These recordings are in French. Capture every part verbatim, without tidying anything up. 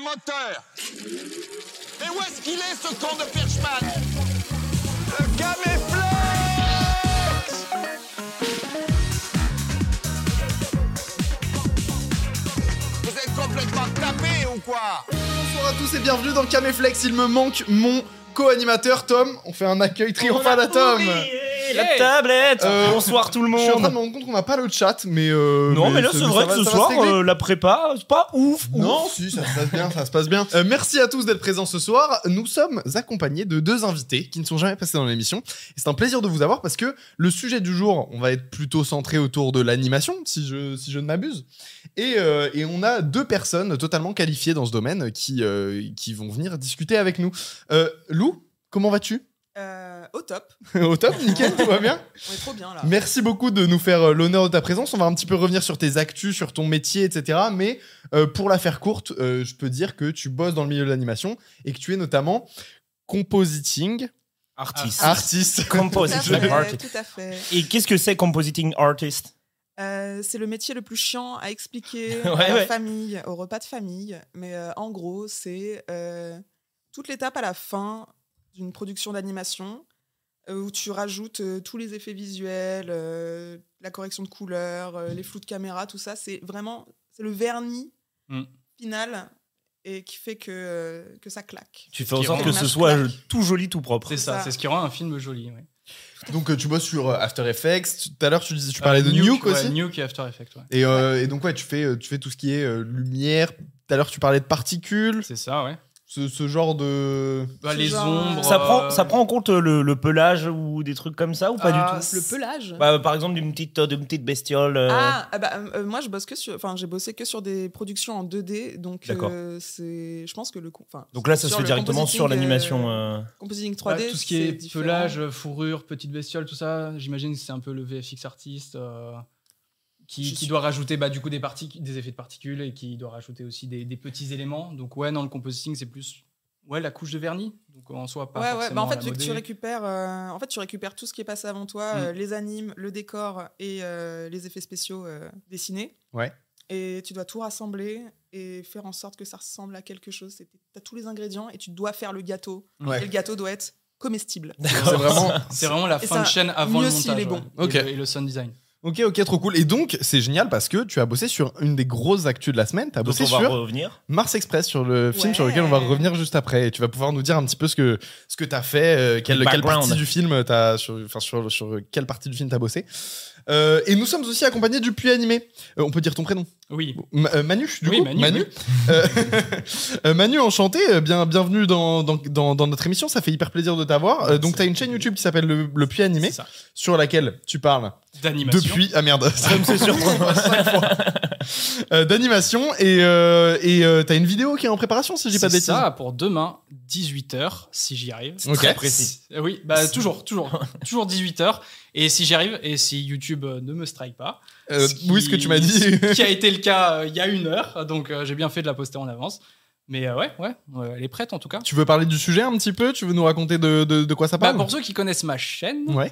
moteurs. Mais où est-ce qu'il est, ce con de Perchman? Le Caméflex! Vous êtes complètement tapés ou quoi? Bonjour à tous et bienvenue dans Caméflex. Il me manque mon co-animateur Tom. On fait un accueil triomphal à Tom. La tablette. Euh, Bonsoir tout le monde. Je suis en train de me rendre compte qu'on n'a pas le chat, mais euh, non, mais, mais là c'est c'est vrai va, que ce soir euh, la prépa c'est pas ouf. Non, ouf. si ça se passe bien, ça se passe bien. Euh, merci à tous d'être présents ce soir. Nous sommes accompagnés de deux invités qui ne sont jamais passés dans l'émission. Et c'est un plaisir de vous avoir parce que le sujet du jour, on va être plutôt centré autour de l'animation, si je si je ne m'abuse. Et euh, et on a deux personnes totalement qualifiées dans ce domaine qui euh, qui vont venir discuter avec nous. Euh, Lou, comment vas-tu? Euh, au top. Au top, nickel, tout va bien. On est trop bien là. Merci beaucoup de nous faire euh, l'honneur de ta présence. On va un petit peu revenir sur tes actus, sur ton métier, et cetera. Mais euh, pour la faire courte, euh, je peux dire que tu bosses dans le milieu de l'animation et que tu es notamment compositing Artiste. artiste. Compositing tout à fait, artist. tout à fait. Et qu'est-ce que c'est compositing artist? Euh, c'est le métier le plus chiant à expliquer Ouais, à la ouais. famille, au repas de famille. Mais euh, en gros, c'est euh, toute l'étape à la fin d'une production d'animation euh, où tu rajoutes euh, tous les effets visuels, euh, la correction de couleurs, euh, les flous de caméra, tout ça. C'est vraiment c'est le vernis Mm. final et qui fait que, euh, que ça claque. Tu fais en qui sorte rend que l'image ce soit claque. tout joli, tout propre. C'est ça, ça. c'est ce qui rend un film joli. Ouais. Donc euh, tu bosses sur euh, After Effects. Tout à l'heure tu disais, tu parlais de Nuke, aussi. Ouais, Nuke et After Effects, ouais. Et, euh, et donc ouais, tu fais euh, tu fais tout ce qui est euh, lumière. Tout à l'heure tu parlais de particules. C'est ça, ouais. Ce, ce genre de. Bah, Ce les genre, ombres. Ça prend, euh, ça prend en compte le, le pelage ou des trucs comme ça ou pas Ah, du tout? Le pelage. Bah, par exemple d'une petite, d'une petite bestiole. euh, Ah, ah bah, euh, moi je bosse que sur, enfin j'ai bossé que sur des productions en deux D, donc D'accord. euh, c'est, je pense que le, co- enfin. Donc là ça se sur fait le directement sur compositing, l'animation. euh, euh, Compositing trois D, bah, tout ce qui c'est est différent. pelage, fourrure, petite bestiole, tout ça, j'imagine que c'est un peu le V F X artiste euh, qui, Je qui suis- doit rajouter bah, du coup des, particu- des effets de particules et qui doit rajouter aussi des, des petits éléments. Donc ouais, non, le compositing c'est plus ouais, la couche de vernis. Donc en soi, pas Ouais, ouais. forcément Bah, en fait, la vu que tu modée. récupères, euh, en fait, tu récupères tout ce qui est passé avant toi, Mm. euh, les animes, le décor et euh, les effets spéciaux euh, dessinés. Ouais. Et tu dois tout rassembler et faire en sorte que ça ressemble à quelque chose. Tu as tous les ingrédients et tu dois faire le gâteau. Ouais. Et le gâteau doit être comestible. C'est vraiment. C'est vraiment la Et fin ça, de chaîne avant mieux le s'il montage. est bon. ouais. Ok. Et, le, et le sound design. Ok, ok, trop cool. Et donc, c'est génial parce que tu as bossé sur une des grosses actus de la semaine. Tu as dont bossé on va sur revenir. Mars Express, sur le film Ouais. sur lequel on va revenir juste après. Et tu vas pouvoir nous dire un petit peu ce que, ce que tu as fait, euh, quelle, Le quelle background. partie du film t'as, sur, enfin, sur, sur quelle partie du film tu as bossé. Euh, et nous sommes aussi accompagnés du puits animé. Euh, on peut dire ton prénom. Oui. Ma- euh, Manu, du Oui, coup. Manu, oui. Euh, euh, Manu, enchanté. euh, Bien, bienvenue dans, dans, dans, dans notre émission. Ça fait hyper plaisir de t'avoir. Euh, donc, tu as une chaîne YouTube qui s'appelle Le, le Puits Animé, C'est ça. sur laquelle tu parles D'animation. depuis. Ah merde, ça me fait surprendre. cinq fois. Euh, d'animation. Et euh, et euh, t'as une vidéo qui est en préparation, si je dis pas de C'est bêtises. ça, pour demain, dix-huit heures, si j'y arrive. Ok. Très précis. Euh, Oui, bah toujours, toujours, toujours dix-huit heures. Et si j'y arrive, et si YouTube euh, ne me strike pas. Euh, ce qui- oui, ce que tu m'as dit. Ce qui a été le cas euh, il y a une heure, donc euh, j'ai bien fait de la poster en avance. Mais euh, ouais, ouais, ouais, elle est prête en tout cas. Tu veux parler du sujet un petit peu? Tu veux nous raconter de, de, de quoi ça Bah, parle? pour ceux qui connaissent ma chaîne, Ouais.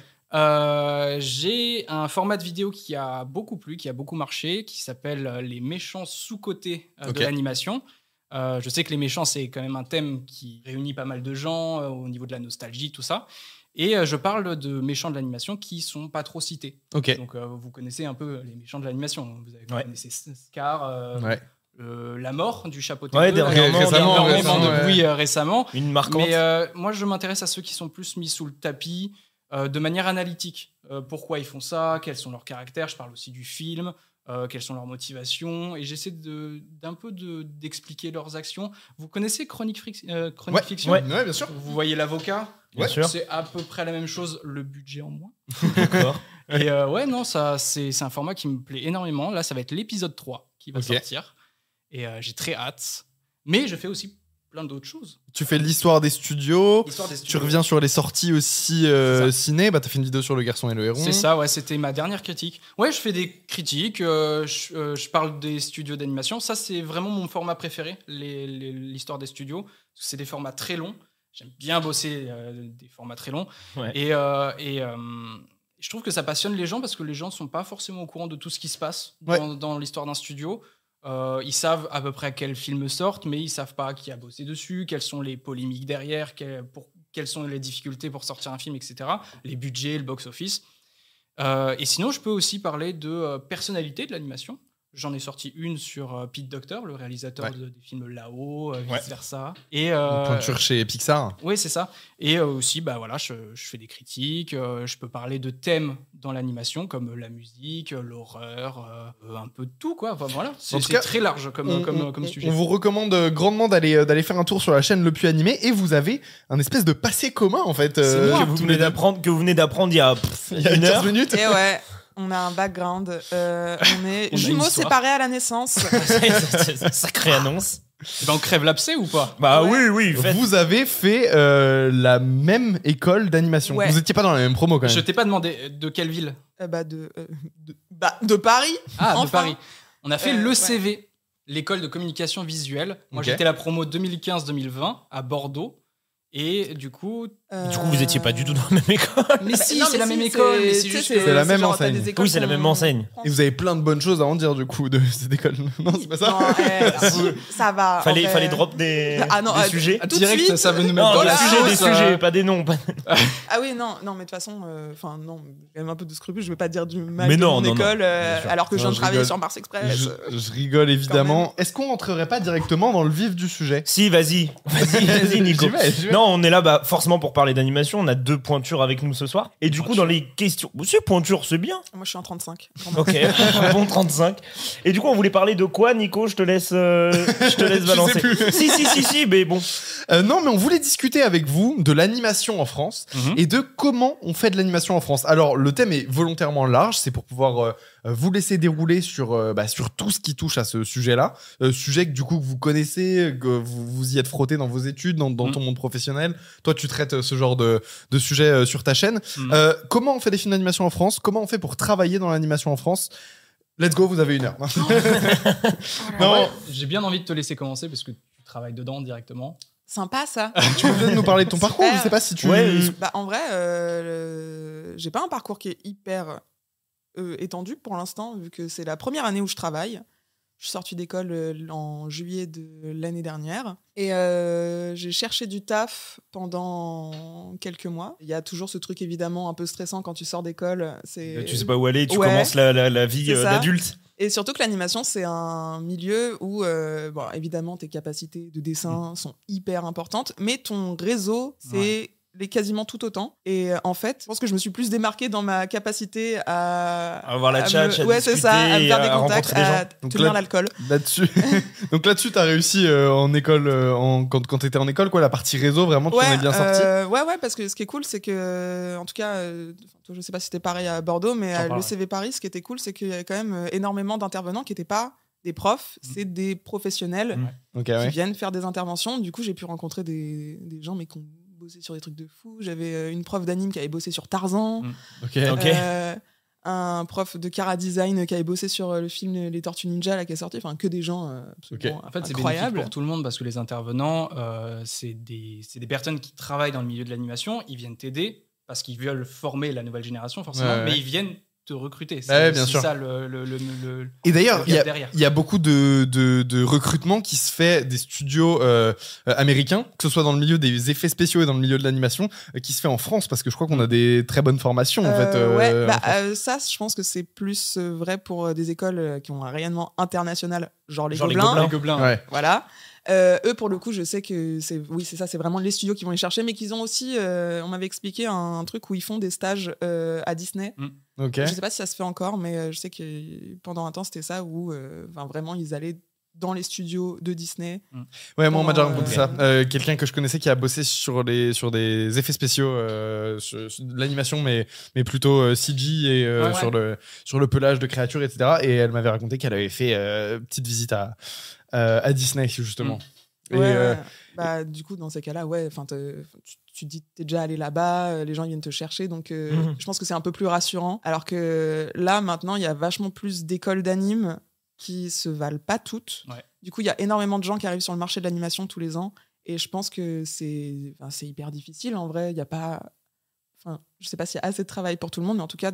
euh, j'ai un format de vidéo qui a beaucoup plu, qui a beaucoup marché, qui s'appelle euh, Les méchants sous-cotés euh, Ok. de l'animation. Euh, je sais que les méchants, c'est quand même un thème qui réunit pas mal de gens euh, au niveau de la nostalgie, tout ça. Et euh, je parle de méchants de l'animation qui sont pas trop cités. Ok. Donc euh, vous connaissez un peu les méchants de l'animation. Vous avez Ouais. connaissez Scar, euh, Ouais. euh, la mort du chapeau Ouais, deux, dernièrement, il y a eu récemment, énormément récemment, de ouais. bruit euh, récemment. Une marquante. Mais euh, moi, je m'intéresse à ceux qui sont plus mis sous le tapis euh, de manière analytique. Euh, pourquoi ils font ça? Quels sont leurs caractères? Je parle aussi du film. Euh, quelles sont leurs motivations? Et j'essaie de, d'un peu de, d'expliquer leurs actions. Vous connaissez Chronique, Fric- euh, Chronique Ouais. Fiction? Ouais, ouais, bien sûr. Vous voyez l'avocat? Bien sûr. C'est à peu près la même chose, le budget en moins. D'accord. Et euh, ouais, non, ça, c'est, c'est un format qui me plaît énormément. Là, ça va être l'épisode trois qui va Ok. sortir. Et euh, j'ai très hâte. Mais je fais aussi plein d'autres choses. Tu fais l'histoire des studios. Histoire des Tu studios. reviens sur les sorties aussi euh, C'est ciné. Bah, t'as fait une vidéo sur Le Garçon et le Héron. C'est ça, ouais, c'était ma dernière critique. Ouais, je fais des critiques, euh, je, euh, je parle des studios d'animation. Ça, c'est vraiment mon format préféré, les- les- l'histoire des studios. C'est des formats très longs. J'aime bien bosser euh, des formats très longs. Ouais. Et, euh, et euh, je trouve que ça passionne les gens parce que les gens ne sont pas forcément au courant de tout ce qui se passe Ouais. dans, dans l'histoire d'un studio. Euh, ils savent à peu près quels films sortent, mais ils savent pas qui a bossé dessus, quelles sont les polémiques derrière, quelles, pour, quelles sont les difficultés pour sortir un film, et cetera. Les budgets, le box-office. Euh, et sinon, je peux aussi parler de euh, personnalité de l'animation. J'en ai sorti une sur euh, Pete Docter, le réalisateur Ouais. de, des films Là-haut, euh, Ouais. vice-versa. Et, euh, Pointure chez Pixar. oui, c'est ça. Et euh, aussi, bah, voilà, je, je fais des critiques, euh, je peux parler de thèmes dans l'animation, comme la musique, euh, l'horreur, euh, un peu de tout, quoi. Enfin, voilà, c'est En tout c'est cas, très large comme, On, comme, on- comme on- sujet. on vous recommande euh, grandement d'aller euh, d'aller faire un tour sur la chaîne Le Puy Animé et vous avez un espèce de passé commun en fait. euh, que vous tous venez les deux. d'apprendre que vous venez d'apprendre il y a pff, Il y a une quinze heure. minutes. Et ouais, on a un background. euh, on est On a une jumeaux histoire. séparés à la naissance. Sacrée annonce. Eh ben, on crève l'abcès ou pas? Bah Ouais. oui, oui. faites- Vous avez fait euh, la même école d'animation. Ouais. Vous étiez pas dans la même promo quand même. Je t'ai pas demandé de quelle ville. Euh, bah, de, euh, de, bah, de Paris. Ah, de Enfin. Paris. On a fait Euh, l'E ouais. C V, l'école de communication visuelle. Moi, Ok. j'étais la promo deux mille quinze deux mille vingt à Bordeaux. Et du coup. Du coup, vous étiez pas du tout dans la même école. Mais si, non, c'est la si, même école, mais c'est tu sais, juste. C'est la même genre, t'as enseigne. des écoles Oui, c'est la qu'on- même enseigne. Et vous avez plein de bonnes choses à en dire du coup de cette école. Non, c'est pas ça. Non, eh, si, ça va. en Fallait, vrai. fallait drop des, Ah non, des euh, sujets. tout de Direct, suite. ça veut nous mettre Non, dans des la sujets, des sauce, euh. sujets, pas des noms. pas- Ah oui, non, non, mais de toute façon, enfin non, j'ai quand même un peu de scrupule. Je vais pas dire du mal Mais de non, mon non, non, école euh, bien sûr. alors que je Non, viens de je travailler rigole. sur Mars Express. Je, je rigole évidemment. Est-ce qu'on rentrerait pas directement dans le vif du sujet? Si, vas-y. Vas-y, vas-y, Nico. J'y vais, j'y vais. Non, on est là bah, forcément pour parler d'animation. On a deux pointures avec nous ce soir. Et du coup, dans les questions. C'est pointure, c'est bien. Moi, je suis en trente-cinq. Ok, un bon trente-cinq. Et du coup, on voulait parler de quoi, Nico? Je te laisse, euh, je te laisse Je balancer. sais plus. Si, si, si, si, mais bon. Euh, non, mais on voulait discuter avec vous de l'animation en France Mhm. et de comment on fait de l'animation en France. Alors, le thème est volontairement large, c'est pour pouvoir euh, euh, vous laisser dérouler sur, euh, bah, sur tout ce qui touche à ce sujet-là. Euh, sujet que du coup que vous connaissez, que vous, vous y êtes frotté dans vos études, dans, dans Mhm. ton monde professionnel. Toi, tu traites euh, ce genre de, de sujet euh, sur ta chaîne. Mhm. Euh, comment on fait des films d'animation en France? Comment on fait pour travailler dans l'animation en France? Let's go, vous avez une heure. Non, Ouais, j'ai bien envie de te laisser commencer parce que tu travailles dedans directement. Sympa ça. tu peux peut-être nous parler de ton parcours? Super. Je sais pas si tu... Ouais, Bah, en vrai, euh, le- j'ai pas un parcours qui est hyper euh, étendu pour l'instant, vu que c'est la première année où je travaille. Je suis sortie d'école euh, en juillet de l'année dernière. Et euh, j'ai cherché du taf pendant quelques mois. Il y a toujours ce truc évidemment un peu stressant quand tu sors d'école. C'est... Tu sais pas où aller, tu Ouais. commences la, la, la vie C'est euh, ça. d'adulte. Et surtout que l'animation, c'est un milieu où, euh, bon, évidemment, tes capacités de dessin sont hyper importantes, mais ton réseau, c'est les quasiment tout autant. Et euh, en fait, je pense que je me suis plus démarquée dans ma capacité à... Avoir la à tchatch, me- à Ouais, c'est ça, à me discuter, faire des à contacts, rencontrer des gens. à Donc tenir là- l'alcool. Là-dessus. Donc là-dessus, t'as réussi euh, en école, euh, en, quand, quand t'étais en école, quoi, la partie réseau, vraiment, tu en es bien sorti. euh, ouais, ouais, parce que ce qui est cool, c'est que, en tout cas, euh, toi, je sais pas si c'était pareil à Bordeaux, mais J'en à parlerai. l'E C V Paris, ce qui était cool, c'est qu'il y avait quand même euh, énormément d'intervenants qui n'étaient pas des profs, c'est des professionnels Mm. Ok, qui ouais. viennent faire des interventions. Du coup, j'ai pu rencontrer des, des gens mais qui ont bossé sur des trucs de fou. J'avais euh, une prof d'anime qui avait bossé sur Tarzan, Mm. Ok. Ok. euh, un prof de Cara Design qui avait bossé sur euh, le film Les Tortues Ninja là, qui est sorti. Enfin, que des gens euh, absolument En fait, c'est bénéfique incroyables. pour tout le monde parce que les intervenants, euh, c'est des, c'est des personnes qui travaillent dans le milieu de l'animation. Ils viennent t'aider parce qu'ils veulent former la nouvelle génération, forcément, Ouais, ouais. mais ils viennent te recruter. C'est Ouais, bien c'est sûr. ça le, le, le, le- Et d'ailleurs, le il y, gap a- derrière. il y a beaucoup de, de, de recrutement qui se fait des studios euh, euh, américains, que ce soit dans le milieu des effets spéciaux et dans le milieu de l'animation, euh, qui se fait en France, parce que je crois qu'on a des très bonnes formations, en Euh, fait. euh, ouais, en bah, France. euh, ça, je pense que c'est plus euh, vrai pour euh, des écoles euh, qui ont un rayonnement international, genre les Genre les Gobelins. Gobelins. Les gobelins. Ouais. Voilà. Euh, eux, pour le coup, je sais que c'est, oui, c'est ça, c'est vraiment les studios qui vont les chercher, mais qu'ils ont aussi, euh, on m'avait expliqué un, un truc où ils font des stages euh, à Disney. Ok. Je sais pas si ça se fait encore, mais euh, je sais que pendant un temps, c'était ça où, euh, enfin, vraiment, ils allaient dans les studios de Disney. Ouais, moi, on m'a déjà Oh, raconté ok. ça. Euh, Quelqu'un que je connaissais qui a bossé sur, les, sur des effets spéciaux, euh, sur, sur de l'animation, mais, mais plutôt euh, C G et euh, Ouais. sur, le, sur le pelage de créatures, et cetera. Et elle m'avait raconté qu'elle avait fait euh, petite visite à, euh, à Disney, justement. Et, Ouais, euh, ouais. Bah, du coup, dans ces cas-là, ouais, enfin, te- tu, tu te dis, t'es déjà allé là-bas, euh, les gens ils viennent te chercher, donc euh, Mhm. je pense que c'est un peu plus rassurant. Alors que là, maintenant, il y a vachement plus d'écoles d'anime qui se valent pas toutes. Ouais. Du coup, il y a énormément de gens qui arrivent sur le marché de l'animation tous les ans, et je pense que c'est, enfin, c'est hyper difficile en vrai. Il y a pas, enfin, je sais pas s'il y a assez de travail pour tout le monde, mais en tout cas,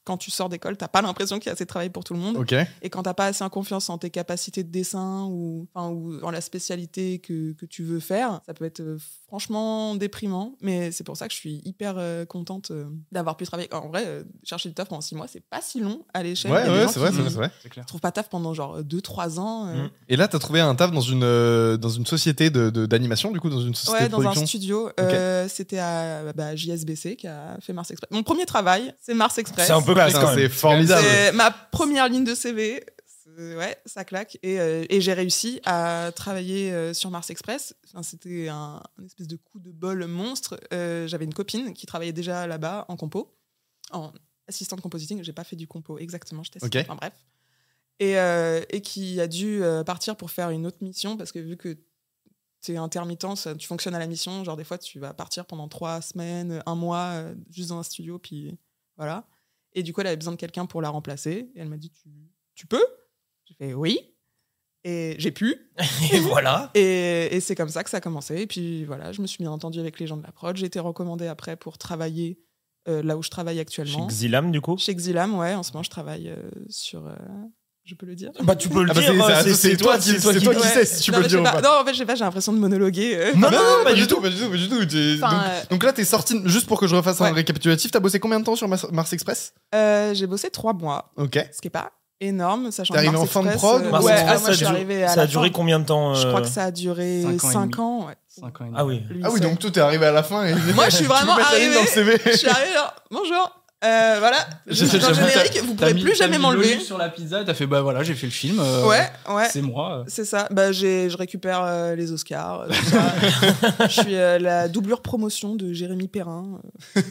quand tu sors d'école, t'as pas l'impression qu'il y a assez de travail pour tout le monde. Ok. Et quand t'as pas assez en confiance en tes capacités de dessin ou, enfin, ou en la spécialité que, que tu veux faire, ça peut être euh, franchement déprimant. Mais c'est pour ça que je suis hyper euh, contente euh, d'avoir pu travailler. En vrai, euh, chercher du taf pendant six mois, c'est pas si long à l'échelle. Ouais, Il y a des ouais, gens c'est vrai, qui c'est vrai, c'est vrai. C'est clair. trouvent pas taf pendant genre deux trois ans. euh. Mm. Et là, t'as trouvé un taf dans une, euh, dans une société de, de- d'animation, du coup, dans une société Ouais, de dans un production. studio. Euh, C'était à bah, J S B C qui a fait Mars Express. Mon premier travail, c'est Mars Express. C'est un peu classe Putain, quand même. c'est formidable. C'est ma première ligne de C V. C'est- Ouais, ça claque. Et, euh, et j'ai réussi à travailler euh, sur Mars Express. Enfin, c'était un, un espèce de coup de bol monstre. Euh, J'avais une copine qui travaillait déjà là-bas en compo, en assistante compositing. J'ai pas fait du compo exactement, je t'assiste. Ok. Enfin bref. Et, euh, et qui a dû euh, partir pour faire une autre mission parce que vu que t'es intermittent, ça- tu fonctionnes à la mission. Genre des fois, tu vas partir pendant trois semaines, un mois, euh, juste dans un studio, puis voilà. Et du coup, elle avait besoin de quelqu'un pour la remplacer. Et elle m'a dit, tu, tu peux? J'ai fait oui. Et j'ai pu. Et voilà. Et, et c'est comme ça que ça a commencé. Et puis voilà, je me suis bien entendue avec les gens de la prod. J'ai été recommandée après pour travailler euh, là où je travaille Chez actuellement. Xilam, du coup. Chez Xilam, ouais. En ce moment, je travaille euh, sur... euh, je peux le dire? Bah, tu peux le Ah bah, dire. c'est- euh, c'est- c'est toi qui- c'est toi c'est qui toi qui Ouais. sais si tu non, peux mais le dire je ou sais pas. pas. Non, en fait, je sais pas, j'ai l'impression de monologuer. euh. Non, Ah non, non, pas du tout. pas du tout, pas du tout. T'es- Enfin, donc, euh, donc là, t'es sorti, juste pour que je refasse un Ouais. récapitulatif, t'as bossé combien de temps sur Mars, Mars Express? Euh, j'ai bossé trois mois, Ok. ce qui est pas énorme, sachant T'es que arrivé Mars en fin de Express, prod euh, ou- Mars ouais, Express, ah, moi, ça je suis a arrivée duré- à Ça la a duré fin. combien de temps Je euh, crois que ça a duré cinq ans et cinq demi. ans. Ouais. cinq ans et demi. Ah oui. Lui, Ah oui, c'est- donc toi, t'es arrivé à la fin. Et... Moi, je suis Tu peux vraiment mettre la ligne arrivée. dans le C V. Je suis arrivée là. Bonjour. Euh, voilà. Je J'ai- suis dans le j'avoue, générique. Vous T'as pourrez mis- plus t'as jamais mis m'enlever. l'olive sur la pizza, t'as fait bah voilà, j'ai fait le film. euh, Ouais, ouais. C'est moi. euh. C'est ça. Bah, j'ai, je récupère euh, les Oscars. euh, tout ça. Je suis euh, la doublure promotion de Jérémy Perrin.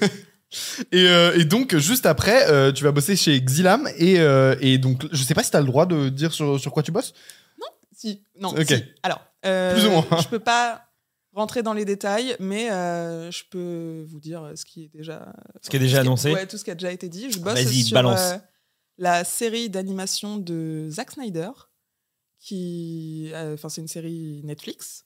Et, euh, et donc, juste après, euh, tu vas bosser chez Xilam. Et, euh, et donc, je sais pas si t'as le droit de dire sur, sur quoi tu bosses. Si. Non. Ok. Si. Alors. euh, Plus ou moins. Je peux pas rentrer dans les détails, mais euh, je peux vous dire ce qui est déjà. Ce qui est déjà tout annoncé. Ouais, tout ce qui a déjà été dit. Je bosse Vas-y, sur balance. euh, la série d'animation de Zack Snyder, qui, euh, enfin, c'est une série Netflix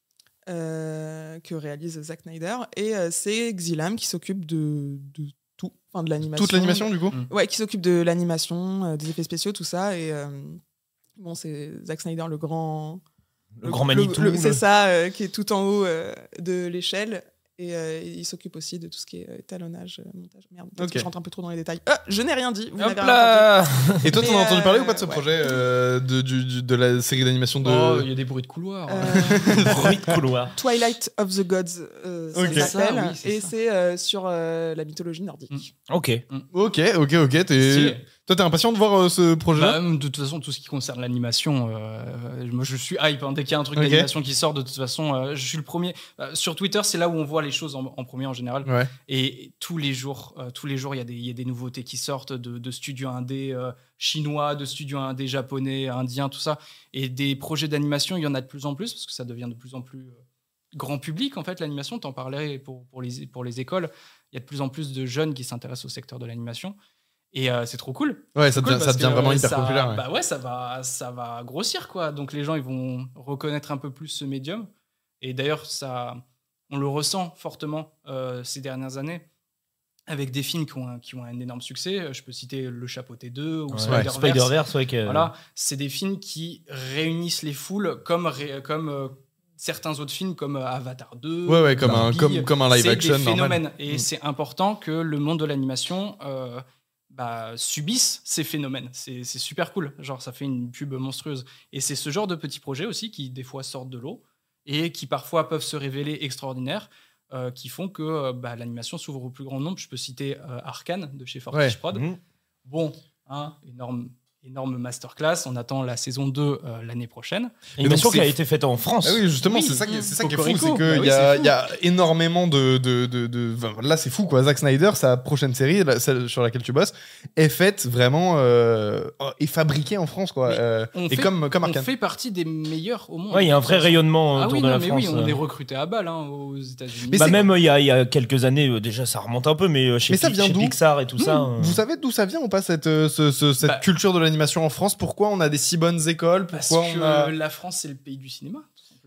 euh, que réalise Zack Snyder, et euh, c'est Xilam qui s'occupe de, de tout, enfin de l'animation. Toute l'animation, du coup. Ouais, qui s'occupe de l'animation, euh, des effets spéciaux, tout ça, et euh, bon, c'est Zack Snyder le grand. Le grand Manitou. le- le- C'est ça, euh, qui est tout en haut euh, de l'échelle. Et euh, il s'occupe aussi de tout ce qui est euh, étalonnage, euh, montage. Merde, peut-être Ok. que je rentre un peu trop dans les détails. Ah, je n'ai rien dit. Vous Hop n'avez rien là. Et toi, t'en Mais, as entendu parler euh, ou pas de ce ouais. projet euh, de, du- du- de la série d'animation de. Oh, il y a des bruits de couloir. entendu. Euh, Bruit de couloir. Twilight of the Gods, euh, ça Ok. s'appelle. Ça, oui, c'est et ça. c'est euh, sur euh, la mythologie nordique. Ok. Ok, ok, ok. T'es... Stylé. Toi, t'es impatient de voir euh, ce projet-là? Bah, de toute façon, tout ce qui concerne l'animation, euh, moi je suis hype. hein. Dès qu'il y a un truc Ok. d'animation qui sort, de toute façon, euh, je suis le premier. Euh, sur Twitter, c'est là où on voit les choses en, en premier en général. Ouais. Et tous les jours, euh, tous les jours, il y, a des- il y a des nouveautés qui sortent de, de studios indés euh, chinois, de studios indés japonais, indiens, tout ça. Et des projets d'animation, il y en a de plus en plus parce que ça devient de plus en plus euh, grand public en fait. L'animation, t'en parlais pour, pour, les, pour les écoles. Il y a de plus en plus de jeunes qui s'intéressent au secteur de l'animation. Et euh, c'est trop cool. Ouais, ça Cool devient, ça parce devient que, vraiment euh, hyper ça- populaire. ouais. Bah ouais, ça va, ça va grossir quoi. Donc les gens ils vont reconnaître un peu plus ce médium. Et d'ailleurs ça, on le ressent fortement euh, ces dernières années avec des films qui ont un, qui ont un énorme succès. Je peux citer Le Chapeauté deux ou Ouais. Spider-Verse. Spider-Verse, ouais. que- Voilà, c'est des films qui réunissent les foules comme ré- comme euh, certains autres films comme euh, Avatar deux. Ouais, ouais, comme un, Barbie. comme, comme un live C'est action des normal. phénomènes. Et Mm. c'est important que le monde de l'animation euh, bah, subisse ces phénomènes. C'est c'est super cool. Genre, ça fait une pub monstrueuse. Et c'est ce genre de petits projets aussi qui, des fois, sortent de l'eau et qui, parfois, peuvent se révéler extraordinaires, euh, qui font que euh, bah, l'animation s'ouvre au plus grand nombre. Je peux citer euh, Arcane de chez Fortiche Ouais. Prod. Mhm. Bon, hein, énorme, énorme masterclass. On attend la saison deux euh, l'année prochaine. Animation donc, qui a c'est- été faite en France. Ah oui, justement, Oui, c'est ça, qui, mm, c'est ça qui est fou, Cocorico. c'est qu'il Bah oui, y, a, c'est fou. il y a énormément de, de, de, de- enfin, là, c'est fou, quoi. Zack Snyder, sa prochaine série, la- celle sur laquelle tu bosses, est faite vraiment euh, est fabriquée en France, quoi. Mais Euh, on et fait- comme, comme On Arcane. fait partie des meilleurs au monde. Ouais, il y a un vrai rayonnement Ah autour oui, de non, la mais France. oui, on euh. est recruté à balle hein, aux États-Unis. Mais Bah c'est- même euh, il y, a, il y a quelques années, euh, déjà ça remonte un peu, mais euh, chez, Mais ça Pi- vient chez d'où Pixar et tout ça. euh. Vous savez d'où ça vient ou pas, cette, euh, ce- ce- cette Bah, culture de l'animation en France? Pourquoi on a des si bonnes écoles? Parce Pourquoi que on a... la France, c'est le pays du cinéma, tout simplement.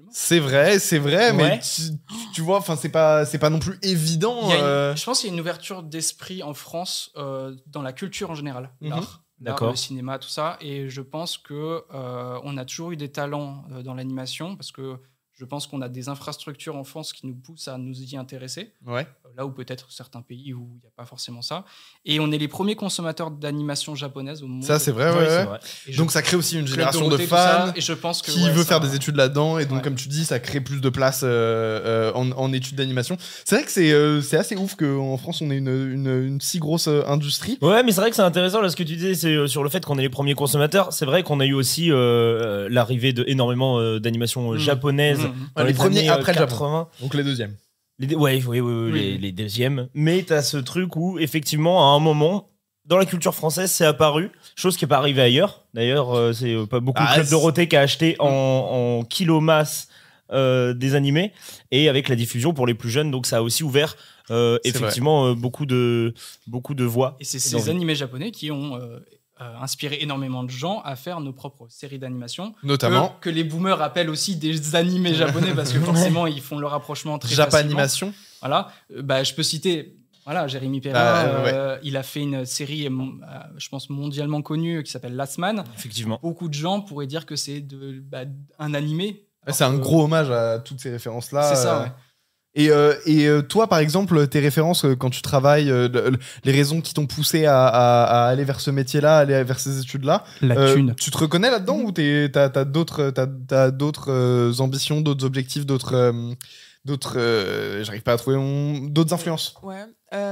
simplement. C'est vrai, c'est vrai, Ouais. mais tu, tu vois, enfin, c'est pas, c'est pas non plus évident. Il y a une- euh, Je pense qu'il y a une ouverture d'esprit en France euh, dans la culture en général, Mhm. l'art, l'art, D'accord. le cinéma, tout ça. Et je pense que euh, on a toujours eu des talents euh, dans l'animation parce que je pense qu'on a des infrastructures en France qui nous poussent à nous y intéresser. Ouais. Euh, Là où peut-être certains pays où il n'y a pas forcément ça. Et on est les premiers consommateurs d'animation japonaise au monde. Ça, c'est vrai, ouais, Ouais, c'est ouais. vrai. Et je- Donc, ça crée aussi une Club génération de Dorothée, tout ça, fans et je pense que qui ouais, veut ça- faire des études là-dedans. Et donc, Ouais. comme tu dis, ça crée plus de place euh, euh, en, en études d'animation. C'est vrai que c'est euh, c'est assez ouf qu'en France, on ait une, une, une si grosse euh, industrie. Ouais, mais c'est vrai que c'est intéressant là ce que tu disais, c'est euh, sur le fait qu'on est les premiers consommateurs. C'est vrai qu'on a eu aussi euh, euh, l'arrivée de énormément euh, d'animations euh, Mhm. japonaises Mhm. dans Les les premiers années, euh, après le Japon. quatre-vingts. Donc, les deuxièmes. Les dé- ouais, oui, oui, oui, Oui, les, oui. les deuxièmes. Mais t'as ce truc où, effectivement, à un moment, dans la culture française, c'est apparu, chose qui n'est pas arrivée ailleurs. D'ailleurs, euh, c'est euh, pas beaucoup Ah, le Club c'est- Dorothée qui a acheté en, en kilomasse euh, des animés, et avec la diffusion pour les plus jeunes, donc ça a aussi ouvert euh, C'est effectivement euh, beaucoup de beaucoup de voix. Et c'est et ces d'envie. animés japonais qui ont euh, euh, inspiré énormément de gens à faire nos propres séries d'animation. Notamment, Que, que les boomers appellent aussi des animés japonais parce que forcément ils font le rapprochement très facilement. Japanimation. Voilà. Euh, bah, je peux citer voilà, Jérémy Perrin. Ah, euh, Il a fait une série, euh, je pense, mondialement connue qui s'appelle Last Man. Effectivement. Beaucoup de gens pourraient dire que c'est de, bah, un animé. Ouais, c'est un alors que- gros hommage à toutes ces références-là. C'est ça, euh. ouais. Et, euh, et euh, toi, par exemple, tes références euh, quand tu travailles, euh, le- le- les raisons qui t'ont poussé à, à- à aller vers ce métier-là, aller vers ces études-là, La euh, thune. tu te reconnais là-dedans ou t'es- t'as t'as d'autres t'as- t'as d'autres euh, ambitions, d'autres objectifs, d'autres euh, d'autres euh, j'arrive pas à trouver mon- d'autres influences. Ouais.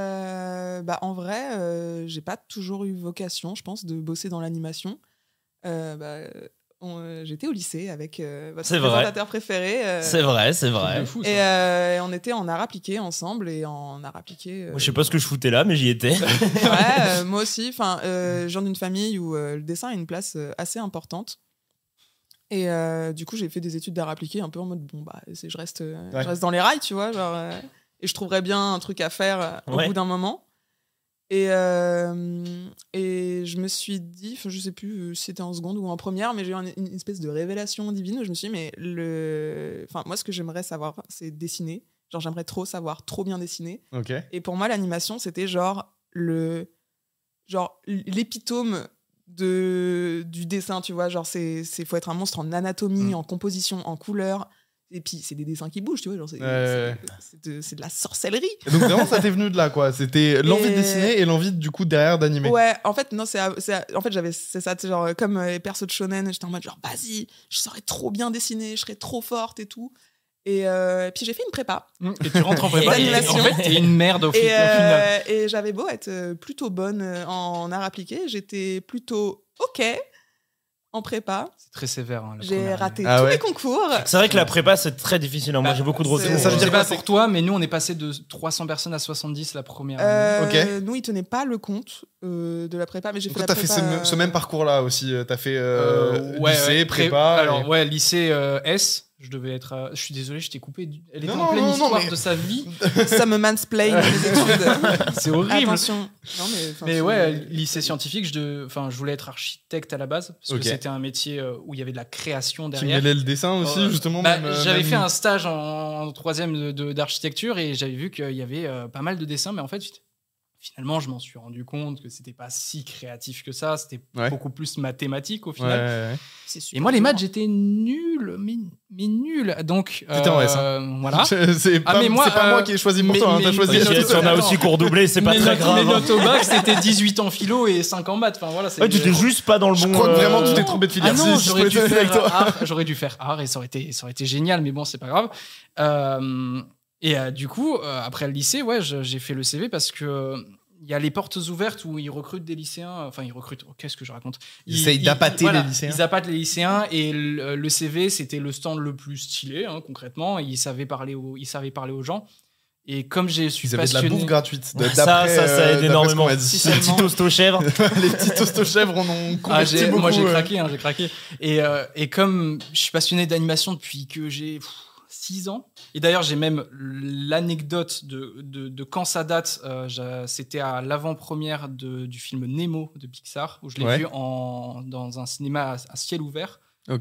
Euh, bah, en vrai, euh, j'ai pas toujours eu vocation, je pense, de bosser dans l'animation. Euh, bah, on- euh, j'étais au lycée avec euh, votre C'est vrai. présentateur préféré. euh, C'est vrai, c'est vrai. De fou, ça. et, euh, et on était en art appliqué ensemble et en art appliqué. euh, Moi, je sais pas ce que je foutais là, mais j'y étais. ouais, euh, moi aussi. Enfin, euh, je viens d'une famille où euh, le dessin a une place euh, assez importante. Et euh, du coup, j'ai fait des études d'art appliqué un peu en mode bon bah, c'est- je reste, euh, Ouais. je reste dans les rails, tu vois, genre, euh, et je trouverais bien un truc à faire euh, au Ouais. bout d'un moment. Et euh, et je me suis dit, enfin, je sais plus si c'était en seconde ou en première, mais j'ai eu un- une espèce de révélation divine où je me suis dit mais le, enfin moi ce que j'aimerais savoir c'est dessiner. Genre j'aimerais trop savoir trop bien dessiner. Ok. Et pour moi, l'animation, c'était genre le genre l'épitome de du dessin, tu vois. Genre, c'est c'est faut être un monstre en anatomie, Mm. en composition, en couleur. Et puis, c'est des dessins qui bougent, tu vois. Genre, c'est Ouais. c'est- c'est de, c'est de la sorcellerie. Et donc vraiment, ça t'est venu de là, quoi. C'était l'envie de Et- dessiner et l'envie du coup derrière d'animer. Ouais, en fait, non, c'est c'est- en fait, j'avais c'est ça, tu sais, genre comme euh, les persos de shonen, j'étais en mode genre vas-y, je saurais trop bien dessiner, je serais trop forte et tout. Et, euh, et puis j'ai fait une prépa. Et tu rentres en prépa et L'animation. en fait, t'es une merde au, fi- Et, au final. euh, et j'avais beau être euh, plutôt bonne euh, en art appliqué, j'étais plutôt OK en prépa. C'est très sévère. hein, la J'ai première raté Ah tous ouais. mes concours. C'est vrai que la prépa, c'est très difficile. hein. Moi, Bah, j'ai beaucoup de c'est- retours. Ça veut Je dire sais quoi, pas c'est- pour toi, mais nous, on est passé de trois cents personnes à soixante-dix la première année. Euh, Ok. Nous, ils tenaient pas le compte euh, de la prépa, mais j'ai Donc fait toi, la t'as fait prépa. ce, euh, ce même parcours-là aussi. euh, T'as fait euh, Euh, ouais, lycée, ouais, pré- prépa. Alors, et- ouais, lycée euh, S. Je devais être. euh, je suis désolé, je t'ai coupé. du- Elle était Non, en non, pleine non, non, histoire mais- de sa vie. Ça me mansplain mes études. C'est horrible. Attention. Non, mais enfin, Mais c'est- ouais, lycée scientifique, je, de- enfin, je voulais être architecte à la base parce Ok. que c'était un métier euh, où il y avait de la création Qui derrière. mêlait le dessin aussi, Euh, justement. bah, même, euh, j'avais même- fait un stage en, en troisième de- de- d'architecture et j'avais vu qu'il y avait euh, pas mal de dessins, mais en fait, finalement, je m'en suis rendu compte que c'était pas si créatif que ça, c'était Ouais. beaucoup plus mathématique au Ouais, final. ouais, ouais. c'est super Et moi, les dur. maths, j'étais nul, mais, mais nul. Donc, T'étais en S, euh, voilà. c'est pas, Ah, mais moi, c'est pas euh, moi qui ai choisi pour mais- toi, hein, mais- t'as choisi mais- un Si, tout mais- si on seul. a Attends. aussi cours doublé, c'est pas mes très notes, grave. Mes hein. notes au bac, c'était dix-huit en philo et cinq en maths. Enfin, voilà, c'est- Ouais, tu étais juste pas dans le Je bon. crois que vraiment, euh, tu t'es trompé de filière. Ah non, si, si je j'aurais peux dû, être honnête avec faire toi. art, j'aurais dû faire art et ça aurait été, ça aurait été génial, mais bon, c'est pas grave. Euh, et euh, du coup, euh, après le lycée, ouais, je- j'ai fait le C V parce que euh, il y a les portes ouvertes où ils recrutent des lycéens. Enfin, ils recrutent. oh, Qu'est-ce que je raconte Ils essayent d'appâter les lycéens. Ils appâtent les lycéens et le, le C V, c'était le stand le plus stylé, hein, concrètement. Ils savaient parler aux, ils savaient parler aux gens. Et comme j'ai suis Ils avaient de la passionné, bouffe gratuite. de- Ça, ça, d'après, ça euh, aide d'après ce énormément. qu'on m'a dit. Si Les seulement- petits toasts aux chèvres. Les petits toasts aux chèvres, on en Ah, convertit j'ai- beaucoup. moi j'ai euh. craqué, hein, j'ai craqué. Et, euh, et comme je suis passionné d'animation depuis que j'ai six ans, et d'ailleurs j'ai même l'anecdote de, de, de quand ça date, euh, j'a- c'était à l'avant-première de- du film Nemo de Pixar, où je l'ai Ouais. vu en, dans un cinéma à, à ciel ouvert. Ok.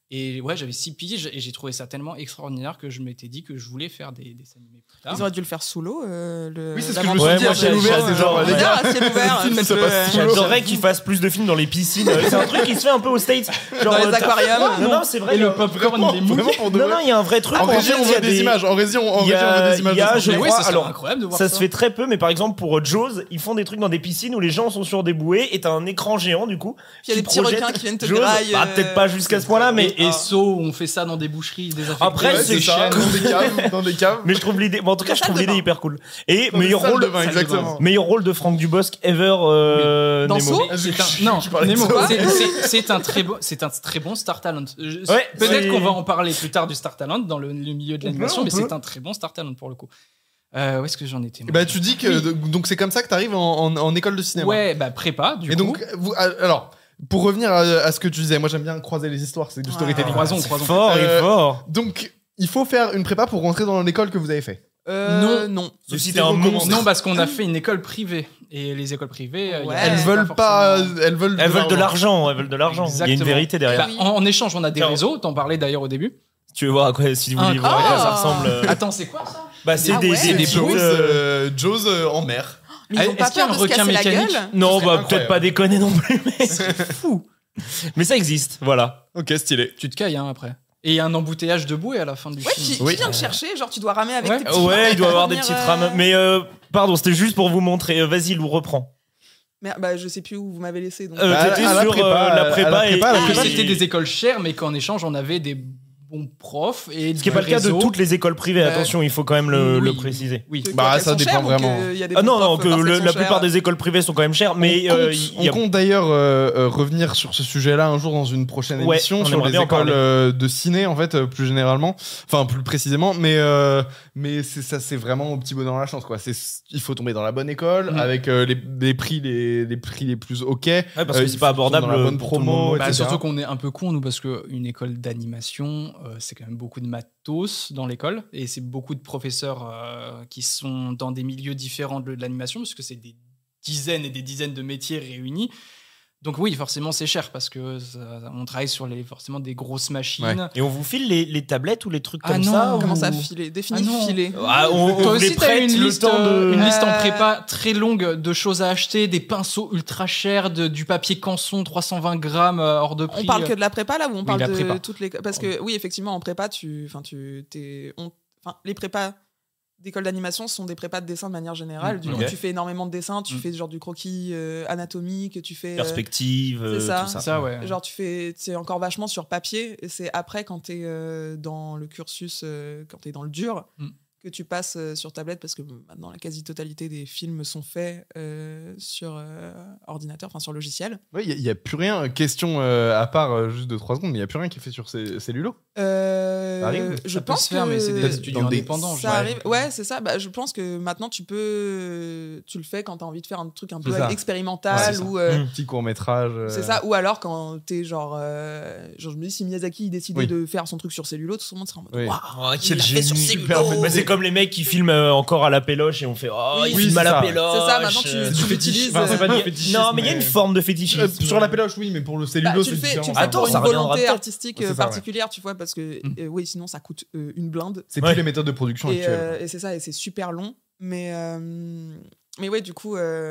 Et ouais, j'avais six piges et j'ai trouvé ça tellement extraordinaire que je m'étais dit que je voulais faire des dessins animés plus tard. Ils auraient dû le faire sous l'eau. Euh, le... Oui, c'est ce la que je me bande- suis dit Ouais, à moi, ciel j'ai- ouvert, c'est genre, les On gars, dirait à ciel ouvert, le film se faites-le, passe euh, sous l'eau. J'adorerais qu'ils fassent plus de films dans les piscines. C'est un truc qui se fait un peu aux States. Genre, Dans les euh, t'as- aquariums. Non, non, c'est vrai. Et le euh, popcorn, il est mou. Vraiment, pour de Non, vrai. non, il y a un vrai truc. En En régie, fait, on il y a veut des images. En régie, on en il y régie, a- on veut des images. il y a, de je ce Mais film. oui, crois, ça serait alors, incroyable de voir Ça ça. se fait très peu, mais par exemple pour euh, Jaws, ils font des trucs dans des piscines où les gens sont sur des bouées et t'as un écran géant du coup. Puis il y a qui des petits projette requins qui viennent te Jaws. grailler. Bah, euh, peut-être pas jusqu'à ce point-là, mais Et, et ah. So, on fait ça dans des boucheries, des affectés, Après, Ouais, c'est des c'est ça, chaînes. dans des caves, dans des caves. mais je trouve l'idée. Bon, en tout cas, La je salle trouve de l'idée bain. hyper cool. Et Dans des meilleur salles rôle, de bain, salle de bain. exactement. meilleur rôle de Franck Dubosc ever. euh, Dans Nemo. So C'est un, non, Je parlais de Nemo, ça. c'est- c'est- c'est un très bon, c'est un très bon Star Talent. Je- Ouais, Peut-être c'est- qu'on va en parler plus tard du Star Talent dans le, le milieu de On peut, l'animation, on mais peut. c'est un très bon Star Talent pour le coup. Euh, où est-ce que j'en étais moi Bah, tu dis que donc c'est comme ça que t'arrives en, en, en école de cinéma. Ouais, bah prépa du Et coup. donc, vous, alors, pour revenir à, à ce que tu disais, moi j'aime bien croiser les histoires, c'est du Ouais. storytelling. Croisons, C'est croisons. fort, il Euh, est fort. Donc, il faut faire une prépa pour rentrer dans l'école que vous avez fait. Euh, non. Sauf si c'est t'es un recommandé. monstre. Non, parce qu'on a fait une école privée et les écoles privées, euh, il y a- Ouais. Elles c'est veulent pas, forcément- elles veulent. Elles veulent de l'argent, elles veulent de l'argent. Il y a une Exactement. vérité derrière. Bah, en, en échange, on a des Tiens. réseaux. T'en parlais d'ailleurs au début. Tu veux voir à quoi, si vous voulez Ah. voir à quoi ça Ah. ressemble. euh, Attends, c'est quoi ça Bah, c'est Ah des, ouais. c'est des Jaws, bouts, euh, euh, Jaws euh, en mer. Mais ils ont Est-ce pas qu'il y a peur un de se requin casser la mécanique gueule. Non, serait bah incroyable. peut-être pas déconner non plus, mais c'est fou. Mais ça existe, voilà. Ok, stylé. Tu te cailles hein, après. Et il y a un embouteillage de bouée à la fin du Ouais, film. qui, Oui. qui vient te chercher, genre tu dois ramer avec Ouais. tes petits Ouais, bras il doit y avoir des pour petites venir, rames. euh, Mais euh, pardon, c'était juste pour vous montrer. Euh, Vas-y, Lou, reprends. Merde, bah je sais plus où vous m'avez laissé. Donc... Euh, Bah, T'étais à la sur prépa, euh, la à la prépa, prépa, et, à la Ah, prépa, c'était des écoles chères, mais qu'en échange, on avait des bons profs. Et Ce qui n'est pas le cas de toutes les écoles privées, Bah, attention, il faut quand même le, oui. le préciser. Oui. Que- Bah, qu'elles ça sont dépend chères ou vraiment. qu'il y a des Ah non, bons non, profs que parce le- qu'elles sont la chères. plupart des écoles privées sont quand même chères, mais on euh, compte, il on y a- compte d'ailleurs euh, euh, revenir sur ce sujet-là un jour dans une prochaine Ouais, émission on sur aimerait les bien en écoles parler. euh, de ciné en fait euh, plus généralement, enfin plus précisément, mais euh, mais c'est ça, c'est vraiment au petit bonheur la chance quoi. C'est il faut tomber dans la bonne école Mm. avec euh, les, les prix les, les prix les plus ok. Ouais, parce Euh, que il c'est faut pas tomber abordable dans la bonne pour tout le promo, monde. Bah, et cetera. surtout qu'on est un peu con nous parce qu'une école d'animation euh, c'est quand même beaucoup de matos dans l'école et c'est beaucoup de professeurs euh, qui sont dans des milieux différents de l'animation parce que c'est des dizaines et des dizaines de métiers réunis. Donc oui, forcément c'est cher parce que ça- on travaille sur les forcément des grosses machines. Ouais. Et on vous file les, les tablettes ou les trucs Ah comme non, ça Comment ou- ça filer Définis Ah non. filer. Ah, on, on Toi vous les aussi, t'as prête une le liste, temps de... euh, une liste en Euh, prépa très longue de choses à acheter, des pinceaux ultra chers, de, du papier canson trois cent vingt grammes euh, hors de prix. On parle que de la prépa là ou on Oui, parle la de prépa. toutes les parce que oui effectivement en prépa tu enfin tu t'es on- enfin les prépas d'école d'animation sont des prépas de dessin de manière générale. Mm, Du ok. coup, tu fais énormément de dessins, tu Mm. fais genre du croquis euh, anatomique, tu fais euh, Perspective, euh, c'est ça. tout ça. C'est ça, ouais. genre tu fais c'est encore vachement sur papier et c'est après quand t'es euh, dans le cursus euh, quand t'es dans le dur Mm. que tu passes euh, sur tablette parce que maintenant la quasi-totalité des films sont faits euh, sur euh, ordinateur, enfin sur logiciel. Ouais, il y, a plus rien. Question euh, à part euh, juste de trois secondes, mais il y a plus rien qui est fait sur ces cellulo. Euh, Ça arrive je Ça peut pense se faire, que mais c'est des Peut-être studios dans des- indépendants. je ça dirais. arrive. Ouais, c'est ça. Bah, je pense que maintenant tu peux, tu le fais quand t'as envie de faire un truc un peu C'est ça. expérimental Ouais, c'est ça. ou euh, Mm. Petit court métrage. c'est ça. Ou alors quand t'es genre, euh, genre je me dis si Miyazaki il décidait Oui. de faire son truc sur cellulo, tout le monde serait en mode Oui. waouh. Oh, Il quel l'a fait sur génie. cellulo. Super. Bah, c'est comme les mecs qui filment euh, encore à la péloche et on fait oh Oui. ils Oui, filment à c'est la ça. péloche. C'est ça, maintenant, tu- euh, tu du l'utilises, fétichisme. Enfin, c'est pas euh, du fétichisme, Non mais il y a une forme de fétichisme. Euh, sur la péloche, oui, mais pour le Bah, cellulo, tu c'est le fais, différent. tu le fais Attends, pour ça une reviendra volonté peut-être. artistique C'est euh, ça, ouais. particulière, tu vois, parce que Mm. euh, oui, sinon ça coûte euh, une blinde. C'est Ouais. plus les méthodes de production Et, actuelles. euh, et c'est ça, et c'est super long. Mais, euh, mais ouais, du coup,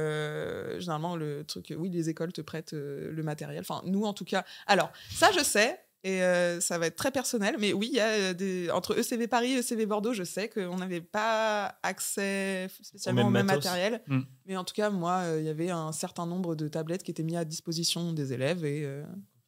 euh, généralement, le truc, oui, les écoles te prêtent euh, le matériel. Enfin, nous, en tout cas. Alors, ça, je sais, et euh, ça va être très personnel, mais oui, il y a euh, des, entre E C V Paris et E C V Bordeaux, je sais qu'on n'avait pas accès spécialement Au au même même, matos. matériel. Mm. Mais en tout cas, moi, euh, il y avait un certain nombre de tablettes qui étaient mis à disposition des élèves et, euh,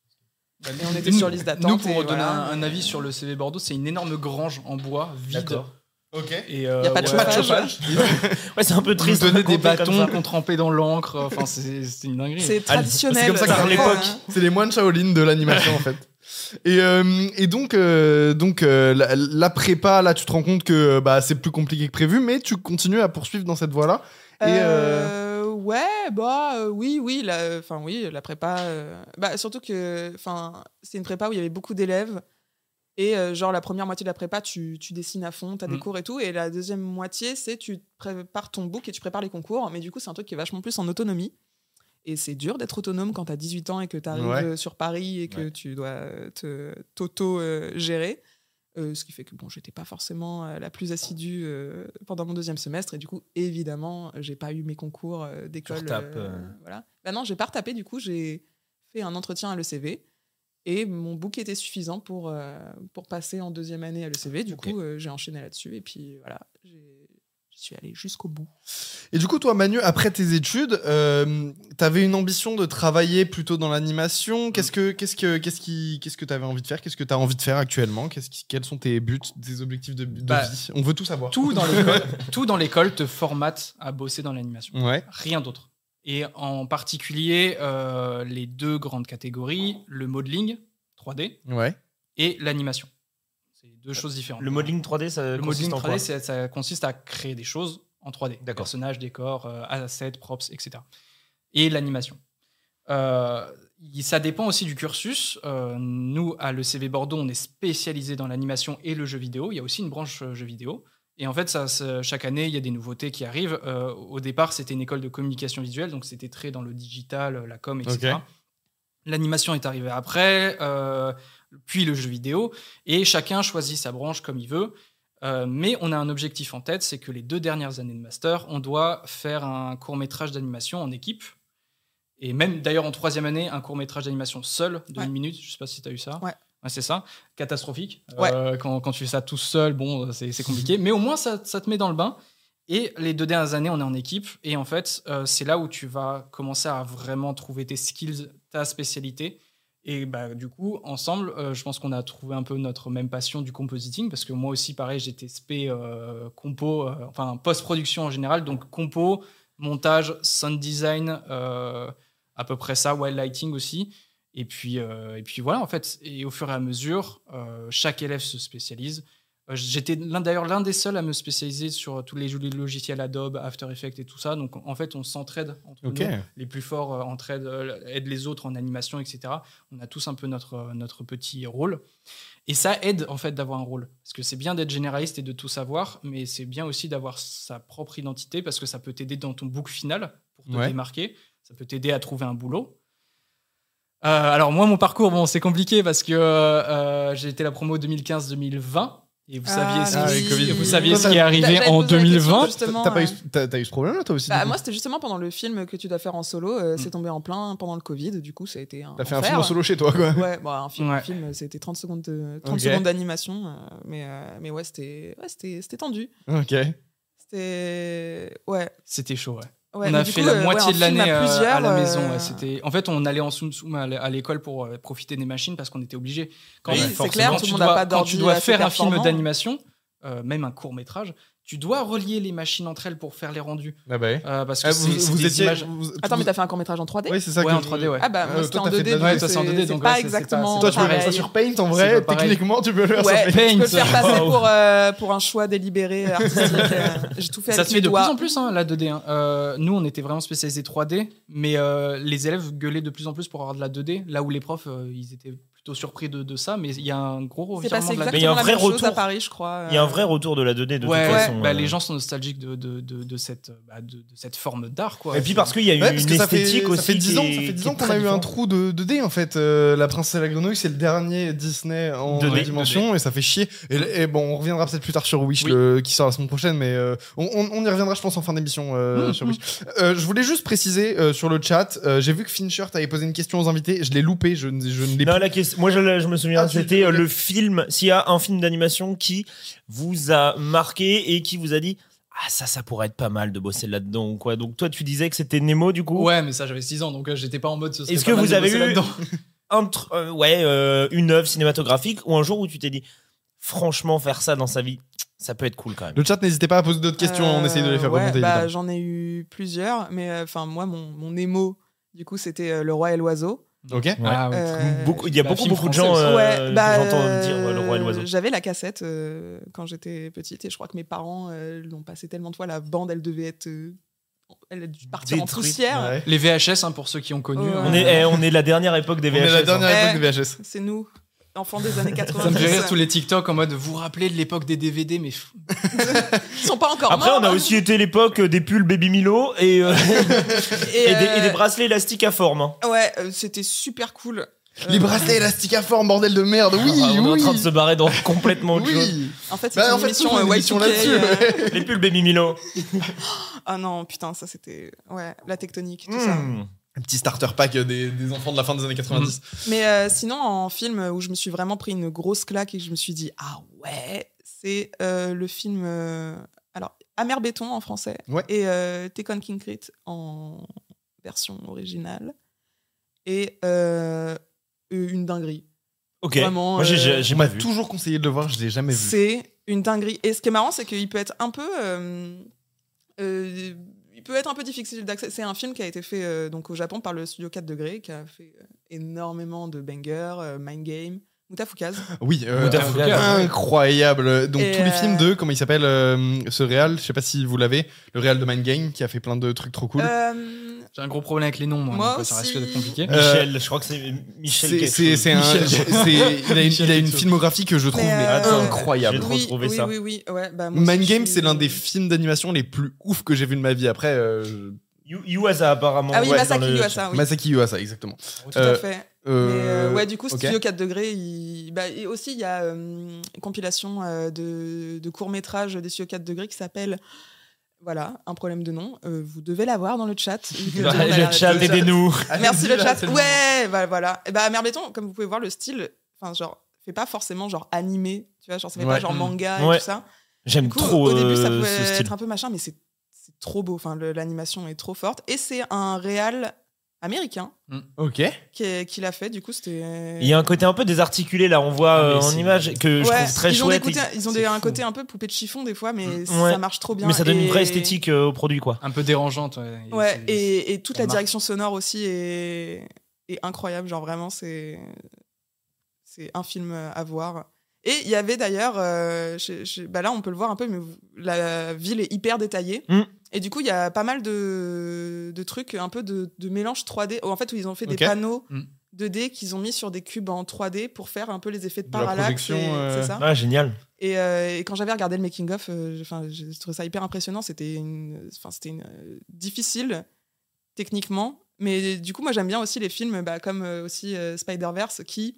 et on était sur liste d'attente. Nous, pour et donner voilà. un, un avis sur le C V Bordeaux, c'est une énorme grange en bois vide. D'accord. Ok. Et euh, Il y a pas de ouais, chauffage. Ouais, c'est un peu Ils nous triste. donnaient de des raconter comme bâtons ça. qu'on trempait dans l'encre. Enfin, c'est c'est une dinguerie. C'est traditionnel. C'est comme ça qu'à ça, l'époque, hein. C'est les moines Shaolin de l'animation en fait. Et, euh, et donc, euh, donc euh, la, la prépa, là, tu te rends compte que bah, c'est plus compliqué que prévu, mais tu continues à poursuivre dans cette voie-là. Et euh, Euh, ouais, bah euh, oui, oui, la, enfin oui, la prépa. euh, bah surtout que, enfin, c'est une prépa où il y avait beaucoup d'élèves et euh, genre la première moitié de la prépa, tu, tu dessines à fond, t'as des Mm. cours et tout, et la deuxième moitié, c'est tu prépares ton book et tu prépares les concours, mais du coup c'est un truc qui est vachement plus en autonomie. Et c'est dur d'être autonome quand tu as dix-huit ans et que tu arrives Ouais. sur Paris et que Ouais. tu dois te, t'auto-gérer. Euh, ce qui fait que bon, j'étais pas forcément euh, la plus assidue euh, pendant mon deuxième semestre. Et du coup, évidemment, j'ai pas eu mes concours euh, d'école. retapes, euh. Voilà. Bah non, j'ai pas retapé. Du coup, j'ai fait un entretien à l'E C V. Et mon book était suffisant pour, euh, pour passer en deuxième année à l'E C V. Du Ok. coup, euh, j'ai enchaîné là-dessus. Et puis voilà, j'ai- je suis allée jusqu'au bout. Et du coup, toi, Manu, après tes études, euh, t'avais une ambition de travailler plutôt dans l'animation. Qu'est-ce que, qu'est-ce que, qu'est-ce qui, qu'est-ce que t'avais envie de faire? Qu'est-ce que t'as envie de faire actuellement? Qu'est-ce qui, quels sont tes buts, tes objectifs de, de Bah, vie? On veut tout savoir. Tout dans l'école, tout dans l'école te formate à bosser dans l'animation. Ouais. Rien d'autre. Et en particulier, euh, les deux grandes catégories, le modeling trois D Ouais. et l'animation. C'est deux choses différentes. Le modeling trois D, ça Le consiste modeling en trois quoi D, c'est- ça consiste à créer des choses en trois D. D'accord. Personnages, décors, euh, assets, props, et cetera. Et l'animation. Euh, y- ça dépend aussi du cursus. Euh, nous, à l'E C V Bordeaux, on est spécialisé dans l'animation et le jeu vidéo. Il y a aussi une branche euh, jeu vidéo. Et en fait, ça, ça- chaque année, il y a des nouveautés qui arrivent. Euh, au départ, c'était une école de communication visuelle, donc c'était très dans le digital, la com, et cetera. Ok. L'animation est arrivée après, euh, puis le jeu vidéo, et chacun choisit sa branche comme il veut. Euh, mais on a un objectif en tête, c'est que les deux dernières années de master, on doit faire un court-métrage d'animation en équipe. Et même d'ailleurs en troisième année, un court-métrage d'animation seul de Ouais. une minute. Je sais pas si tu as eu ça. Ouais. C'est ça. Catastrophique. Ouais. Euh, quand, quand tu fais ça tout seul, bon, c'est c'est compliqué. Mais au moins, ça, ça te met dans le bain. Et les deux dernières années, on est en équipe. Et en fait, euh, c'est là où tu vas commencer à vraiment trouver tes skills, ta spécialité. Et bah, du coup, ensemble, euh, je pense qu'on a trouvé un peu notre même passion du compositing. Parce que moi aussi, pareil, j'étais spé euh, compo, euh, enfin post-production en général. Donc compo, montage, sound design, euh, à peu près ça, wild lighting aussi. Et puis, euh, et puis voilà, en fait. Et au fur et à mesure, euh, chaque élève se spécialise. Euh, J'étais l'un- d'ailleurs l'un des seuls à me spécialiser sur tous les jeux- logiciels Adobe, After Effects et tout ça. Donc en fait, on s'entraide entre Ok. nous. Les plus forts euh, entraident, euh, aident les autres en animation, et cetera. On a tous un peu notre, euh, notre petit rôle. Et ça aide en fait d'avoir un rôle. Parce que c'est bien d'être généraliste et de tout savoir, mais c'est bien aussi d'avoir sa propre identité parce que ça peut t'aider dans ton book final pour te Ouais. démarquer. Ça peut t'aider à trouver un boulot. Euh, alors moi, mon parcours, bon, c'est compliqué parce que euh, j'ai été la promo deux mille quinze deux mille vingt. Et vous Ah, saviez, ce, Ah qui- oui, Covid. vous saviez Toi, ce qui est t'as- arrivé J'allais en te poser la deux mille question, vingt. justement, T'as pas, eu, euh, t'as, t'as eu ce problème-là, toi aussi? Bah, du coup moi, c'était justement pendant le film que tu dois faire en solo. euh, Mm. C'est tombé en plein pendant le Covid. Du coup, ça a été un. T'as fait un enfer. film en solo chez toi, quoi. Ouais, bon, un film, Ouais. un film c'était trente secondes de- trente Ok. secondes d'animation. euh, mais, euh, mais ouais, c'était ouais, c'était c'était tendu. Ok. C'était. Ouais. C'était chaud, ouais. Ouais, on mais a du fait coup, la euh, moitié ouais, un de l'année film à euh, à plusieurs, la maison. euh, ouais, c'était... En fait, on allait en soum soum à l- à l'école pour euh, profiter des machines parce qu'on était obligé. Quand Oui, tu- c'est forcément, clair, tout tu le monde n'a dois- pas Quand d'ordi tu dois assez faire un film performant. d'animation, euh, même un court métrage, tu dois relier les machines entre elles pour faire les rendus. Ah bah ouais. Euh, parce que Ah, c'est, vous, c'est vous des étiez. images. vous- Attends, vous- mais t'as fait un court-métrage en trois D? Oui, c'est ça. Ouais, que en trois D, ouais. Ah bah, moi, Euh, c'était toi, en t'as deux fait D. de la- du Ouais, coup, toi, c'est en deux D, c'est- donc c'est pas ouais, c'est- c'est exactement. pas- Toi, tu peux faire ça pareil. sur Paint, en C'est vrai. pas pareil. Techniquement, tu peux le faire Ouais, sur Paint. Paint. Tu peux le faire passer Wow. pour, euh, pour un choix délibéré artistique. euh, J'ai tout fait Ça avec se mes fait de doigts. plus en plus, hein, la deux D. hein. Euh, nous, on était vraiment spécialisés trois D, mais euh, les élèves gueulaient de plus en plus pour avoir de la deux D, là où les profs, euh, ils étaient plutôt surpris de, de ça, mais il y a un gros C'est revirement passé de la Mais il y a un exactement la vrai même chose retour. à Paris, je crois. Il y a un euh, vrai retour de la deux D de Ouais, toute ouais, façon. bah, euh. les gens sont nostalgiques de, de, de, de cette, bah, de, de cette forme d'art. Quoi. Et puis parce qu'il y a eu Ouais, parce une que ça fait, esthétique ça aussi. fait dix qui ans, est- ça fait qui dix est ans qu'on très a eu un différente. trou de deux D en fait. Euh, la princesse et la grenouille, c'est le dernier Disney en deux D, dimension et ça fait chier. Et, et bon, on reviendra peut-être plus tard sur Wish Oui. le- qui sort la semaine prochaine, mais euh, on, on- on y reviendra, je pense, en fin d'émission euh, Mmh, sur mmh. Wish. Euh, je voulais juste préciser euh, sur le chat, euh, j'ai vu que Fincher t'avait posé une question aux invités, je l'ai loupé, je, ne- je ne l'ai Non, plus. la question, moi je, le- je me souviens, Ah, tu- c'était euh, ok. le film. S'il y a un film d'animation qui vous a marqué et qui vous a dit ah ça, ça pourrait être pas mal de bosser là-dedans ou quoi. Donc toi, tu disais que c'était Nemo du coup. Ouais, mais ça, j'avais six ans, donc euh, j'étais pas en mode. Ce serait Est-ce pas que mal vous de avez bosser eu là-dedans. un tr- euh, ouais euh, une œuvre cinématographique ou un jour où tu t'es dit franchement faire ça dans sa vie, ça peut être cool quand même. Le chat, n'hésitez pas à poser d'autres questions, on essaye de les faire ouais, remonter. bah, évidemment. j'en ai eu plusieurs, mais enfin moi mon mon émo du coup c'était euh, Le Roi et l'Oiseau. Ok. Ah, ouais. Euh, Beaucoup, il y a bah, beaucoup film beaucoup de français gens aussi. euh, ouais, bah, que j'entends dire euh, euh, Le Roi et l'Oiseau. J'avais la cassette euh, quand j'étais petite et je crois que mes parents euh, l'ont passé tellement de fois. La bande, elle devait être, euh, elle a dû partir en Détruite, poussière. Ouais. Les V H S, hein, pour ceux qui ont connu. Ouais. hein. On est, eh, on est la dernière époque des On V H S. est la dernière hein. époque de V H S. C'est nous. enfants des années Ça quatre-vingt-dix. me fait rire tous les TikTok en mode vous vous rappelez de l'époque des D V D, mais f- Ils sont pas encore Après, morts. on a aussi été l'époque des pulls Baby Milo et, euh, Et, et, des, euh, et des bracelets élastiques à forme. hein. Ouais, euh, c'était super cool. Les Euh, bracelets élastiques à forme, bordel de merde. Oui, Ah, on est en oui. train de se barrer dans complètement autre chose. Oui. En fait, c'est Bah, une en fait, émission c'est une euh, émission Y deux K, là-dessus. euh, ouais. Les pulls Baby Milo. Ah non, putain, ça c'était. Ouais, la tectonique, tout ça. Hmm. Un petit starter pack des, des enfants de la fin des années quatre-vingt-dix. Mais euh, sinon, en film où je me suis vraiment pris une grosse claque et que je me suis dit, ah ouais, c'est euh, le film. euh, alors, Amer Béton en français Ouais. et euh, Tekken Concrete en version originale. Et euh, une dinguerie. Ok. Vraiment, Moi, j'ai- euh, j'ai j'ai On pas m'a vu. toujours conseillé de le voir, je l'ai jamais vu. C'est une dinguerie. Et ce qui est marrant, c'est qu'il peut être un peu. euh, euh, il peut être un peu difficile d'accès. C'est un film qui a été fait euh, donc au Japon par le studio quatre degrés, qui a fait euh, énormément de bangers, euh, Mind Game, Mutafukaz. Oui, euh, Mutafukaz, inc- incroyable. Donc Et tous les euh, films de, comment il s'appelle, euh, ce réal, je sais pas si vous l'avez, le réal de Mind Game qui a fait plein de trucs trop cool. Euh, j'ai un gros problème avec les noms, moi, Moi donc ça risque aussi. d'être compliqué. Euh, Michel, je crois que c'est Michel. C'est quelque c'est- chose. c'est un, Michel. c'est- il a une, Michel il a une quelque chose. filmographie que je trouve Mais, mais euh, incroyable. J'ai trop oui, trouvé oui, ça. oui, oui, ouais, bah, moi aussi, Mind je Game, suis- c'est l'un des films d'animation les plus ouf que j'ai vu de ma vie. Après, euh, je- Yu- Yuasa, apparemment. Ah oui, ouais, Masaki dans le- Yuasa, oui. Masaki Yuasa, exactement. Tout Euh, à fait. Euh, Mais euh, ouais, du coup, ok. Studio quatre degrés, il... bah, et aussi, il y a euh, une compilation euh, de, de courts-métrages des Studio quatre degrés qui s'appelle. Voilà, un problème de nom. Euh, vous devez la voir dans le chat. vu que Bah, tout le monde a le l'air chat, d'être- aidez-nous. Merci Allez-y, le là, chat. c'est le Ouais, bah, voilà. Et bah, Amer Béton, comme vous pouvez voir, le style, enfin, genre, fait pas forcément genre animé. Tu vois, genre, ça fait Ouais. pas genre Mm. manga Ouais. et tout ça. J'aime Du coup, trop au début, ça euh, pouvait ce style. être un peu machin, mais c'est c'est trop beau. Enfin, le- l'animation est trop forte. Et c'est un réal américain Ok. qui, est- qui l'a fait. Du coup, c'était. Il y a un côté un peu désarticulé là, on voit Ah, mais euh, en c'est- image que je Ouais, trouve très ils ont, chouette. des côtés- et- ils ont c'est des- un fou. côté un peu poupée de chiffon des fois, mais Ouais. ça marche trop bien. Mais ça donne une Et- vraie esthétique euh, au produit quoi. Un peu dérangeante. Ouais, Et Ouais, c'est- et, et toute ça la marque. direction sonore aussi est, est incroyable. Genre vraiment, c'est c'est un film à voir. Et il y avait d'ailleurs, euh, chez- chez- bah là on peut le voir un peu, mais vous- la ville est hyper détaillée. Mm. Et du coup, il y a pas mal de, de trucs, un peu de, de mélange trois D. En fait, où ils ont fait Ok. des panneaux Mm. deux D qu'ils ont mis sur des cubes en trois D pour faire un peu les effets de De la parallaxe. projection, et- euh, C'est ça. Ah, génial. Et, euh, et quand j'avais regardé le making of, euh, enfin, j'ai trouvé ça hyper impressionnant. C'était une, enfin, c'était une, euh, difficile techniquement, mais du coup, moi, j'aime bien aussi les films, bah, comme euh, aussi euh, Spider-Verse, qui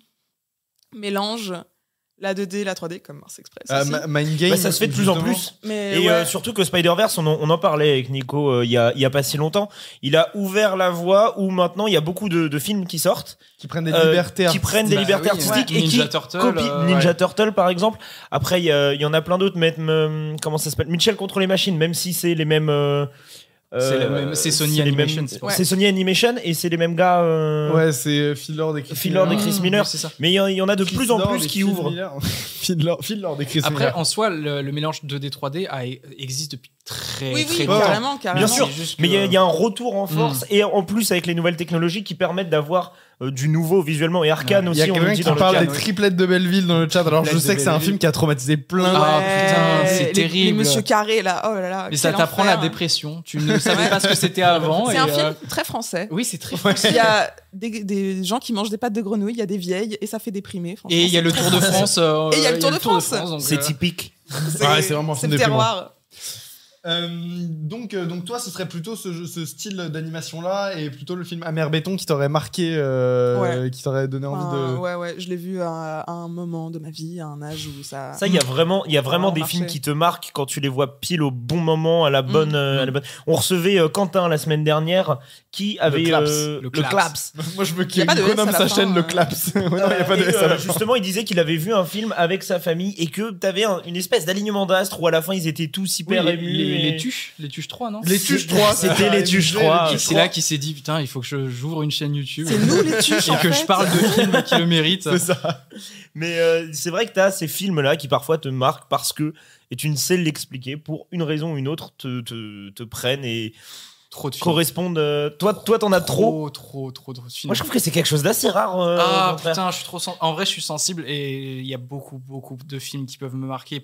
mélangent la deux D, la trois D, comme Mars Express. Euh, aussi. Ma- Mind Game. Bah, ça se fait de plus en justement. plus. Mais Et ouais, euh, surtout que Spider-Verse, on, en- on en parlait avec Nico euh, il y, a, il y a pas si longtemps. Il a ouvert la voie où maintenant il y a beaucoup de, de films qui sortent, Qui prennent des euh, libertés qui prennent des Bah libertés oui, artistiques ouais. et Ninja qui Turtle, copient euh, Ninja ouais. Turtle par exemple. Après il y, a- il y en a plein d'autres. Mais euh, comment ça s'appelle Mitchell contre les machines, même si c'est les mêmes. euh, C'est le euh, même- c'est Sony les Animation, mêmes- c'est pour ça. C'est Sony Animation et c'est les mêmes gars. euh, Ouais, c'est Phil Lord et Chris Phil Lord et Miller. Chris Miller. Oui, c'est ça. Mais il y, en- il y en a de Chris plus en Lord plus et qui Phil ouvrent. Miller. Phil Lord, Phil Lord et Chris Après, Miller. en soi, le, le mélange deux D trois D a- existe depuis très oui, très oui, longtemps. carrément, carrément. Bien sûr, C'est juste mais il y, a- que- il y a un retour en force Mm. et en plus avec les nouvelles technologies qui permettent d'avoir euh, du nouveau visuellement et Arcane Ouais. Il y a aussi on nous quelqu'un dit qui dans le parle chat. des triplettes de Belleville dans le chat. Alors je Triplettes sais de que c'est un Belleville. film qui a traumatisé plein de Ah, Ouais, putain, c'est les- terrible. Les Monsieur Carré, là, oh là là. Mais ça quel t'apprend la enfer. dépression. Tu ne savais pas ce que c'était avant. C'est et, un euh, film très français. Oui, c'est très. Il y a des, des gens qui mangent des pâtes de grenouille, il y a des vieilles, et ça fait déprimer. franchement, Et il y a c'est le très Tour de français. France. euh, Et il y a le Tour de France. donc, C'est euh, typique. C'est Ouais, c'est vraiment un c'est film le déprimant. terroir. Euh, donc, euh, donc toi, ce serait plutôt ce, jeu- ce style d'animation-là et plutôt le film Amer Béton qui t'aurait marqué, euh, Ouais. qui t'aurait donné envie Enfin, de. Ouais, ouais, je l'ai vu à, à un moment de ma vie, à un âge où ça. Ça, il y a vraiment, il y a vraiment Vraiment des marché. films qui te marquent quand tu les vois pile au bon moment, à la Mm. bonne. euh, à la bonne... On recevait euh, Quentin la semaine dernière qui avait claps. euh, Le le claps. claps. Moi, je veux Y a pas de qu'il S à renomme la sa fin, chaîne le euh. Claps. Ouais, non, il n'y a pas de Et, S à euh, la fin. justement, il disait qu'il avait vu un film avec sa famille et que t'avais un, une espèce d'alignement d'astres où à la fin ils étaient tous oui, hyper les, émus. les, et- les tuches, les tuches trois, non Les Tuches trois, C'était les Tuches trois. Et c'est là qu'il s'est dit putain, il faut que je- j'ouvre une chaîne YouTube C'est nous les tuches. et en que fait. je parle de films qui le méritent. C'est ça. Mais euh, c'est vrai que t'as ces films-là qui parfois te marquent parce que, et tu ne sais l'expliquer, pour une raison ou une autre, te, te, te prennent et Trop de films. correspondent. euh, Toi, toi, t'en as trop. Trop, trop, trop, trop de films. Moi, je trouve que c'est quelque chose d'assez rare. euh, au Ah contraire. putain, je suis trop sen- en vrai, je suis sensible et il y a beaucoup, beaucoup de films qui peuvent me marquer pour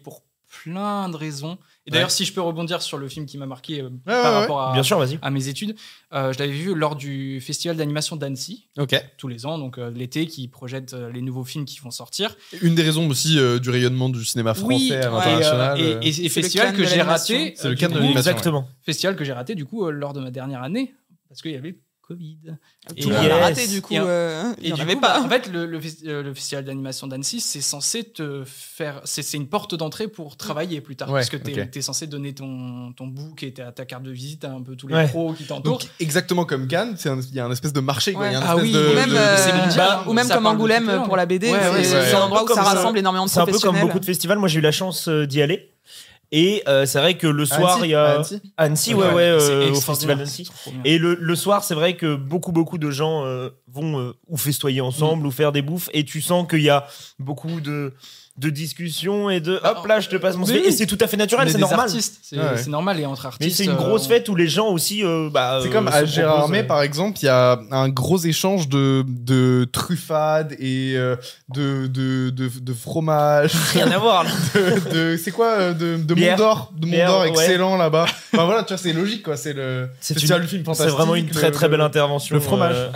plein de raisons. Et d'ailleurs, Ouais. si je peux rebondir sur le film qui m'a marqué euh, Ouais, par ouais, rapport à, Bien sûr, vas-y. à mes études, euh, je l'avais vu lors du festival d'animation d'Annecy, Ok. tous les ans, donc euh, l'été, qui projette euh, les nouveaux films qui vont sortir. Une des raisons aussi euh, du rayonnement du cinéma français Oui, à et, l'international. euh, et, euh. et- et C'est le festival Cannes que de j'ai l'animation. raté. C'est le euh, Cannes du de coup, l'animation. Exactement. Festival que j'ai raté du coup euh, lors de ma dernière année parce qu'il y avait le Covid. Tout Et, le monde yes. l'a raté, du coup. Et- euh, il Et n'y en du avait coup, pas. bah, en fait, le, le fes- euh, le festival d'animation d'Annecy, c'est censé te faire. C'est c'est une porte d'entrée pour travailler plus tard. Ouais, parce que tu es, ok. censé donner ton, ton book et ta, ta carte de visite à un peu tous les Ouais. pros qui t'entourent. Donc, exactement comme Cannes, c'est un- il y a un espèce de marché. quoi. Ouais. Il y a un Ah espèce oui, de, Ou même, de- euh, c'est mondial, hein. ou même Ça comme parle de Angoulême toutes les pour la B D, langues. c'est Ouais, ouais, c'est c'est un un endroit peu où ça comme ça. rassemble énormément de C'est un peu comme professionnels. beaucoup de festivals. Moi, j'ai eu la chance euh, d'y aller. Et euh, c'est vrai que le soir, Annecy, il y a. Annecy. Annecy, ouais, ouais, c'est euh, au extraordinaire, festival d'Annecy. c'est trop bien. Et le, le soir, c'est vrai que beaucoup, beaucoup de gens euh, vont euh, ou festoyer ensemble ou faire des bouffes. Et tu sens qu'il y a beaucoup de, de discussions et de hop là, je te passe mon Oui, C V. oui. Et c'est tout à fait naturel, Mais c'est des normal. artistes, c'est Ouais, ouais. c'est normal. Et entre Mais artistes. c'est une grosse euh, fête où les gens aussi. euh, bah, C'est euh, comme se à Gérardmer, proposent, euh, par exemple, il y a un gros échange de, de truffades et euh, de, de, de, de fromage. Rien à voir là. de, de- c'est quoi euh, de, de Bière. Mont d'Or, de Mont Bière, d'Or ouais. excellent là-bas. Enfin voilà, tu vois, c'est logique quoi. C'est le C'est festival une- du film C'est fantastique. vraiment une très le- très belle le- intervention. le fromage. euh,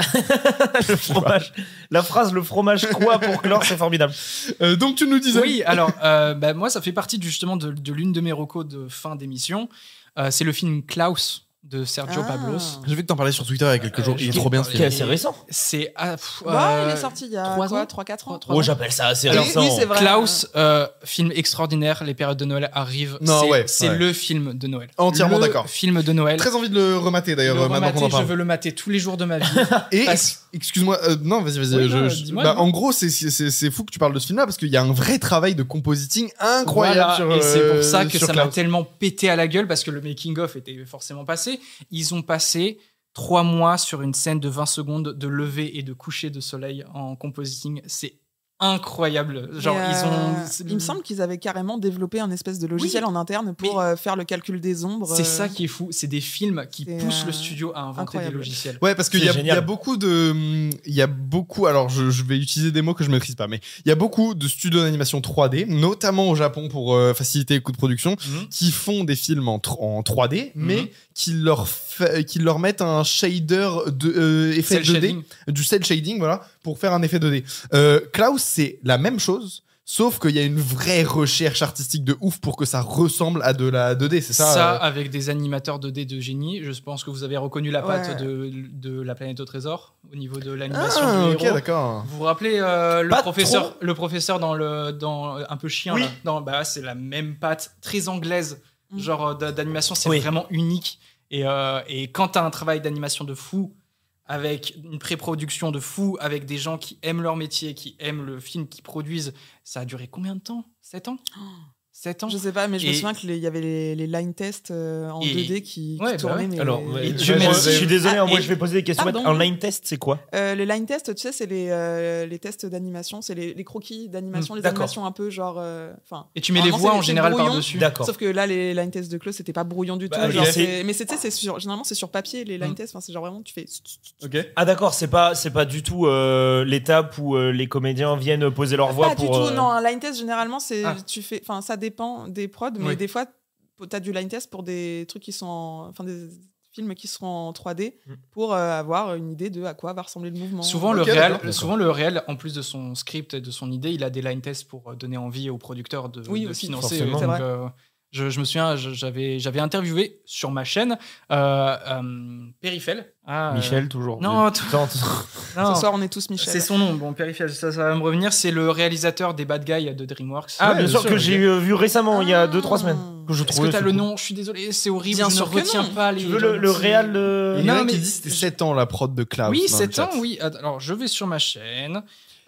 le fromage. La phrase le fromage quoi pour clore, c'est formidable. Euh, donc tu nous disais. Oui, alors, euh, bah, moi, ça fait partie justement de, de l'une de mes recos de fin d'émission. Euh, c'est le film Klaus de Sergio Ah. Pablos. J'ai vu que t'en parlais sur Twitter il y a quelques Euh, jours. Il est je- trop bien ce Qui est film. assez récent. C'est. ah, pff, Ouais, euh, il est sorti il y a trois quoi, ans trois quatre ans. Trois Oh, ans. j'appelle ça assez Oui, récent. oui, c'est vrai. Klaus, euh, film extraordinaire. Les périodes de Noël arrivent. Non, c'est ouais, c'est ouais. le film de Noël. Entièrement Le d'accord. Film de Noël. Très envie de le remater d'ailleurs Le euh, maintenant qu'on remater, en parle. je veux le mater tous les jours de ma vie. Et Parce- ex- excuse-moi, euh, non, vas-y, vas-y. Oui, je- non, je- dis-moi, bah, dis-moi. en gros, c'est- c'est c'est- c'est fou que tu parles de ce film-là parce qu'il y a un vrai travail de compositing incroyable Voilà, sur. et c'est euh, pour ça que sur ça m'a Klaus. tellement pété à la gueule parce que le making-of était forcément passé. Ils ont passé trois mois sur une scène de vingt secondes de lever et de coucher de soleil en compositing. C'est incroyable. Genre, Mais, ils euh, ont. Il me semble qu'ils avaient carrément développé un espèce de logiciel en interne pour mais- euh, faire le calcul des ombres. C'est euh, ça qui est fou. C'est des films qui c'est, poussent euh, le studio à inventer incroyable. des logiciels. Ouais, parce qu'il C'est y, a- il y a génial. beaucoup de. Il y a beaucoup. Alors, je, je vais utiliser des mots que je maîtrise pas, mais il y a beaucoup de studios d'animation trois D, notamment au Japon pour euh, faciliter les coûts de production, Mhm. qui font des films en, tr- en trois D, Mhm. mais qui leur, fa- qui leur mettent un shader de euh, effet Cel deux D, shading. du cel shading, voilà, pour faire un effet deux D. Euh, Klaus, c'est la même chose. Sauf qu'il y a une vraie recherche artistique de ouf pour que ça ressemble à de la deux D, c'est ça Ça, euh avec des animateurs deux D de génie, je pense que vous avez reconnu la patte Ouais. de, de La Planète au Trésor au niveau de l'animation Ah, du ok, héros. d'accord. Vous vous rappelez euh, le Pas professeur, le professeur dans le dans un peu chien Oui. là, dans bah c'est la même patte très anglaise, Mm. genre euh, d'a- d'animation, c'est Oui. vraiment unique. Et, euh, et quand t'as un travail d'animation de fou avec une pré-production de fou, avec des gens qui aiment leur métier, qui aiment le film qu'ils produisent, ça a duré combien de temps? sept ans? sept ans? Je sais pas, mais je me Et- souviens qu'il y avait les, les line tests euh, en Et- deux D qui, qui Ouais, bah tournaient. ouais. mais- Alors, mais- et euh, Dieu moi, merci. je suis désolé, Ah, hein, moi et- je vais poser des questions. Pardon. Un line test, c'est quoi? Euh, les line tests, tu sais, c'est les, euh, les tests d'animation, c'est les, les croquis d'animation, Mm, les d'accord. animations un peu genre. euh, Enfin. Et tu mets les normalement, voix c'est- en c'est général brouillon. par-dessus. D'accord. Sauf que là, les line tests de Klaus, c'était pas brouillon du Bah, tout. Genre, c'est- c'est- mais c'était, c'est sur, généralement, c'est sur papier, les line Mm. tests. Enfin, c'est genre vraiment, tu fais. Ok. Ah d'accord, c'est pas c'est pas du tout euh, l'étape où euh, les comédiens viennent poser leur voix Pas pour. du tout, euh, non. Un line test, généralement, c'est. Ah. Tu fais. Enfin, ça dépend des prods, mais Oui. des fois, t'as du line test pour des trucs qui sont. en- Enfin, des films qui seront en trois D Mm. pour euh, avoir une idée de à quoi va ressembler le mouvement. Souvent, Ok, le réel, d'accord. souvent, le réel, en plus de son script et de son idée, il a des line tests pour euh, donner envie aux producteurs de, Oui, de aussi, financer. forcément. Donc, C'est vrai. euh, je, je me souviens, je- j'avais, j'avais interviewé sur ma chaîne euh, euh, Périfel. Ah, euh, Michel toujours. non, tout- Tente. non, Ce soir, on est tous Michel. c'est son nom. Bon, Périfel, ça, ça va me revenir. C'est le réalisateur des Bad Guys de DreamWorks. Ah Ouais, bien bien sûr sûr, que ok. j'ai euh, vu récemment, il y a deux trois Ah. semaines. Que je Est-ce que trouvais. t'as c'est le cool. nom? Je suis désolé, c'est horrible. Bien je ne sûr que retiens non. pas les. Tu veux le, le réal de. Il y en a Non, un qui mais- dit que c'était sept ans la prod de Klaus. Oui, dans le sept chat. ans, oui. Alors, je vais sur ma chaîne.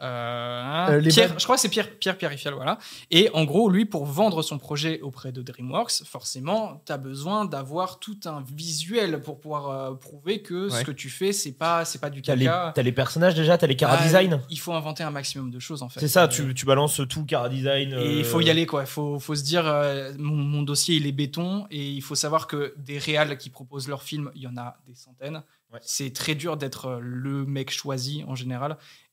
Euh, Euh, les Pierre, bad- je crois que c'est Pierre, Pierre Périfiel, voilà. Et en gros, lui, pour vendre son projet auprès de DreamWorks, forcément, tu as besoin d'avoir tout un visuel pour pouvoir euh, prouver que ce Ouais. que tu fais, c'est pas, c'est pas du T'as les, caca. t'as les personnages déjà, t'as les cara Ah, design. Il faut inventer un maximum de choses, en fait. C'est ça, Euh, tu, tu balances tout cara design. Et il euh, faut y aller, quoi. Il faut, faut se dire, euh, mon, mon dossier, il est béton. Et il faut savoir que des réals qui proposent leurs films, il y en a des centaines. Ouais. C'est très dur d'être euh, le mec choisi, en général.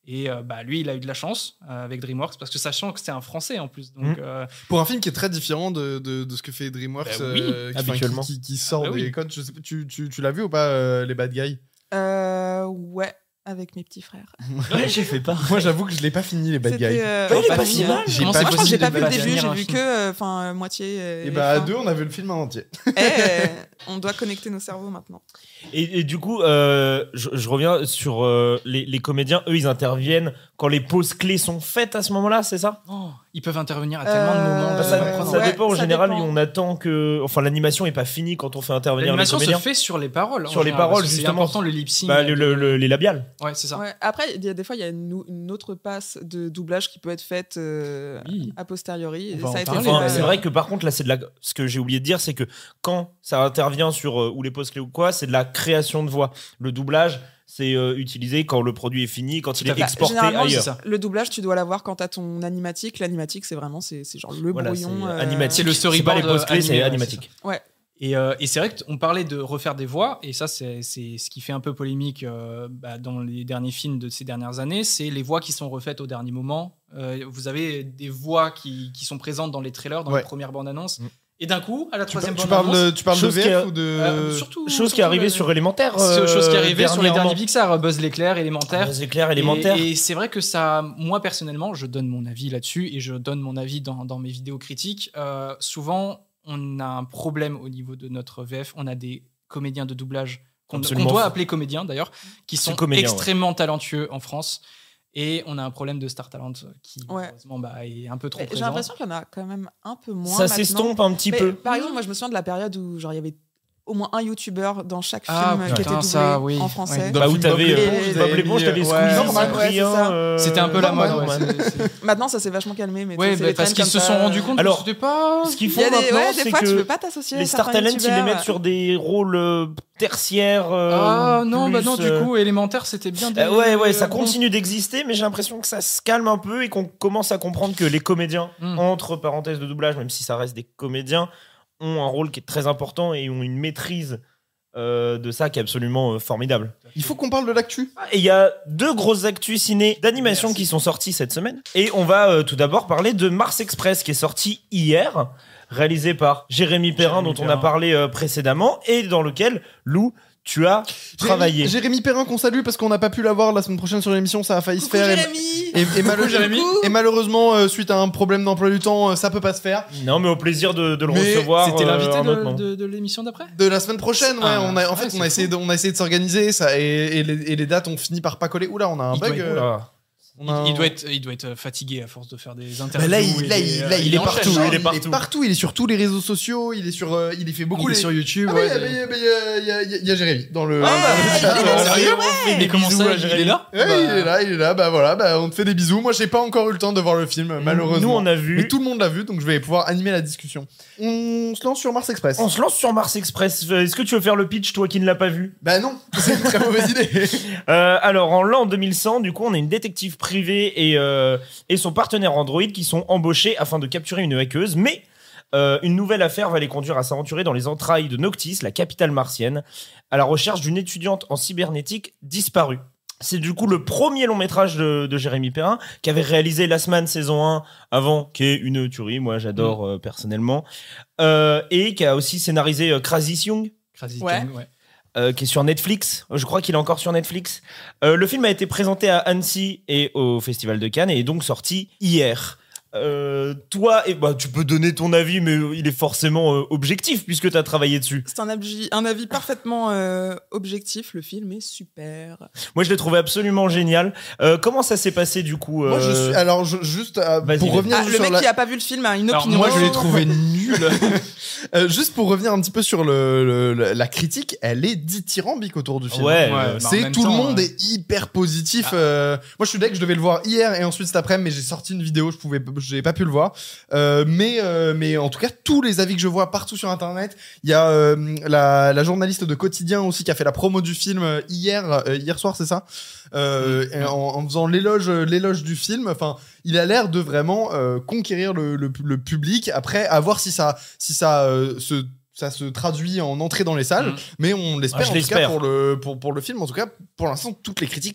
Et euh, bah, lui, il a eu de la chance euh, avec DreamWorks parce que sachant que c'est un Français en plus. Donc, Mmh. euh, Pour un film qui est très différent de, de, de ce que fait DreamWorks, Bah oui, euh, qui, enfin, habituellement. qui, qui, qui sort Ah bah des oui. codes. Je sais pas, tu, tu, tu l'as vu ou pas, euh, les Bad Guys? Euh, ouais, avec mes petits frères. Ouais, j'ai fait pas. Moi, j'avoue que je l'ai pas fini, les Bad C'était, Guys. euh, Ouais, il est pas pas fini, si hein. mal. J'ai Comment pas c'est Moi, je crois que j'ai possible pas de vu le pas début, finir j'ai un vu film que enfin moitié. euh, Et les bah, à fins. deux, on a vu le film en entier. Eh, on doit connecter nos cerveaux maintenant. Et, et du coup, euh, je, je reviens sur euh, les, les comédiens. Eux, ils interviennent quand les pauses clés sont faites à ce moment-là, c'est ça? oh, ils peuvent intervenir à tellement de moments. Euh, de ça, prenant. ça ouais, dépend. En ça général, dépend. on attend que. Enfin, l'animation est pas finie quand on fait intervenir les L'animation se comédiens. fait sur les paroles. en Sur les général, paroles, parce que justement. C'est important le lip sync. Bah, le- le- le- les labiales. Ouais, c'est ça. Ouais. Après, il y a des fois, il y a une, une autre passe de doublage qui peut être faite euh, Oui. a posteriori. On Et va ça en a été parler, fait, Enfin, ouais. c'est vrai que par contre, là, c'est de la. Ce que j'ai oublié de dire, c'est que quand ça intervient sur euh, ou les pauses clés ou quoi, c'est de la création de voix. Le doublage, c'est euh, utilisé quand le produit est fini, quand il à est fait. exporté Généralement, ailleurs. c'est ça. Le doublage, tu dois l'avoir quand t'as ton animatique. L'animatique, c'est vraiment, c'est c'est genre le Voilà, brouillon. c'est euh, animatique. C'est le C'est pas storyboard les pauses clés, c'est animé, ouais, animatique. Et, euh, et c'est vrai qu'on parlait de refaire des voix, et ça, c'est c'est ce qui fait un peu polémique euh, bah, dans les derniers films de ces dernières années, c'est les voix qui sont refaites au dernier moment. Euh, vous avez des voix qui, qui sont présentes dans les trailers, dans Ouais. les premières bandes annonces, Mm. et d'un coup, à la Tu, troisième tu bande parles annonce, de, tu parles de chose qui V F a- ou de. euh, surtout, Chose surtout qui est arrivée le- sur Élémentaire. C'est chose qui est arrivée sur les dernièrement. derniers Pixar, Buzz l'éclair, Élémentaire. C'est clair, Élémentaire. Et, et c'est vrai que ça, moi personnellement, je donne mon avis là-dessus et je donne mon avis dans, dans mes vidéos critiques. Euh, souvent, on a un problème au niveau de notre V F. On a des comédiens de doublage qu'on qu'on Absolument doit fou. appeler comédiens d'ailleurs, qui C'est sont comédien, extrêmement talentueux en France. Et on a un problème de star talent qui, Ouais. malheureusement, bah, est un peu trop Mais J'ai présent. l'impression qu'il y en a quand même un peu moins. Ça maintenant. s'estompe un petit Mais, peu. Par exemple, moi, je me souviens de la période où genre il y avait au moins un youtubeur dans chaque film Ah, qui était putain, doublé ça, oui. en français. Ouais. Dans Bah, le où film t'avais Bob euh, l'éponge, Bob ils l'éponge, avaient t'avais mis, Squeezie, euh, Normal, ouais, Cyprien, c'est ça. euh, C'était un peu la mode. Norman. ouais, c'est- c'est- Maintenant, ça s'est vachement calmé. Mais Ouais, tu sais, bah, les parce trends qu'ils comme se ça, sont rendus euh, compte Alors, que c'était pas. Ce qu'ils Il font y a des, maintenant, ouais, des c'est fois, tu que peux pas t'associer à les certains star talents, ils les youtubeurs. mettent sur des rôles euh, tertiaires. euh, Ah non, bah plus, non, du euh, coup, élémentaire, c'était bien. Euh, ouais, ouais, ça bon. continue d'exister, mais j'ai l'impression que ça se calme un peu et qu'on commence à comprendre que les comédiens, Mm. entre parenthèses de doublage, même si ça reste des comédiens, ont un rôle qui est très important et ont une maîtrise euh, de ça qui est absolument euh, formidable. Il faut qu'on parle de l'actu. Et il y a deux grosses actus ciné d'animation Merci. qui sont sorties cette semaine. Et on va euh, tout d'abord parler de Mars Express qui est sorti hier, réalisé par Jérémy Perrin, Jérémy dont on a Perrin. parlé euh, précédemment, et dans lequel, Lou, tu as travaillé. Jérémy, Jérémy Perrin qu'on salue parce qu'on n'a pas pu l'avoir la semaine prochaine sur l'émission, ça a failli se Coucou, faire. et- Jérémy. Et, et, malo- Jérémy. et malheureusement, euh, suite à un problème d'emploi du temps, euh, ça peut pas se faire. Non, mais au plaisir de, de le Mais recevoir. C'était euh, l'invité un de, autre moment. de- de l'émission d'après De la semaine prochaine, ouais. Ah, on a, en ouais, fait, on c'est a, essayé de, on a essayé de s'organiser ça, et, et les, et les dates ont fini par pas coller. Oula, on a un Il doit bug. être- euh, Oula. on a un- il, il doit être, il doit être fatigué à force de faire des Bah interviews. là, il, et là, des- il, euh, là, il, est enchaîne, partout. hein. il est Il partout. est partout. Il est sur tous les réseaux sociaux. Il est sur. euh, il fait beaucoup Il est les. sur YouTube. Ah, ouais, ouais, de- mais il y a- il y, a- il y a- il y a Jérémy dans le. Ah, dans le chat. bah, Euh, sérieux fait Mais des comment bisous ça, à il Jérémy. est là Ouais, Bah, il est là, il est là. Bah voilà, bah, on te fait des bisous. Moi, j'ai pas encore eu le temps de voir le film, malheureusement. Nous, on a vu. Mais tout le monde l'a vu, donc je vais pouvoir animer la discussion. On se lance sur Mars Express. On se lance sur Mars Express. Euh, Est-ce que tu veux faire le pitch, toi qui ne l'as pas vu? Bah non, c'est une très mauvaise idée. Euh, alors, en l'an deux mille cent, du coup, on a une détective privée et, euh, et son partenaire Android qui sont embauchés afin de capturer une hackeuse, mais euh, une nouvelle affaire va les conduire à s'aventurer dans les entrailles de Noctis, la capitale martienne, à la recherche d'une étudiante en cybernétique disparue. C'est du coup le premier long métrage de, de Jérémy Perrin, qui avait réalisé Last Man saison un avant, qui est une tuerie, moi j'adore euh, personnellement, euh, et qui a aussi scénarisé euh, Crazy Young, Crazy Ouais. King, ouais. euh, qui est sur Netflix. Je crois qu'il est encore sur Netflix. Euh, le film a été présenté à Annecy et au Festival de Cannes et est donc sorti hier. Euh, toi, et bah, tu peux donner ton avis, mais il est forcément euh, objectif puisque tu as travaillé dessus. C'est un avis, un avis parfaitement euh, objectif. Le film est super. Moi, je l'ai trouvé absolument génial. Euh, comment ça s'est passé du coup Moi, je euh, suis. Alors, je- juste euh, Vas-y, pour vas-y. revenir Ah, juste le sur mec la- qui a pas vu le film a une Alors, opinion. moi, je l'ai trouvé nul. Euh, juste pour revenir un petit peu sur le, le- le- la critique, elle est dithyrambique autour du film. Ouais, Ouais, euh, bah, en C'est même tout le temps, monde euh, est hyper positif. euh, Moi, je suis d'accord, je devais le voir hier et ensuite cet après-midi, mais j'ai sorti une vidéo, je pouvais, j'ai pas pu le voir. Euh, mais, euh, mais en tout cas, tous les avis que je vois partout sur Internet, il y a euh, la, la journaliste de Quotidien aussi qui a fait la promo du film euh, hier, euh, hier soir, c'est ça, euh, et en, en faisant l'éloge, l'éloge du film. Enfin, il a l'air de vraiment euh, conquérir le, le, le public. Après, à voir si ça, si ça euh, se ça se traduit en entrée dans les salles, Mm. mais on l'espère Ah, je en tout cas l'espère. pour le, pour, pour le film. En tout cas, pour l'instant, toutes les critiques sont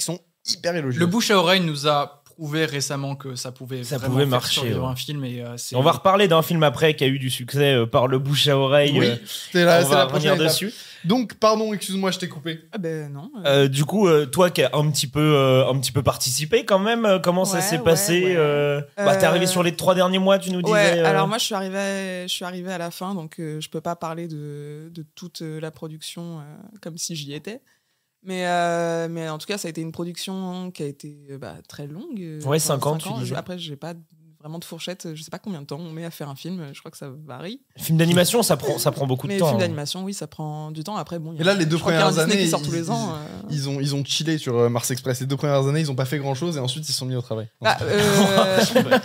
hyper élogieux. Le bouche à oreille nous a prouvé récemment que ça pouvait Ça vraiment pouvait faire marcher, survivre ouais. un film. Et, euh, c'est- On va reparler d'un film après qui a eu du succès euh, par le bouche à oreille. Oui, euh, c'est la, on c'est va la revenir prochaine étape. dessus. Donc, pardon, excuse-moi, je t'ai coupé. Ah ben non. euh, Euh, du coup, euh, toi qui as un petit peu, euh, un petit peu participé quand même, euh, comment ça Ouais, s'est ouais, passé ouais. euh... Bah, t'es Euh, arrivé sur les trois derniers mois, tu nous disais. Ouais, euh, alors moi je suis arrivée, je suis arrivée à la fin, donc euh, je peux pas parler de, de toute euh, la production euh, comme si j'y étais. Mais, euh, mais en tout cas, ça a été une production qui a été euh, bah, très longue. euh, Ouais, pendant cinq ans, cinq tu ans. disais. Je- Après, j'ai pas vraiment de fourchette. Je sais pas combien de temps on met à faire un film. Je crois que ça varie. Film d'animation, ça prend, ça prend beaucoup Mais de temps. film hein. d'animation, oui, ça prend du temps. Après, bon. il y a- Et là, les deux je crois qu'il y a un premières Disney années, qui sort tous ils- les ans. euh. Ils ont, ils ont chillé sur euh, Mars Express. Les deux premières années, ils ont pas fait grand chose et ensuite ils se sont mis au travail. Bah, euh,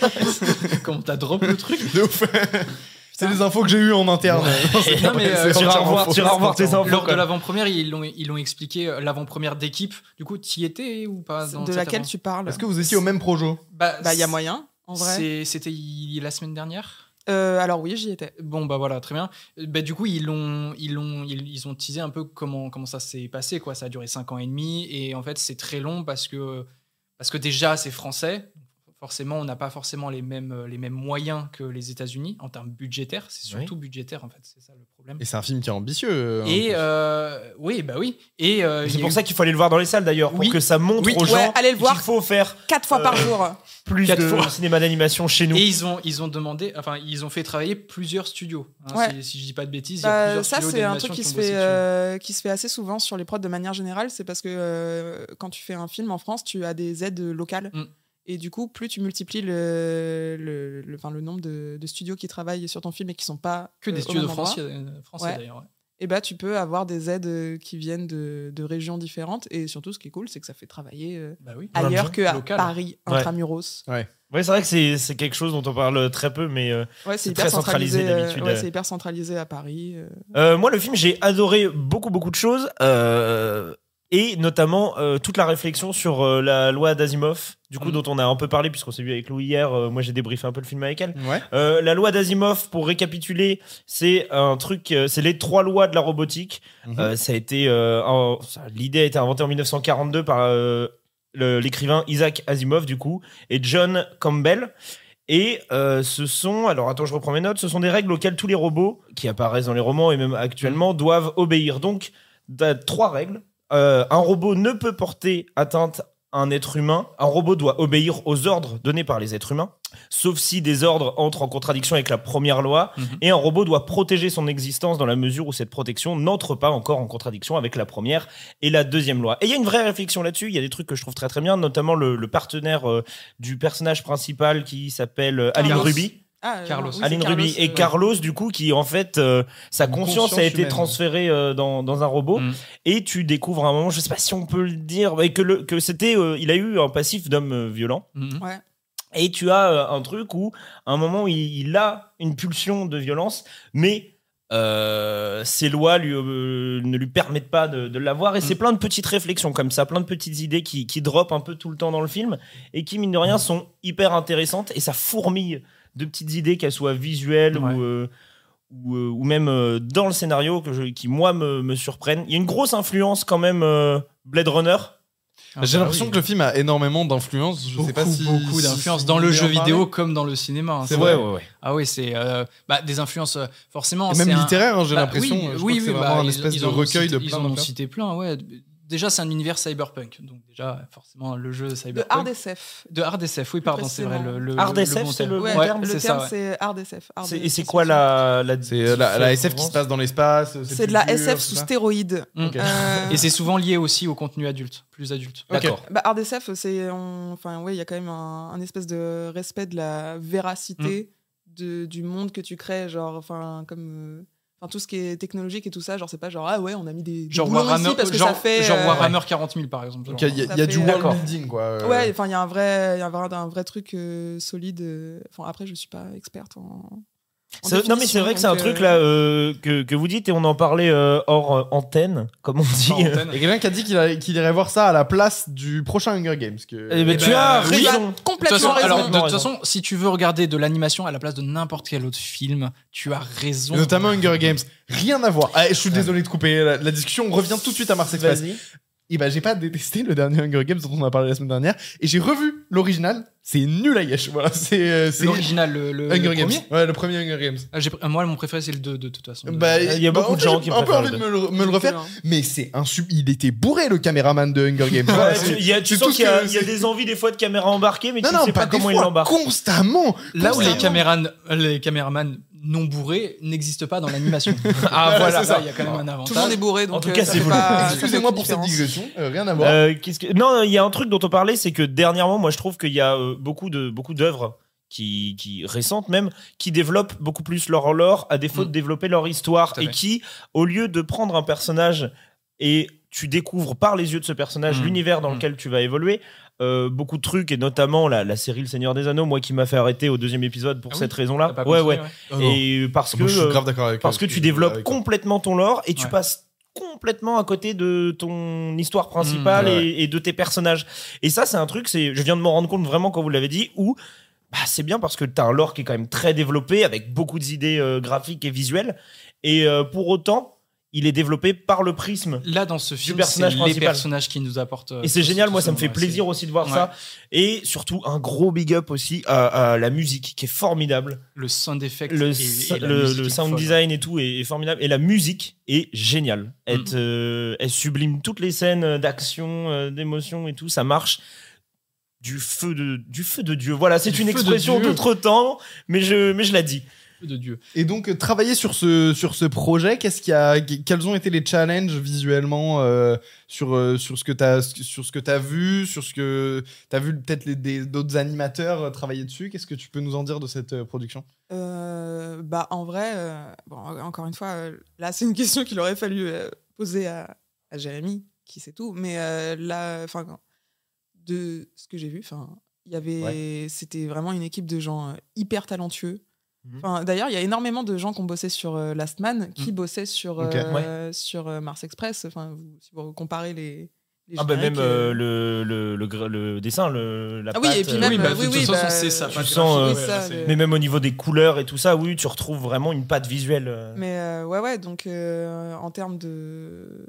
Comment t'as drop le truc De ouf. C'est les infos que j'ai eues en interne. Non, c'est Non, pas mais, vrai, euh, c'est tu iras entièrement revoir- faux. tu iras revoir tes C'est entièrement infos. Lors de quoi. l'avant-première, ils l'ont, ils l'ont expliqué, euh, l'avant-première d'équipe. Du coup, t'y étais ou pas dans de cette laquelle avant- tu parles Est-ce que vous étiez au même projet? Bah, Bah, il y a moyen, en vrai. c'est- C'était il- la semaine dernière. Euh, alors oui, j'y étais. Bon, bah voilà, très bien. Euh, Bah, du coup, ils, l'ont, ils, l'ont, ils, ils ont teasé un peu comment, comment ça s'est passé. Quoi. Ça a duré cinq ans et demi. Et en fait, c'est très long parce que, parce que déjà, c'est français. Forcément, on n'a pas forcément les mêmes, les mêmes moyens que les États-Unis en termes budgétaires. C'est surtout budgétaire, en fait. C'est ça le problème. Et c'est un film qui est ambitieux. euh, Et en euh, oui, bah oui. Et euh, il C'est y a pour eu ça qu'il faut aller le voir dans les salles d'ailleurs, pour Oui. que ça montre Oui. aux Ouais, gens allez le voir. qu'il faut faire Quatre fois Euh, par jour. plus Quatre de fois. cinéma d'animation chez nous. Et ils ont, ils ont demandé, enfin, ils ont fait travailler plusieurs studios. hein, Ouais. si, si je dis pas de bêtises, il y a Bah, plusieurs ça, studios c'est un d'animation truc qui qui se, ont bossé fait, dessus. euh, qui se fait assez souvent sur les prods de manière générale. C'est parce que euh, quand tu fais un film en France, tu as des aides locales. Mm. Et du coup, plus tu multiplies le, le, le, enfin, le nombre de, de studios qui travaillent sur ton film et qui sont pas Que euh, des au studios de même endroit, France, euh, français Ouais. d'ailleurs. ouais. et bah, tu peux avoir des aides euh, qui viennent de, de régions différentes. Et surtout, ce qui est cool, c'est que ça fait travailler euh, Bah oui. Plein de ailleurs gens qu'à local. Paris, Ouais. intramuros. Ouais, c'est vrai que c'est, c'est quelque chose dont on parle très peu, mais euh, Ouais, C'est c'est hyper très centralisé centralisé. euh, d'habitude. ouais, c'est hyper centralisé à Paris. euh. Euh, moi, le film, j'ai adoré beaucoup, beaucoup de choses. euh, et notamment euh, toute la réflexion sur euh, la loi d'Asimov, du coup, Mm. dont on a un peu parlé, puisqu'on s'est vu avec Lou hier. euh, moi, j'ai débriefé un peu le film avec elle. Ouais. Euh, la loi d'Asimov, pour récapituler, c'est un truc, euh, c'est les trois lois de la robotique. Mhm. Euh, ça a été, euh, un- ça- l'idée a été inventée en dix-neuf cent quarante-deux par euh, le- l'écrivain Isaac Asimov, du coup, et John Campbell. Et euh, ce sont, alors attends, je reprends mes notes, ce sont des règles auxquelles tous les robots qui apparaissent dans les romans et même actuellement doivent obéir. Donc, t'as trois règles. Euh, un robot ne peut porter atteinte à un être humain. Un robot doit obéir aux ordres donnés par les êtres humains, sauf si des ordres entrent en contradiction avec la première loi. Mhm. Et un robot doit protéger son existence dans la mesure où cette protection n'entre pas encore en contradiction avec la première et la deuxième loi. Et il y a une vraie réflexion là-dessus. Il y a des trucs que je trouve très très bien, notamment le, le partenaire euh, du personnage principal qui s'appelle euh, Aline Carlos. Ruby. Ah, euh, Carlos. oui, c'est Aline Carlos, Ruby et euh, Carlos, du coup, qui en fait, euh, sa Une conscience, a conscience été humaine. transférée euh, dans, dans un robot. Mm. Et tu découvres à un moment, je sais pas si on peut le dire, mais que, le, que c'était, euh, il a eu un passif d'homme euh, violent. Mhm. Ouais. Et tu as euh, un truc où, à un moment, il, il a une pulsion de violence, mais euh, ses lois lui, euh, ne lui permettent pas de, de l'avoir. Et Mm. c'est plein de petites réflexions comme ça, plein de petites idées qui, qui drop un peu tout le temps dans le film et qui, mine de rien, sont hyper intéressantes. Et ça fourmille de petites idées, qu'elles soient visuelles Ouais. ou, euh, ou, euh, ou même euh, dans le scénario, que je- qui, moi, me, me surprennent. Il y a une grosse influence quand même euh, Blade Runner. Ah, J'ai bah l'impression oui. que le film a énormément d'influence. Je beaucoup, sais pas si. beaucoup si- d'influence si dans vous le voulez jeu en parler. vidéo comme dans le cinéma. hein. C'est vrai. Ah oui, c'est euh, bah, des influences euh, forcément. Et même c'est un- littéraire, hein, j'ai Bah, l'impression. oui, je crois oui, que c'est oui, vraiment bah, un ils- espèce ils de en ont recueil cité- de plein Ils en ont d'influences. cité plein, ouais. Déjà, c'est un univers cyberpunk. Donc, déjà, forcément, le jeu De cyberpunk. hard S F. De hard S F, oui, pardon, c'est vrai. Le, le, Hard le- S F, le bon c'est terme. le Ouais, bon Ouais, terme. le c'est terme, ça, ouais. c'est hard S F. hard C'est- Et c'est science-fiction. quoi la, la C'est euh, la, la S F qui se différence passe dans l'espace. C'est de la plus S dur, F c'est sous ça stéroïdes. Mm. Ok. Euh, Et c'est souvent lié aussi au contenu adulte, plus adulte. Ok. D'accord. Bah, hard S F, c'est, on- enfin, ouais, il y a quand même un, un espèce de respect de la véracité de, du monde que tu crées, genre, enfin, comme, euh, enfin, tout ce qui est technologique et tout ça, genre, c'est pas genre, ah ouais, on a mis des, des Genre boulons Warhammer, ici parce que genre, ça fait, genre euh, Warhammer quarante mille, par exemple. Donc genre. il y a, Ça il y a du fait, world d'accord. building, quoi. euh. Ouais, enfin, il y a un vrai, il y a un vrai, un vrai truc euh, solide. euh, Enfin, après, je suis pas experte en. en C'est- non mais c'est définition, vrai que c'est un donc, truc euh, là euh, que, que vous dites et on en parlait euh, hors euh, antenne, comme on dit. Hors antenne. Il y a quelqu'un qui a dit qu'il a- qu'il irait voir ça à la place du prochain Hunger Games. Que... Eh ben, Eh tu ben, as oui. Tu as raison. De toute complètement façon, raison. alors, de Complètement toute raison. façon, si tu veux regarder de l'animation à la place de n'importe quel autre film, tu as raison. Notamment Hunger Games. Rien à voir. Ah, je suis désolé de couper la, la discussion. On revient tout de suite à Mars Express. Vas-y. Et bah j'ai pas détesté le dernier Hunger Games dont on a parlé la semaine dernière, et j'ai revu l'original. C'est nul à yesh. Voilà, c'est, euh, c'est L'original, le, le, Hunger le Games. premier. Ouais, le premier Hunger Games. Ah, j'ai- moi, mon préféré, c'est le deux, de toute façon. Bah, Il y a bah, beaucoup en de fait, gens j'ai qui un peu préfèrent envie le de me le, me le refaire, Excellent. mais c'est un sub. Il était bourré le caméraman de Hunger Games. Voilà, Ouais, c'est- tu, il y a, tu c'est sens tout ce qu'il y a, que il y a c'est. des envies des fois de caméra embarquée, mais Non, tu non, sais pas pas des comment ils fois, l'embarquent. constamment. Là où les Constamment. caméramans, les caméramans non bourrés n'existent pas dans l'animation. Ah voilà, c'est ça. Là, il y a quand même un avantage. Tout le monde est bourré, donc En tout euh, cas, ça c'est fait voulu. pas- ça fait Excusez-moi aucune pour cette différence. digression, euh, rien à voir. Euh, qu'est-ce que... Non, il y a un truc dont on parlait, c'est que dernièrement, moi, je trouve qu'il y a euh, beaucoup de beaucoup d'œuvres qui, qui récentes même, qui développent beaucoup plus leur lore à défaut Mm. de développer leur histoire Tout à et fait. qui, au lieu de prendre un personnage et tu découvres par les yeux de ce personnage Mm. l'univers dans Mm. lequel tu vas évoluer, euh, beaucoup de trucs et notamment la, la série Le Seigneur des Anneaux, moi qui m'a fait arrêter au deuxième épisode pour Ah oui, cette raison-là. T'as pas Ouais, continué, ouais. Oh non. Et parce que Moi, je suis euh, grave d'accord avec parce euh, que ce tu que- développes avec toi. complètement ton lore et tu Ouais. passes complètement à côté de ton histoire principale Mmh, ouais. et, et de tes personnages. Et ça, c'est un truc, c'est, je viens de m'en rendre compte vraiment quand vous l'avez dit, où bah, c'est bien parce que tu as un lore qui est quand même très développé avec beaucoup d'idées euh, graphiques et visuelles. Et euh, pour autant, il est développé par le prisme. Là, dans ce film, personnage c'est les principal. personnages qui nous apportent. euh, Et c'est tout- génial, tout moi ce ça me fait moment, ouais, plaisir c'est- aussi de voir Ouais. ça. Et surtout, un gros big up aussi à, à la musique qui est formidable. Le sound effect, Le, et- so- et la le- musique le est sound folle. design et tout est, est formidable. Et la musique est géniale. Elle, Mhm. te- elle sublime toutes les scènes d'action, euh, d'émotion et tout. Ça marche du feu de, du feu de Dieu. Voilà, c'est Du une feu de expression Dieu. d'outre-temps, mais je, mais je la dis. De Dieu. Et donc, euh, travailler sur ce, sur ce projet, qu'est-ce qu'il y a, quels ont été les challenges visuellement euh, sur, euh, sur ce que tu as sur ce que t'as vu, sur ce que tu as vu peut-être les- des- d'autres animateurs euh, travailler dessus? Qu'est-ce que tu peux nous en dire de cette euh, production? Euh, bah, en vrai, euh, bon, encore une fois, euh, là, c'est une question qu'il aurait fallu euh, poser à, à Jérémy, qui sait tout. Mais euh, là, enfin, de ce que j'ai vu, enfin, il y avait, c'était vraiment une équipe de gens euh, hyper talentueux. Mhm. Enfin, d'ailleurs, il y a énormément de gens qui ont bossé sur euh, Last Man, qui Mhm. bossaient sur Ok. euh, sur euh, Mars Express. Enfin, vous- si vous comparez les, les Ah bah génériques, même euh, euh, le, le, le, gra- le dessin, le, la Ah oui, et patte, puis euh, même, oui, bah, euh, de oui, toute oui, façon, bah, c'est ça. tu patte sens, euh, graphique, oui, ça, c'est- le- mais même au niveau des couleurs et tout ça, oui, tu retrouves vraiment une patte visuelle. euh. Mais euh, ouais, ouais, donc euh, en termes de.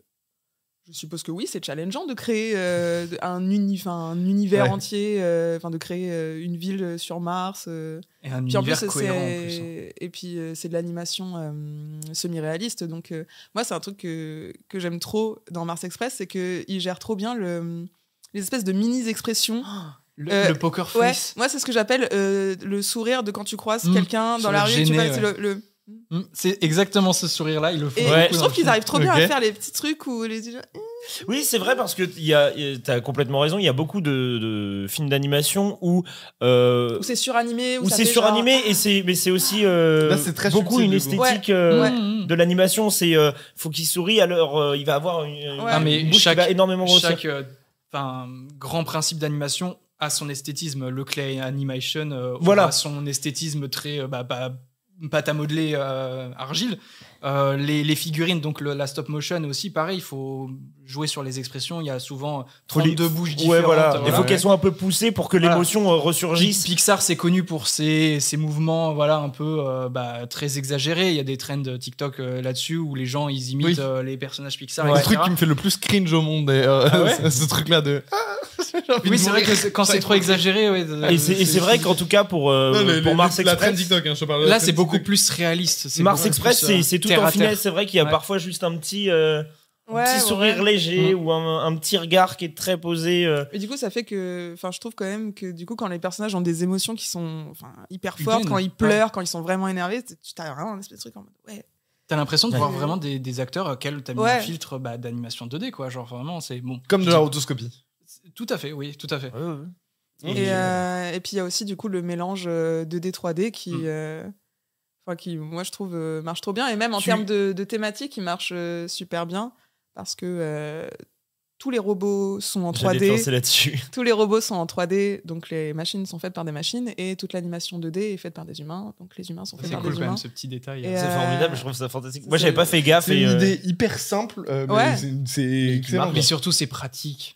Je suppose que oui, c'est challengeant de créer euh, de- un, uni- 'fin, un univers Ouais. entier, euh, 'fin, de créer euh, une ville sur Mars. euh. Et un Puis en univers plus, cohérent en c'est- plus. hein. et puis euh, c'est de l'animation euh, semi-réaliste. Donc euh, moi, c'est un truc que, que j'aime trop dans Mars Express, c'est qu'ils gèrent trop bien le, les espèces de mini-expressions. Le, Euh, le poker Ouais, face. moi, c'est ce que j'appelle euh, le sourire de quand tu croises Mm. quelqu'un dans la Sourire rue. Tu gêné, vois, c'est ouais. le- le, Hmm, C'est exactement ce sourire-là, ils le font. Et Ouais. beaucoup je dans trouve le qu'ils film. arrivent trop bien Ok. à faire les petits trucs où les gens. Oui, c'est vrai parce que il y a, il y a- t'as complètement raison. Il y a beaucoup de, de films d'animation où, euh, Où c'est suranimé, où, où ça c'est fait suranimé genre- et c'est, mais c'est aussi euh, Là, c'est très beaucoup subtil, une du coup. esthétique Ouais. euh, Ouais. Mmh, mmh. de l'animation. C'est euh, faut qu'il sourie alors euh, il va avoir une, une Ah, mais bouche chaque- qui va énormément grossir. Chaque euh, enfin, grand principe d'animation a son esthétisme. Le clay animation euh, Voilà. a son esthétisme très euh, bah, bah, pâte à modeler euh, argile. Euh, les, les figurines, donc le- la stop motion aussi, pareil, il faut jouer sur les expressions. Il y a souvent Faut les- trente-deux bouches Ouais, différentes. voilà. Il voilà. faut qu'elles soient un peu poussées pour que Voilà. l'émotion euh, Pi- ressurgisse. Pixar, c'est connu pour ses, ses mouvements voilà, un peu euh, bah, très exagérés. Il y a des trends TikTok euh, là-dessus où les gens ils imitent Oui. euh, les personnages Pixar. Ouais. Le et cetera. truc qui me fait le plus cringe au monde, d'ailleurs. Ah ouais ce, ce truc-là de. Ah, j'ai envie Oui, de c'est vrai mourir. que c'est- quand c'est trop exagéré. Ouais, de- Et c'est, et c'est vrai qu'en tout cas pour, euh, Non, le- pour le- Mars la trend Express, TikTok, hein, je te parle de la Là, trend c'est beaucoup TikTok. plus réaliste. c'est Mars beaucoup Express, plus, c'est, euh, c'est tout terre en à terre. finesse. C'est vrai qu'il y a Ouais. parfois juste un petit, euh, un Ouais, petit ouais, sourire ouais. léger Mm. ou un, un petit regard qui est très posé. euh. Et du coup, ça fait que, enfin, je trouve quand même que du coup, quand les personnages ont des émotions qui sont, enfin, hyper Humaines, fortes, quand ils ouais. pleurent, quand ils sont vraiment énervés, t- tu as vraiment un espèce de truc en mode, ouais. T'as l'impression de Ouais. voir vraiment des, des acteurs auxquels t'as mis Ouais. un filtre bah, d'animation deux D, quoi. Genre vraiment, c'est bon. Comme de la rotoscopie. Tout à fait, oui, tout à fait. Et, euh, et puis il y a aussi du coup le mélange euh, deux D trois D qui, Mm. euh, enfin, qui, moi je trouve euh, marche trop bien. Et même en Tu- termes de, de thématique, il marche euh, super bien parce que euh, tous les robots sont en trois J'allais te D. lancer là-dessus. Tous les robots sont en trois D, donc les machines sont faites par des machines, et toute l'animation deux D est faite par des humains, donc les humains sont faits C'est par cool des quand humains. même ce petit détail. Et, C'est euh, formidable, je trouve ça fantastique. Moi, c'est- j'avais pas fait gaffe. C'est et, une euh, idée hyper simple, euh, mais Ouais. c'est- c'est excellent. Mais surtout, c'est pratique.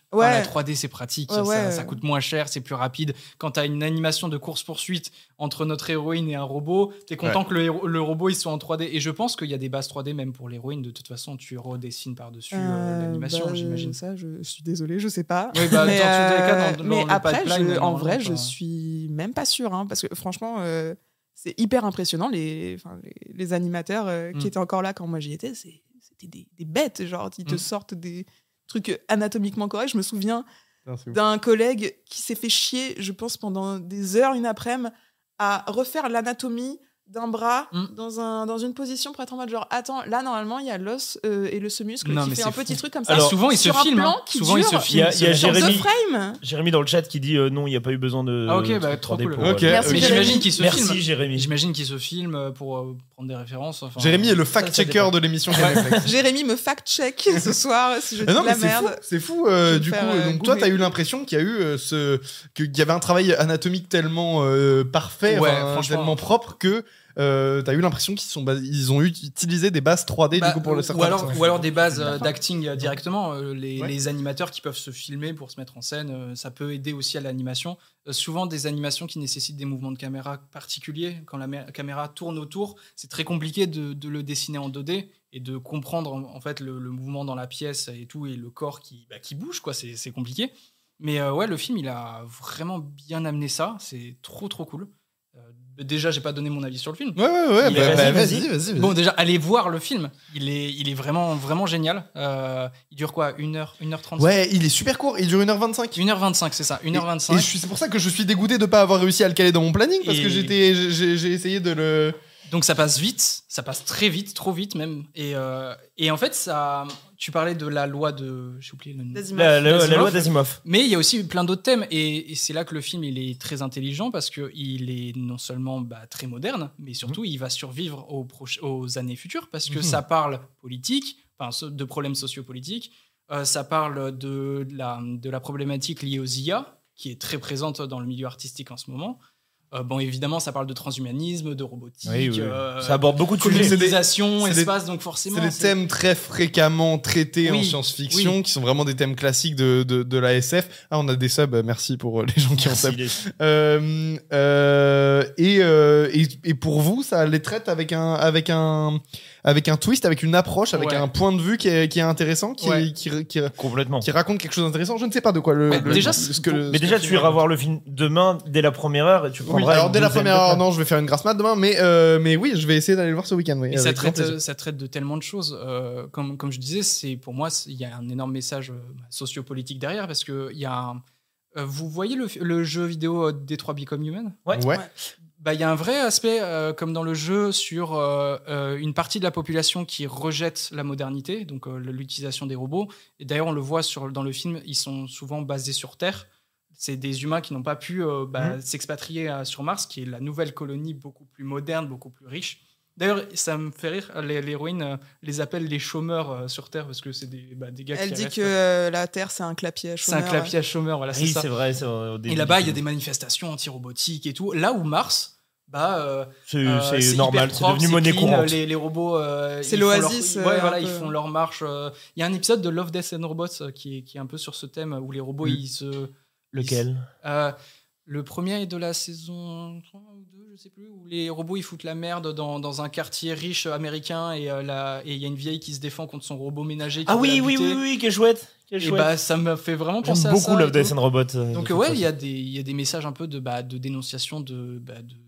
Ouais. Enfin, la trois D, c'est pratique, Ouais, ça, ouais. ça coûte moins cher, c'est plus rapide. Quand t'as une animation de course-poursuite entre notre héroïne et un robot, t'es content Ouais. que le, héro- le robot il soit en trois D. Et je pense qu'il y a des bases trois D même pour l'héroïne. De toute façon, tu redessines par-dessus euh, Euh, l'animation, bah, j'imagine. Ça, je suis désolée, je sais pas. Oui, bah, mais dans tous les cas, euh, dans- mais dans le après, pipeline, je- en normalement, vrai, ça- je suis même pas sûre, hein, parce que franchement, euh, c'est hyper impressionnant. Les, enfin, les, les animateurs euh, Mm. qui étaient encore là quand moi j'y étais, c'est- c'était des, des bêtes, genre ils te Mm. sortent des trucs anatomiquement corrects. Je me souviens Putain, c'est ouf. d'un collègue qui s'est fait chier, je pense, pendant des heures, une après-midi, à refaire l'anatomie d'un bras Mm. dans, un, dans une position pour être en mode genre, attends, là, normalement, il y a l'os euh, et le semuscle Non, qui mais fait c'est un petit fou. truc comme ça. Alors, souvent, il se sur un filme, plan hein. qui Souvent, il dure se filme. Il y a- il y a c'est- sur Jérémy- deux frames. Jérémy dans le chat qui dit euh, non, il n'y a pas eu besoin de. Ah, ok, bah, truc trop trois D cool. pour, Ok. euh, Merci, Mais Jérémy. j'imagine qu'il se Merci filme. Jérémy. J'imagine qu'il se filme pour euh, prendre des références. Enfin, Jérémy est le ça, ça fact-checker dépend. de l'émission Gameplay. Jérémy me fact-check ce soir si je dis Ah non, de mais la c'est fou, merde. c'est fou. euh, Je vais du me coup, faire, euh, donc toi, googler. t'as eu l'impression qu'il y a eu euh, ce, que- qu'il y avait un travail anatomique tellement euh, parfait, Ouais, enfin, franchement. tellement propre que euh, t'as eu l'impression qu'ils sont, bas- ils ont eu- utilisé des bases trois D Bah, du coup pour le ou, certains alors, personnages. ou alors des bases euh, D'accord. d'acting euh, directement. euh, les, Ouais. les animateurs qui peuvent se filmer pour se mettre en scène, euh, ça peut aider aussi à l'animation. Euh, souvent, des animations qui nécessitent des mouvements de caméra particuliers. Quand la mé- caméra tourne autour, c'est très compliqué de, de le dessiner en deux D et de comprendre en, en fait le, le mouvement dans la pièce et tout, et le corps qui, bah, qui bouge, quoi. C'est c'est compliqué. Mais euh, ouais, le film, il a vraiment bien amené ça. C'est trop, trop cool. Euh, déjà, j'ai pas donné mon avis sur le film. Ouais, ouais, ouais. Il bah, est- bah, vas-y, vas-y, vas-y. vas-y. vas-y. Bon, déjà, allez voir le film. Il est, il est vraiment, vraiment génial. Euh, il dure quoi, une heure, une heure trente Ouais, il est super court. Il dure une heure vingt-cinq. une heure vingt-cinq, c'est ça, une heure Et vingt-cinq. je suis- c'est pour ça que je suis dégoûté de pas avoir réussi à le caler dans mon planning parce Et- que j'étais, j'ai j'ai essayé de le. Donc ça passe vite, ça passe très vite, trop vite même. Et, euh, et en fait, ça, tu parlais de la loi de... J'ai oublié le nom. D'Asimov. La, la- la D'Asimov. loi d'Asimov. Mais il y a aussi plein d'autres thèmes, et, et c'est là que le film il est très intelligent parce que il est non seulement bah, très moderne, mais surtout il va survivre aux, proches- aux années futures parce que Mhm. ça parle politique, enfin so- de problèmes sociopolitiques, euh, ça parle de la, de la problématique liée aux I A qui est très présente dans le milieu artistique en ce moment. Euh, bon, évidemment, ça parle de transhumanisme, de robotique, Oui, oui. euh, Ça aborde beaucoup de comme sujets. c'est des- colonisation, c'est des- espace, donc forcément. C'est des c'est- thèmes très fréquemment traités en Oui, science-fiction, qui sont vraiment des thèmes classiques de, de, de la S F. Ah, on a des subs, merci pour euh, les gens qui ont sub. Merci, les- Euh, euh, et, euh, et, et pour vous, ça les traite avec un, avec un, avec un twist, avec une approche, avec Ouais. un point de vue qui est, qui est intéressant, qui, Ouais. qui, qui, Complètement. qui raconte quelque chose d'intéressant. Je ne sais pas de quoi le. Ouais, le- déjà, ce que pour- le- Mais ce déjà, que tu le film iras voir le film demain dès la première heure et tu Oui, prendras. alors une dès la douzaine première de heure, place. non, je vais faire une grasse mat demain, mais, euh, mais oui, je vais essayer d'aller le voir ce week-end. Oui, Et ça avec grand traite, plaisir. ça traite de tellement de choses. Euh, comme, comme je disais, c'est pour moi, c'est- il y a un énorme message euh, sociopolitique derrière parce que il y a un- euh, vous voyez le, le jeu vidéo euh, Detroit Become Human? Ouais. Ouais. Bah, il y a un vrai aspect, euh, comme dans le jeu, sur euh, euh, une partie de la population qui rejette la modernité, donc euh, l'utilisation des robots. Et d'ailleurs, on le voit sur, dans le film, ils sont souvent basés sur Terre. C'est des humains qui n'ont pas pu euh, bah, Mhm. s'expatrier euh, sur Mars, qui est la nouvelle colonie beaucoup plus moderne, beaucoup plus riche. D'ailleurs, ça me fait rire, l'hé- l'héroïne euh, les appelle les chômeurs euh, sur Terre, parce que c'est des, bah, des gars Elle qui dit restent- que euh, la Terre, c'est un clapier à c'est un chômeurs. clapier à chômeurs, voilà, c'est Oui, ça. c'est vrai. c'est vrai, au début Et là-bas, du il y a des film. manifestations anti-robotiques et tout. Là où Mars, bah... euh, C'est euh, c'est hyper normal, c'est propre, devenu monnaie clean, courante. Les, les robots. euh, C'est ils font l'oasis, leur- Ouais, euh, voilà, un ils peu. font leur marche. euh. Il y a un épisode de Love, Death and Robots euh, qui est, qui est un peu sur ce thème où les robots, Mm. ils se. Lequel Euh, le premier est de la saison trois ou deux, je sais plus, où les robots ils foutent la merde dans, dans un quartier riche américain et euh, la- et il y a une vieille qui se défend contre son robot ménager. Qui Ah veut oui, la oui, buter. oui, oui, quelle chouette. Quelle Et chouette. bah, ça me fait vraiment J'aime penser à beaucoup ça. Love, et Death tout. and Robots. euh, de Donc toute ouais, il façon. y a des il y a des messages un peu de bah, de dénonciation de, bah, de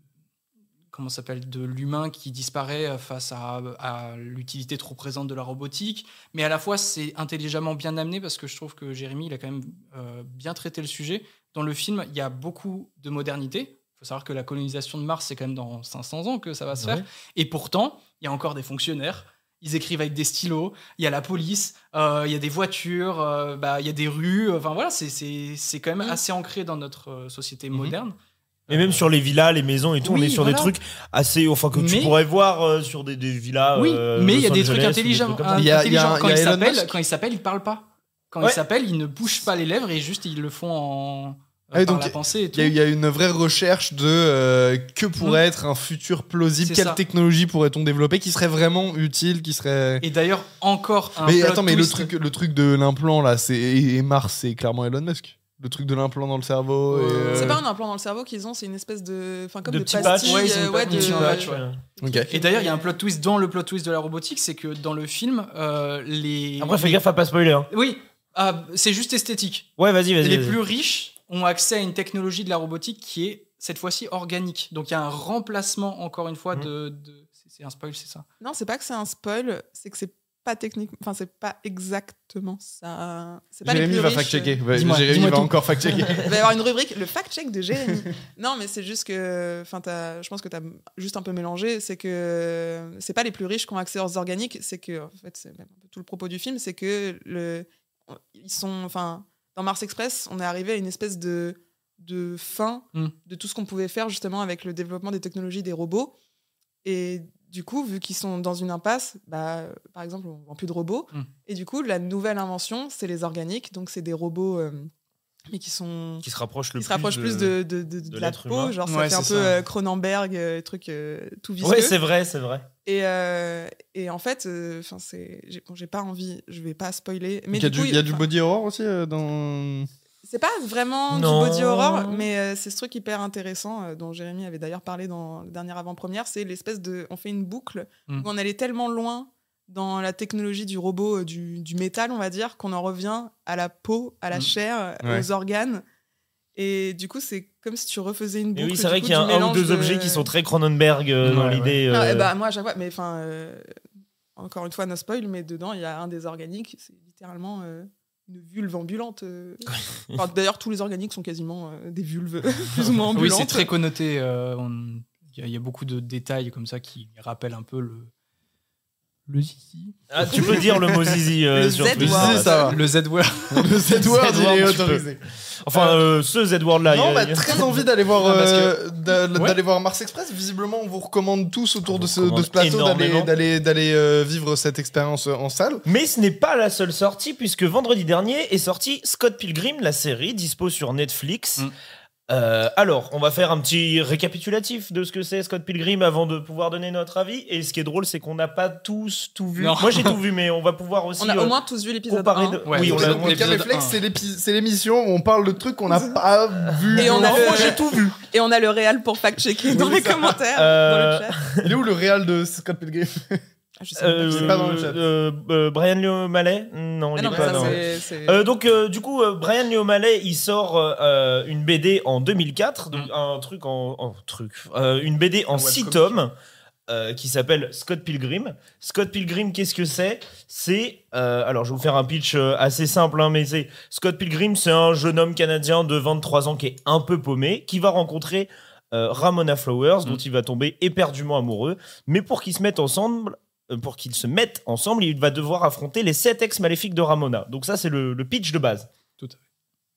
comment ça s'appelle de l'humain qui disparaît euh, face à, à l'utilité trop présente de la robotique, mais à la fois c'est intelligemment bien amené parce que je trouve que Jérémy il a quand même euh, bien traité le sujet. Dans le film, il y a beaucoup de modernité. Il faut savoir que la colonisation de Mars c'est quand même dans cinq cents ans que ça va se Ouais. faire, et pourtant il y a encore des fonctionnaires. Ils écrivent avec des stylos, il y a la police, euh, il y a des voitures, euh, bah, il y a des rues. Enfin voilà, c'est, c'est, c'est quand même Mm. assez ancré dans notre euh, société Mhm. moderne. Et même sur les villas, les maisons et tout, Oui, on est sur voilà. des trucs assez. Enfin, que tu Mais- pourrais voir euh, sur des, des villas. Oui, euh, mais il y a Los des trucs Angeles ou intelligents. trucs comme ça. Il y a- il y a intelligents. un- Quand il y a ils Elon s'appellent, Musk. quand ils s'appellent, ils parlent pas. Quand Ouais. ils s'appellent, ils ne bougent pas les lèvres et juste ils le font en, Ah oui, par donc, la pensée et tout. Il y, a- il y a une vraie recherche de euh, que pourrait Mm. être un futur plausible, C'est quelle ça. technologie pourrait-on développer qui serait vraiment utile, qui serait. Et d'ailleurs, encore un Mais plot attends, mais le twist. truc, le truc de l'implant là, c'est et Mars, c'est clairement Elon Musk. Le truc de l'implant dans le cerveau. et, Euh, euh, C'est pas un implant dans le cerveau qu'ils ont, c'est une espèce de. Enfin, comme De de, petits pastille. patchs. Ouais, ils ont euh, une ouais, pa- de- un petit patch, ouais. Ok. Et d'ailleurs, il y a un plot twist dans le plot twist de la robotique, c'est que dans le film, euh, les. Après, fais les- gaffe à pas spoiler. Hein. Oui, ah, c'est juste esthétique. Ouais, vas-y, vas-y. Les vas-y. plus riches ont accès à une technologie de la robotique qui est cette fois-ci organique. Donc il y a un remplacement, encore une fois, Mhm. de. de- C'est c'est un spoil, c'est ça. Non, c'est pas que c'est un spoil, c'est que c'est pas technique. Enfin, c'est pas exactement ça. C'est pas Jérémy les plus va riches. fact-checker. Ouais, Dis-moi, Jérémy dis-moi va tout. encore fact-checker. Il va y avoir une rubrique, le fact-check de Jérémy. Non, mais c'est juste que. Enfin, t'as- je pense que tu as juste un peu mélangé. C'est que c'est pas les plus riches qui ont accès aux organiques. C'est que, en fait, c'est même un peu tout le propos du film. C'est que le, ils sont. Enfin, dans Mars Express, on est arrivé à une espèce de, de fin Mm. de tout ce qu'on pouvait faire justement avec le développement des technologies des robots. Et du coup, vu qu'ils sont dans une impasse, bah, par exemple, on vend plus de robots. Mm. Et du coup, la nouvelle invention, c'est les organiques. Donc, c'est des robots, euh, mais qui sont Qui se rapproche le qui se plus. rapproche plus de, de, de, de de la l'être peau. humain. Genre, ça Ouais, fait un c'est peu ça. euh, Cronenberg, euh, truc euh, tout visqueux. Ouais, c'est vrai, c'est vrai. et, euh, et en fait, enfin, c'est j'ai bon, j'ai pas envie, je vais pas spoiler. Mais Il y a du coup, du, il y a du enfin, body horror aussi euh, dans. c'est pas vraiment Non. du body horror, mais euh, c'est ce truc hyper intéressant euh, dont Jérémy avait d'ailleurs parlé dans la dernière avant-première. C'est l'espèce de. On fait une boucle Mm. où on allait tellement loin dans la technologie du robot, euh, du, du métal, on va dire, qu'on en revient à la peau, à la Mm. chair, Ouais. aux organes. Et du coup, c'est comme si tu refaisais une Et boucle. oui, c'est du vrai coup, qu'il y a du un, un ou mélange deux de- objets qui sont très Cronenberg euh, dans Ouais, l'idée. Non, euh, eh bah, moi, à chaque fois, mais enfin, euh, encore une fois, no spoil, mais dedans, il y a un des organiques, c'est littéralement euh, une vulve ambulante. euh. Enfin, d'ailleurs, tous les organiques sont quasiment euh, des vulves plus ou moins Oui, ambulantes. c'est très connoté. euh, on- Il y, a- il y a beaucoup de détails comme ça qui rappellent un peu le. Le zizi. Ah, tu peux dire le mot zizi euh, Le sur Z-word. Twitter. Le zizi, ça va. Le Z-word. Le Z-word, il est Z-word, tu autorisé. Enfin, euh, ce Z-word là. Non, il y a- bah, il y a- très envie d'aller voir, Ah, parce euh, d'a- Ouais. d'aller voir Mars Express. Visiblement, on vous recommande tous autour On de vous ce, de recommande ce plateau d'aller, énormément. d'aller, d'aller euh, vivre cette expérience euh, en salle. Mais ce n'est pas la seule sortie, puisque vendredi dernier est sorti Scott Pilgrim, la série, dispo sur Netflix. Mm. Euh, alors, on va faire un petit récapitulatif de ce que c'est Scott Pilgrim avant de pouvoir donner notre avis. Et ce qui est drôle, c'est qu'on n'a pas tous tout vu. Non. Moi, j'ai tout vu, mais on va pouvoir aussi On a euh, au moins tous vu l'épisode comparer. un. De... Ouais, oui, on l'épisode- l'a. Donc, l'épisode Réflexe, un. c'est, l'épi- c'est l'émission où on parle de trucs qu'on n'a pas vu. Et on a Non, le- moi, j'ai tout vu. Et on a le réel pour fact-checker dans Oui, les ça. commentaires, Euh, dans le chat. Il est où le réal de Scott Pilgrim? Ah, je sais même pas Euh, qui c'est pas dans le chat. euh, euh, Brian Lee O'Malley Non, Ah il non, est mais pas ça, dans. c'est- c'est- Euh, donc euh, du coup euh, Brian Lee O'Malley il sort euh, une B D en deux mille quatre donc Mm. un truc en, en truc euh, une B D en Un six webcomic. tomes euh, qui s'appelle Scott Pilgrim. Scott Pilgrim, qu'est-ce que c'est? C'est euh, alors je vais vous faire un pitch euh, assez simple hein, mais c'est Scott Pilgrim, c'est un jeune homme canadien de vingt-trois ans qui est un peu paumé, qui va rencontrer euh, Ramona Flowers, Mm. dont il va tomber éperdument amoureux, mais pour qu'ils se mettent ensemble euh, pour qu'ils se mettent ensemble, il va devoir affronter les sept ex maléfiques de Ramona. Donc ça, c'est le, le pitch de base. Tout à fait.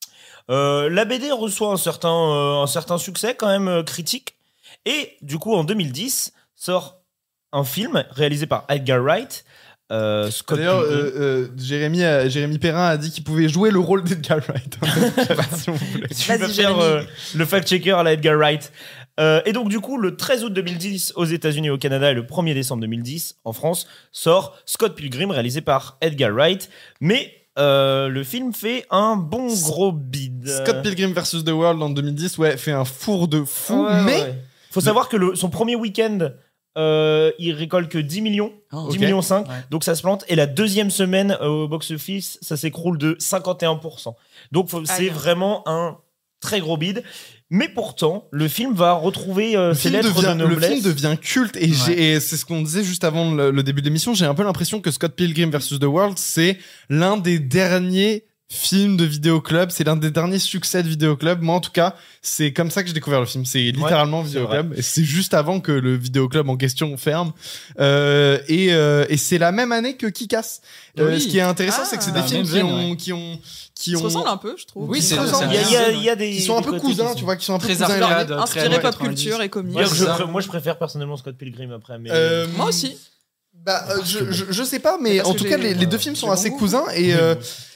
Euh, la B D reçoit un certain, euh, un certain succès quand même euh, critique. Et du coup, en deux mille dix, sort un film réalisé par Edgar Wright. Euh, Scott D'ailleurs, Pilgrim. euh, euh, Jérémy, a- Jérémy Perrin a dit qu'il pouvait jouer le rôle d'Edgar Wright. Si vous voulez. Tu vas Vas-y, faire Jérémy. euh, le fact-checker à la Edgar Wright. Euh, et donc, du coup, le treize août deux mille dix aux États-Unis et au Canada et le premier décembre deux mille dix en France sort Scott Pilgrim, réalisé par Edgar Wright. Mais euh, le film fait un bon gros bide. Scott Pilgrim versus The World en deux mille dix, ouais, fait un four de fou, Ouais, mais ouais. Faut savoir que le, son premier week-end, euh, il récolte que dix millions, Oh, dix ok. millions cinq, Ouais. donc ça se plante. Et la deuxième semaine euh, au box-office, ça s'écroule de cinquante et un pour cent. Donc faut- c'est Aïe. vraiment un très gros bide. Mais pourtant, le film va retrouver euh, le ses film, lettres devient, de le noblesse. film devient culte et, Ouais. j'ai- et c'est ce qu'on disait juste avant le, le début de l'émission. J'ai un peu l'impression que Scott Pilgrim versus The World, c'est l'un des derniers films de Vidéoclub, c'est l'un des derniers succès de Vidéoclub. Moi, en tout cas, c'est comme ça que j'ai découvert le film. C'est littéralement c'est Vidéoclub. Et c'est juste avant que le Vidéoclub en question ferme. Euh, et euh, et c'est la même année que Kick-Ass. Euh, Oui. ce qui est intéressant, Ah. c'est que c'est des La films même qui veine, ont, ouais. qui ont, qui Ils se ont, ressemblent un peu, je trouve. Oui, Ils c'est se c'est ressemblent. Il y a, il y a- un- il y a des. qui sont un peu des cousins, côtés qui tu vois, qui sont un peu Très cousins arcade, éloignés. très Inspiré années pop quatre-vingt-dix. culture et comique. Dire Ouais, que je ça. pré- moi, je préfère personnellement Scott Pilgrim après. Mais Euh, Moi aussi. Bah, euh, je, je, je sais pas, mais Parce en que tout j'ai- cas, les, les deux euh, films sont j'ai assez bon goût. cousins et, euh,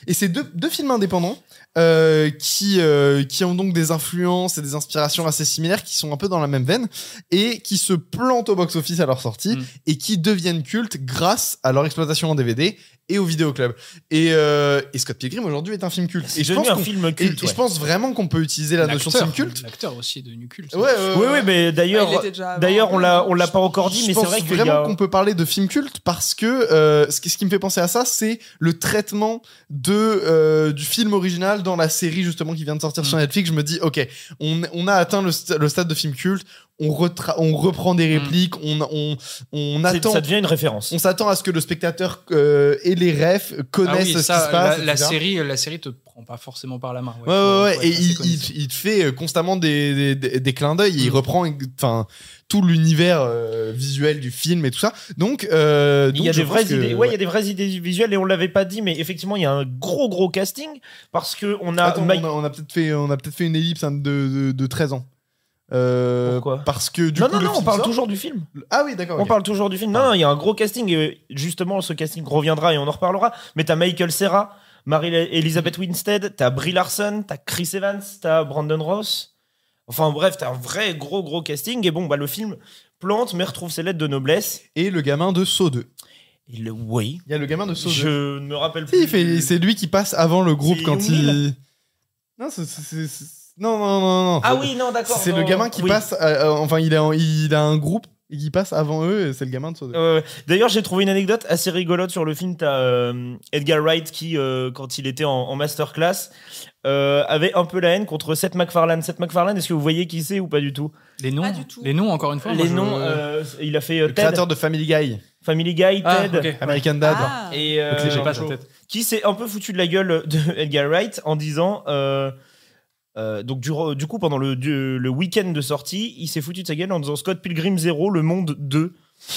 Et c'est deux, deux films indépendants euh, qui, euh, qui ont donc des influences et des inspirations assez similaires, qui sont un peu dans la même veine, et qui se plantent au box-office à leur sortie, Mm. et qui deviennent cultes grâce à leur exploitation en D V D et au vidéoclub. Et, euh, et Scott Pilgrim, aujourd'hui, est un film culte. C'est Et je devenu pense un qu'on- film et- culte. et je ouais. pense vraiment qu'on peut utiliser la notion de film culte. L'acteur aussi est devenu culte. Ouais, ouais, Oui, ouais. oui, mais Ah, d'ailleurs, il était déjà avant. d'ailleurs, on l'a, on l'a pas encore dit, Je mais c'est pense vrai qu'il y vraiment a. qu'on peut parler de film culte parce que euh, ce, qui, ce qui me fait penser à ça, c'est le traitement de, euh, du film original dans la série justement qui vient de sortir Mm. sur Netflix. Je me dis, ok, on, on a atteint le, st- le stade de film culte, on, retra- on reprend des répliques, on, on, on C'est- attend. Ça devient une référence. On s'attend à ce que le spectateur euh, et les refs connaissent Ah oui, ce ça, qui se passe. la, la et cetera. série, la série te prend pas forcément par la main. Ouais, ouais, ouais. faut- faut Et être assez il, il, connaissant. il te fait euh, constamment des, des, des, des clins d'œil. Il Mm. reprend enfin, tout l'univers euh, visuel du film et tout ça. Donc, euh, Il y a donc je des vraies pense que- idées. Ouais, il y a des vraies idées visuelles et on l'avait pas dit, mais effectivement, il y a un gros gros casting parce que on a. Attends, Mike- on a, on a peut-être fait, on a peut-être fait une ellipse hein, de, de, de treize ans. Euh, Pourquoi Parce que du non, coup, non, le non, on film parle sort. toujours du film. Ah oui, d'accord. On ok. parle toujours du film. Non, non, il y a un gros casting. Et justement, ce casting reviendra et on en reparlera. Mais t'as Michael Cera, Marie-Elisabeth Winstead, t'as Brie Larson, t'as Chris Evans, t'as Brandon Ross. Enfin bref, t'as un vrai gros gros casting. Et bon, bah le film plante, mais retrouve ses lettres de noblesse. Et le gamin de Saw deux. Et le, oui. Il y a le gamin de Saw deux. Je ne me rappelle Si, plus. il fait- c'est lui qui passe avant le groupe C'est quand Young il. Neil Non, c'est. c'est- c'est- c'est- Non, non, non, non. Ah C'est- oui, non, d'accord. C'est le non, gamin qui oui. passe. euh, euh, enfin, il a, il a un groupe et qui passe avant eux. et C'est le gamin de Saw deux. Ouais, ouais. D'ailleurs, j'ai trouvé une anecdote assez rigolote sur le film. T'as euh, Edgar Wright qui, euh, quand il était en, en masterclass, euh, avait un peu la haine contre Seth MacFarlane. Seth MacFarlane, est-ce que vous voyez qui c'est ou pas du tout? Les noms, Pas du tout. les noms encore une fois. Les moi, je- noms, euh, il a fait euh, Le Ted, créateur de Family Guy, Family Guy, Ah, Ted, ok. American Dad. Ah. et euh, Ok, j'ai pas sa tête. qui s'est un peu foutu de la gueule de Edgar Wright en disant. euh, euh, donc du, du coup pendant le, du- le week-end de sortie, il s'est foutu de sa gueule en disant Scott Pilgrim zéro, le monde deux.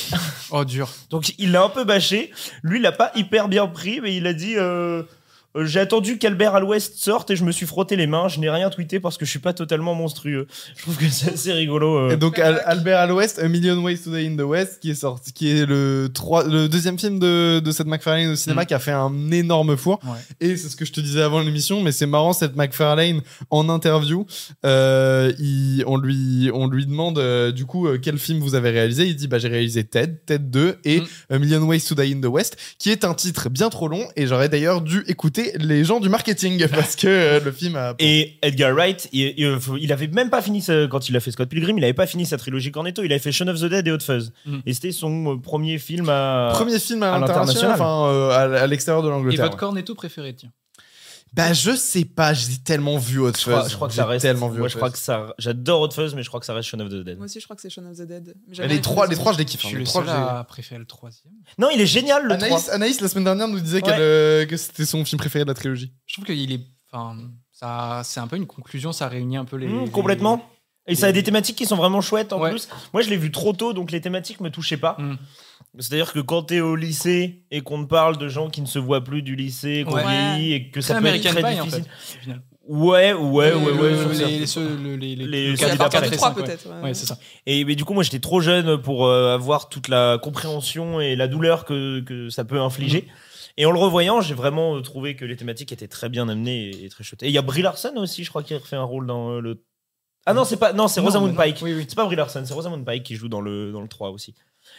Oh dur. Donc il l'a un peu bâché. Lui, il l'a pas hyper bien pris, mais il a dit euh, euh, j'ai attendu qu'Albert à l'Ouest sorte et je me suis frotté les mains. Je n'ai rien tweeté parce que je suis pas totalement monstrueux. Je trouve que c'est assez rigolo. euh. Et donc Al- Albert à l'Ouest, A Million Ways to Die in the West, qui est sorti, qui est le trois, le deuxième film de, de Seth MacFarlane au cinéma, Mm. qui a fait un énorme four. Ouais. Et c'est ce que je te disais avant l'émission, mais c'est marrant, Seth MacFarlane en interview, euh, il, on lui, on lui demande euh, du coup euh, quel film vous avez réalisé. Il dit bah j'ai réalisé Ted, Ted deux et Mm. A Million Ways to Die in the West, qui est un titre bien trop long. Et j'aurais d'ailleurs dû écouter les gens du marketing parce que euh, le film a. Et Edgar Wright, il, il, il avait même pas fini ce- quand il a fait Scott Pilgrim, il avait pas fini sa trilogie Cornetto. Il avait fait Shaun of the Dead et Hot Fuzz. Mm. Et c'était son euh, premier film à. Premier film à, à l'international, l'international. enfin euh, à, à l'extérieur de Et l'Angleterre. votre ouais. cornetto préféré, tiens. Bah je sais pas, j'ai tellement vu Hot Je crois, Fuzz. je crois que J'ai ça reste. tellement vu Moi, Hot je crois Fuzz. que ça. J'adore Hot Fuzz, mais je crois que ça reste Shaun of the Dead. Moi aussi, je crois que c'est Shaun of the Dead. Mais Mais j'avais les les trois, deux les trois, je les kiffe. Je hein. suis Les le trois, seul je les- à préférer le troisième. Non, il est génial le trois. Anaïs, Anaïs, la semaine dernière, nous disait Ouais. qu'elle, euh, que c'était son film préféré de la trilogie. Je trouve qu'il est. Enfin, ça, c'est un peu une conclusion, ça réunit un peu les. Mmh, les- complètement. Et ça a des thématiques qui sont vraiment chouettes en Ouais. plus. Moi, je l'ai vu trop tôt, donc les thématiques me touchaient pas. Mm. C'est-à-dire que quand t'es au lycée et qu'on te parle de gens qui ne se voient plus du lycée, qu'on Ouais. vieillit et que Très ça peut être American très Pie, en difficile. fait, au final. Ouais, ouais, ouais, ouais. Le- sur les, certains- les, ceux- le- les, les, Les le candidats quatre, à partir quatre du et trois, cinq, ouais. peut-être. ouais. Ouais, c'est ça. Et mais du coup, moi, j'étais trop jeune pour euh, avoir toute la compréhension et la douleur que, que ça peut infliger. Et en le revoyant, j'ai vraiment euh, trouvé que les thématiques étaient très bien amenées et, et très chouettes. Et il y a Brie Larson aussi, je crois, qui a refait un rôle dans euh, le. Ah non, c'est pas. Non, c'est Non, Rosamund non. Pike. Oui, oui. C'est pas Brie Larson, c'est Rosamund Pike qui joue dans le, dans le trois aussi.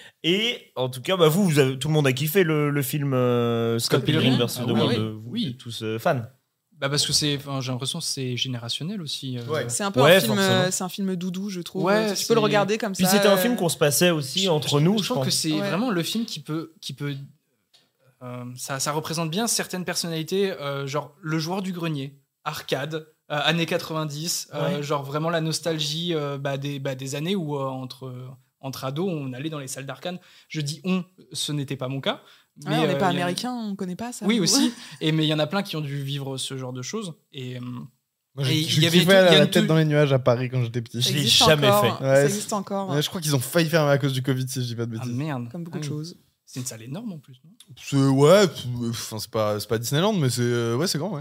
Et en tout cas, bah, vous, vous avez, tout le monde a kiffé le, le film euh, Scott Scott Pilgrim Pilgrim. versus Ah The oui, World. oui. euh, Vous Oui. êtes tous euh, fans. Bah parce que c'est, enfin, j'ai l'impression que c'est générationnel aussi. euh, Ouais. C'est un peu Ouais, un film, forcément. euh, c'est un film doudou, je trouve. Ouais, tu peux le c'est- regarder comme Puis ça. c'était un euh, film qu'on se passait aussi Je- entre je- nous. Je Je trouve que pense. c'est Ouais. vraiment le film qui peut, qui peut, euh, ça, ça représente bien certaines personnalités, euh, genre le joueur du grenier, arcade, euh, années quatre-vingt-dix, euh, Ouais. genre vraiment la nostalgie euh, bah, des, bah, des années où euh, entre entre ados on allait dans les salles d'arcade. Je dis on, ce n'était pas mon cas. Ouais, on n'est euh, pas il y a- américain, on connaît pas ça. Oui aussi. Et mais il y en a plein qui ont dû vivre ce genre de choses. Et euh, Moi, Et j'ai- il je y avait kiffais tout- il y a la une tête tout- dans les nuages à Paris quand j'étais petit. Je Ça l'ai existe jamais encore, fait. Ça Ouais, existe encore, Ouais, je crois qu'ils ont failli fermer à cause du Covid, si je dis pas de ah bêtises. merde. comme beaucoup Ah de oui. choses. C'est une salle énorme en plus. Non C'est ouais, c'est- enfin c'est pas c'est pas Disneyland, mais c'est euh, ouais c'est grand ouais.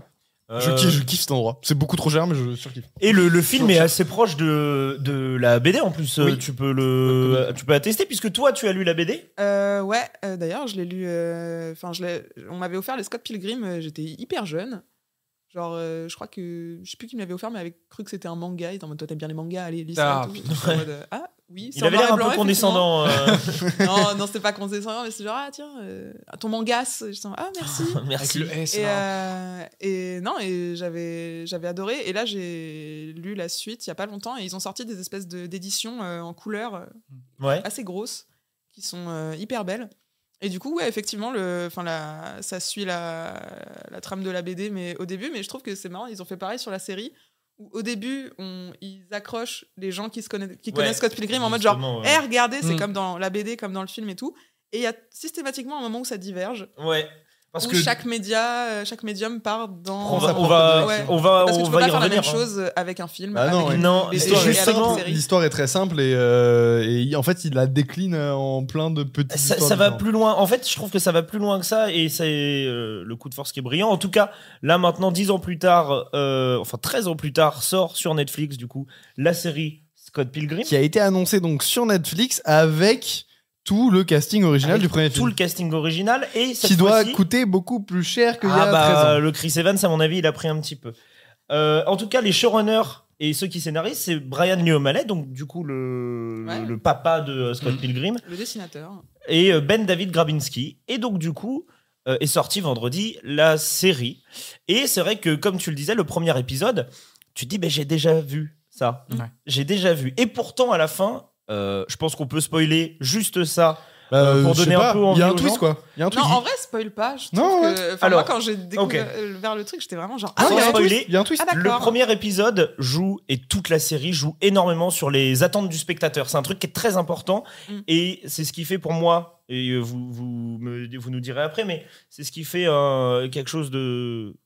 Je, Euh, kiffe, je kiffe cet endroit. C'est beaucoup trop cher, mais je surkiffe. Et le, le film est assez proche de, de la B D en plus. Oui. Euh, Tu peux le, tu peux attester puisque toi tu as lu la B D. Euh, ouais, euh, d'ailleurs, je l'ai lu. Enfin, je l'ai. On m'avait offert les Scott Pilgrim. euh, J'étais hyper jeune. Genre, euh, je crois que je sais plus qui me l'avait offert, mais avait cru que c'était un manga. Il était en mode, toi t'aimes bien les mangas, allez, lis ça. Ah, et tout. J'étais en mode, euh, ah oui. c'est Il en avait noir l'air et un blanc, peu condescendant. euh. effectivement. non, non, c'était pas condescendant, mais c'est genre ah tiens, euh, ton mangas. J'étais en mode, ah merci. Avec Merci. le S. Et, là. euh, et non, et j'avais j'avais adoré. Et là, j'ai lu la suite il y a pas longtemps, et ils ont sorti des espèces de- d'éditions euh, en couleur euh, Ouais. assez grosses, qui sont euh, hyper belles. Et du coup, ouais, effectivement, le, enfin, la, ça suit la, la trame de la B D, mais au début, mais je trouve que c'est marrant, ils ont fait pareil sur la série, où au début, on, ils accrochent les gens qui, se connaissent, qui Ouais, connaissent Scott Pilgrim en mode genre, justement, hé, ouais. regardez, c'est Mm. comme dans la B D, comme dans le film et tout. Et il y a systématiquement un moment où ça diverge, Ouais. Parce où que chaque média, euh, chaque médium part dans. on va, sa on va, Ouais. on va, Parce que on tu peux va pas y faire la revenir. même hein. chose avec un film. Bah non, avec ouais. une Non, B D, L'histoire et est, avec une justement, série. l'histoire est très simple et, euh, et en fait, il la décline en plein de petites Ça, histoires ça va différentes. plus loin. En fait, je trouve que ça va plus loin que ça et c'est euh, le coup de force qui est brillant. En tout cas, là maintenant, dix ans plus tard, euh, enfin treize ans plus tard, sort sur Netflix du coup la série Scott Pilgrim. Qui a été annoncé donc sur Netflix avec tout le casting original Avec du premier tout film. le casting original et cette Qui doit fois-ci- coûter beaucoup plus cher qu'il y ah a bah, treize ans. le Chris Evans, à mon avis, il a pris un petit peu. Euh, en tout cas, les showrunners et ceux qui scénarisent, c'est Brian Lee O'Malley, donc du coup le, Ouais. le papa de euh, Scott Mhm. Pilgrim, Le dessinateur. et euh, Ben David Grabinski. Et donc du coup euh, est sortie vendredi la série. Et c'est vrai que comme tu le disais, le premier épisode, tu te dis, ben j'ai déjà vu ça. Ouais. J'ai déjà vu. Et pourtant, à la fin, euh, je pense qu'on peut spoiler juste ça. Bah, euh, pour je sais donner un pas, peu envie Il y a un aux twist gens. quoi. Il y a un Non, twist. en vrai, spoil pas. Je trouve Non, ouais. que, enfin, Alors, moi, quand j'ai découvert ok. euh, vers le truc, j'étais vraiment genre. Ah, Sans il y a un spoiler, twist. Il y a un twist. Ah, Le d'accord. premier épisode joue, et toute la série joue énormément sur les attentes du spectateur. C'est un truc qui est très important, Mm. et c'est ce qui fait pour moi, et euh, vous, vous, me- vous nous direz après, mais c'est ce qui fait euh, quelque chose de...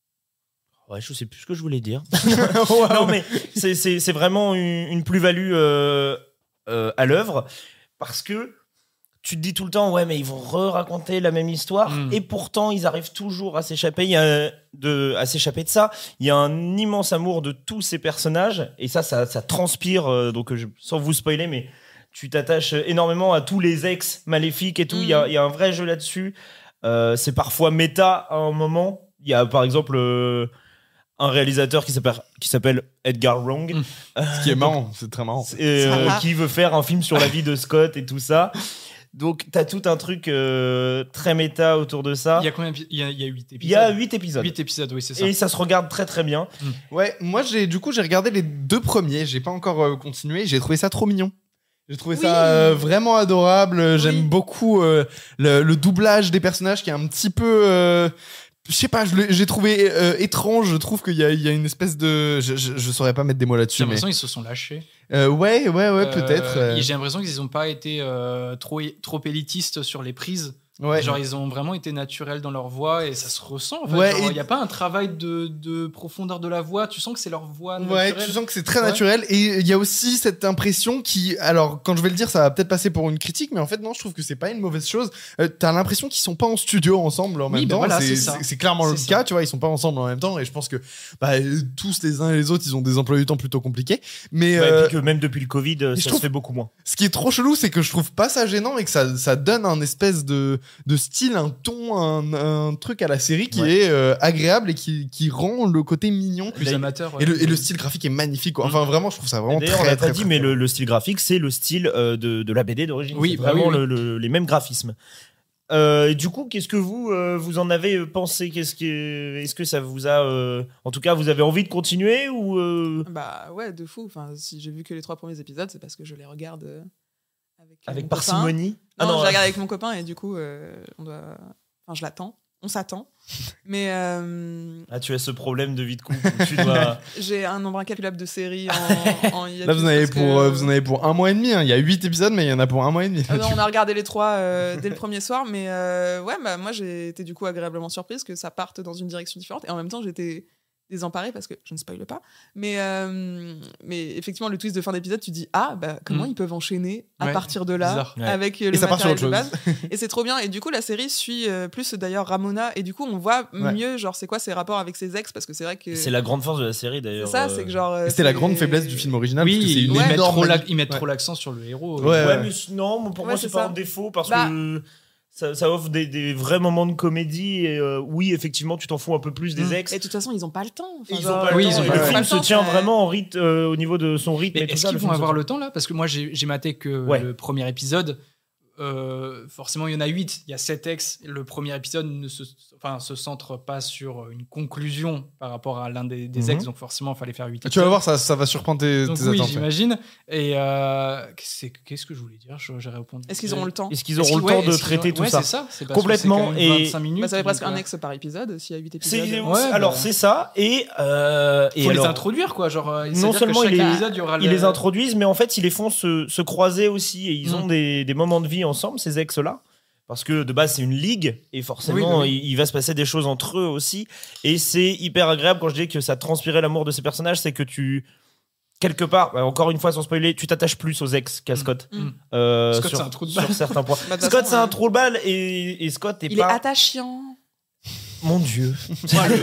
Ouais, je sais plus ce que je voulais dire. Wow. Non, mais c'est- c'est c'est vraiment une, une plus-value euh, euh, à l'œuvre, parce que tu te dis tout le temps, ouais, mais ils vont re-raconter la même histoire, Mm. et pourtant, ils arrivent toujours à s'échapper il y a de, à s'échapper de ça. Il y a un immense amour de tous ces personnages, et ça, ça, ça transpire, euh, donc euh, je- sans vous spoiler, mais tu t'attaches énormément à tous les ex maléfiques et tout. Il y, a, il y a un vrai jeu là-dessus. Euh, c'est parfois méta à un moment. Il y a, par exemple, euh, un réalisateur qui s'appelle, qui s'appelle Edgar Wrong, Mm. Ce qui est marrant, c'est très marrant. et, euh, Ça. qui veut faire un film sur la vie de Scott et tout ça. Donc, t'as tout un truc euh, très méta autour de ça. Il y a combien d'épi- Il y a, il y a huit épisodes. Il y a huit épisodes. huit épisodes, oui, c'est ça. Et ça se regarde très très bien. Ouais, moi j'ai du coup j'ai regardé les deux premiers, j'ai pas encore euh, continué, j'ai trouvé ça trop mignon. J'ai trouvé Oui. ça euh, vraiment adorable, j'aime Oui. beaucoup euh, le, le doublage des personnages qui est un petit peu euh, je sais pas, je l'ai- j'ai trouvé euh, étrange, je trouve qu'il y a, il y a une espèce de je, je, je saurais pas mettre des mots J'ai là-dessus mais l'impression qu'ils se sont lâchés. euh, ouais ouais ouais Euh, peut-être euh, et J'ai l'impression qu'ils n'ont pas été euh, trop, trop élitistes sur les prises. ouais. Genre, ils ont vraiment été naturels dans leur voix et ça se ressent. En fait. Ouais, Genre, il et- n'y a pas un travail de, de profondeur de la voix. Tu sens que c'est leur voix Ouais, naturelle. tu sens que c'est très Ouais. naturel et il y a aussi cette impression qui, alors quand je vais le dire, ça va peut-être passer pour une critique, mais en fait non, je trouve que c'est pas une mauvaise chose. Euh, T'as l'impression qu'ils sont pas en studio ensemble en Oui, même bah temps. voilà, c'est c'est ça. c'est- c'est clairement le C'est cas, ça. tu vois, ils sont pas ensemble en même temps et je pense que bah, euh, tous les uns et les autres, ils ont des emplois du temps plutôt compliqués. Mais Ouais, euh, et puis que même depuis le Covid, euh, je ça trouve- se fait beaucoup moins. ce qui est trop chelou, c'est que je trouve pas ça gênant et que ça, ça donne un espèce de, de style, un ton, un, un truc à la série qui Ouais. est euh, agréable et qui, qui rend le côté mignon. Plus amateur. Et ouais. le, et le style graphique est magnifique. Quoi. Enfin, vraiment, je trouve ça vraiment D'ailleurs, très, on n'a très, pas dit, très, mais très le, le style graphique, c'est le style euh, de, de la B D d'origine. Oui, c'est bah vraiment oui, oui. le- le- les mêmes graphismes. Euh, et du coup, qu'est-ce que vous, euh, vous en avez pensé Qu'est-ce que, Est-ce que ça vous a. euh, En tout cas, vous avez envie de continuer ou euh, Bah ouais, de fou. Enfin, si j'ai vu que les trois premiers épisodes, c'est parce que je les regarde euh, avec, euh, avec mon copain. parcimonie Non, je les euh, regarde avec mon copain et du coup, euh, on doit. Enfin, je l'attends. On s'attend. Mais euh, ah, tu as ce problème de vie de couple. où tu dois... j'ai un nombre incalculable de séries en, en hiatus Là, vous en avez parce pour, que- euh, vous en avez pour un mois et demi. hein. Il y a huit épisodes, mais il y en a pour un mois et demi. Ah non, on a regardé les trois euh, dès le premier soir, mais euh, ouais, bah, moi j'ai été du coup agréablement surprise que ça parte dans une direction différente et en même temps j'étais désemparé parce que je ne spoile pas. Mais, euh, mais effectivement, le twist de fin d'épisode, tu dis ah, bah, comment Mm. ils peuvent enchaîner à Ouais, partir de là bizarre. Ouais. avec euh, le Et ça part sur matériel de autre base. Et c'est trop bien. Et du coup, la série suit euh, plus d'ailleurs Ramona. Et du coup, on voit Ouais. mieux, genre, c'est quoi ses rapports avec ses ex parce que c'est vrai que. C'est la grande force de la série C'est d'ailleurs. ça, euh. c'est que genre. euh, Et c'était la c'est- grande faiblesse du film original. Oui, parce que c'est une ils, mettent énorme trop la- mani- ils mettent Ouais. trop l'accent sur le héros. Ouais, Ouais, ouais. mais c- non, mais pour Ouais, moi, c'est c'est pas ça. un défaut parce Bah- que ça, ça offre des, des vrais moments de comédie. Et euh, oui, effectivement, tu t'en fous un peu plus des Mm. ex. Et de toute façon, ils ont pas le temps. Enfin, Et ils genre, ont pas le Oui, temps. ils ont Et pas le le film temps, se tient ça- vraiment en rythme, euh, au niveau de son rythme. Mais et tout est-ce ça, qu'ils le vont film se avoir tient. le temps là? Parce que moi j'ai j'ai maté que Ouais. le premier épisode, euh, forcément il y en a huit, il y a sept ex. Le premier épisode ne se, enfin, se centre pas sur une conclusion par rapport à l'un des, des ex, Mhm. donc forcément il fallait faire huit Tu vas épisodes. voir, ça, ça va surprendre tes, Donc tes oui, attentes. ouais. j'imagine. Et euh, qu'est-ce qu'est-ce que je voulais dire? Je- J'ai répondu. Est-ce qu'ils auront le temps? Est-ce qu'ils Est-ce auront le qu'ils- temps ouais, de est-ce qu'ils traiter ont- tout ouais, ça c'est ça. C'est parce que Complètement, c'est quand même et- vingt-cinq minutes. Bah, ça fait presque donc, un euh, ex par épisode s'il y a huit C'est- épisodes. Ouais, alors bah. c'est ça et, euh, et Faut les alors, introduire quoi, genre. euh, non c'est-à-dire que seulement chaque il les- épisode, il y aura ils le- les introduisent, mais en fait ils les font se, se croiser aussi et ils Mm. ont des, des moments de vie ensemble, ces ex-là. Parce que de base c'est une ligue et forcément Oui, oui, oui. Il, il va se passer des choses entre eux aussi. Et c'est hyper agréable quand je dis que ça transpirait l'amour de ces personnages, c'est que tu quelque part, bah, encore une fois sans spoiler, tu t'attaches plus aux ex qu'à Scott. Mm. Euh, Scott, sur, c'est un trou de sur balle. certains points. Bah, de toute Scott façon, c'est un euh, trou de balle et, et Scott est Il pas. est attachant. Mon Dieu. J'ai envie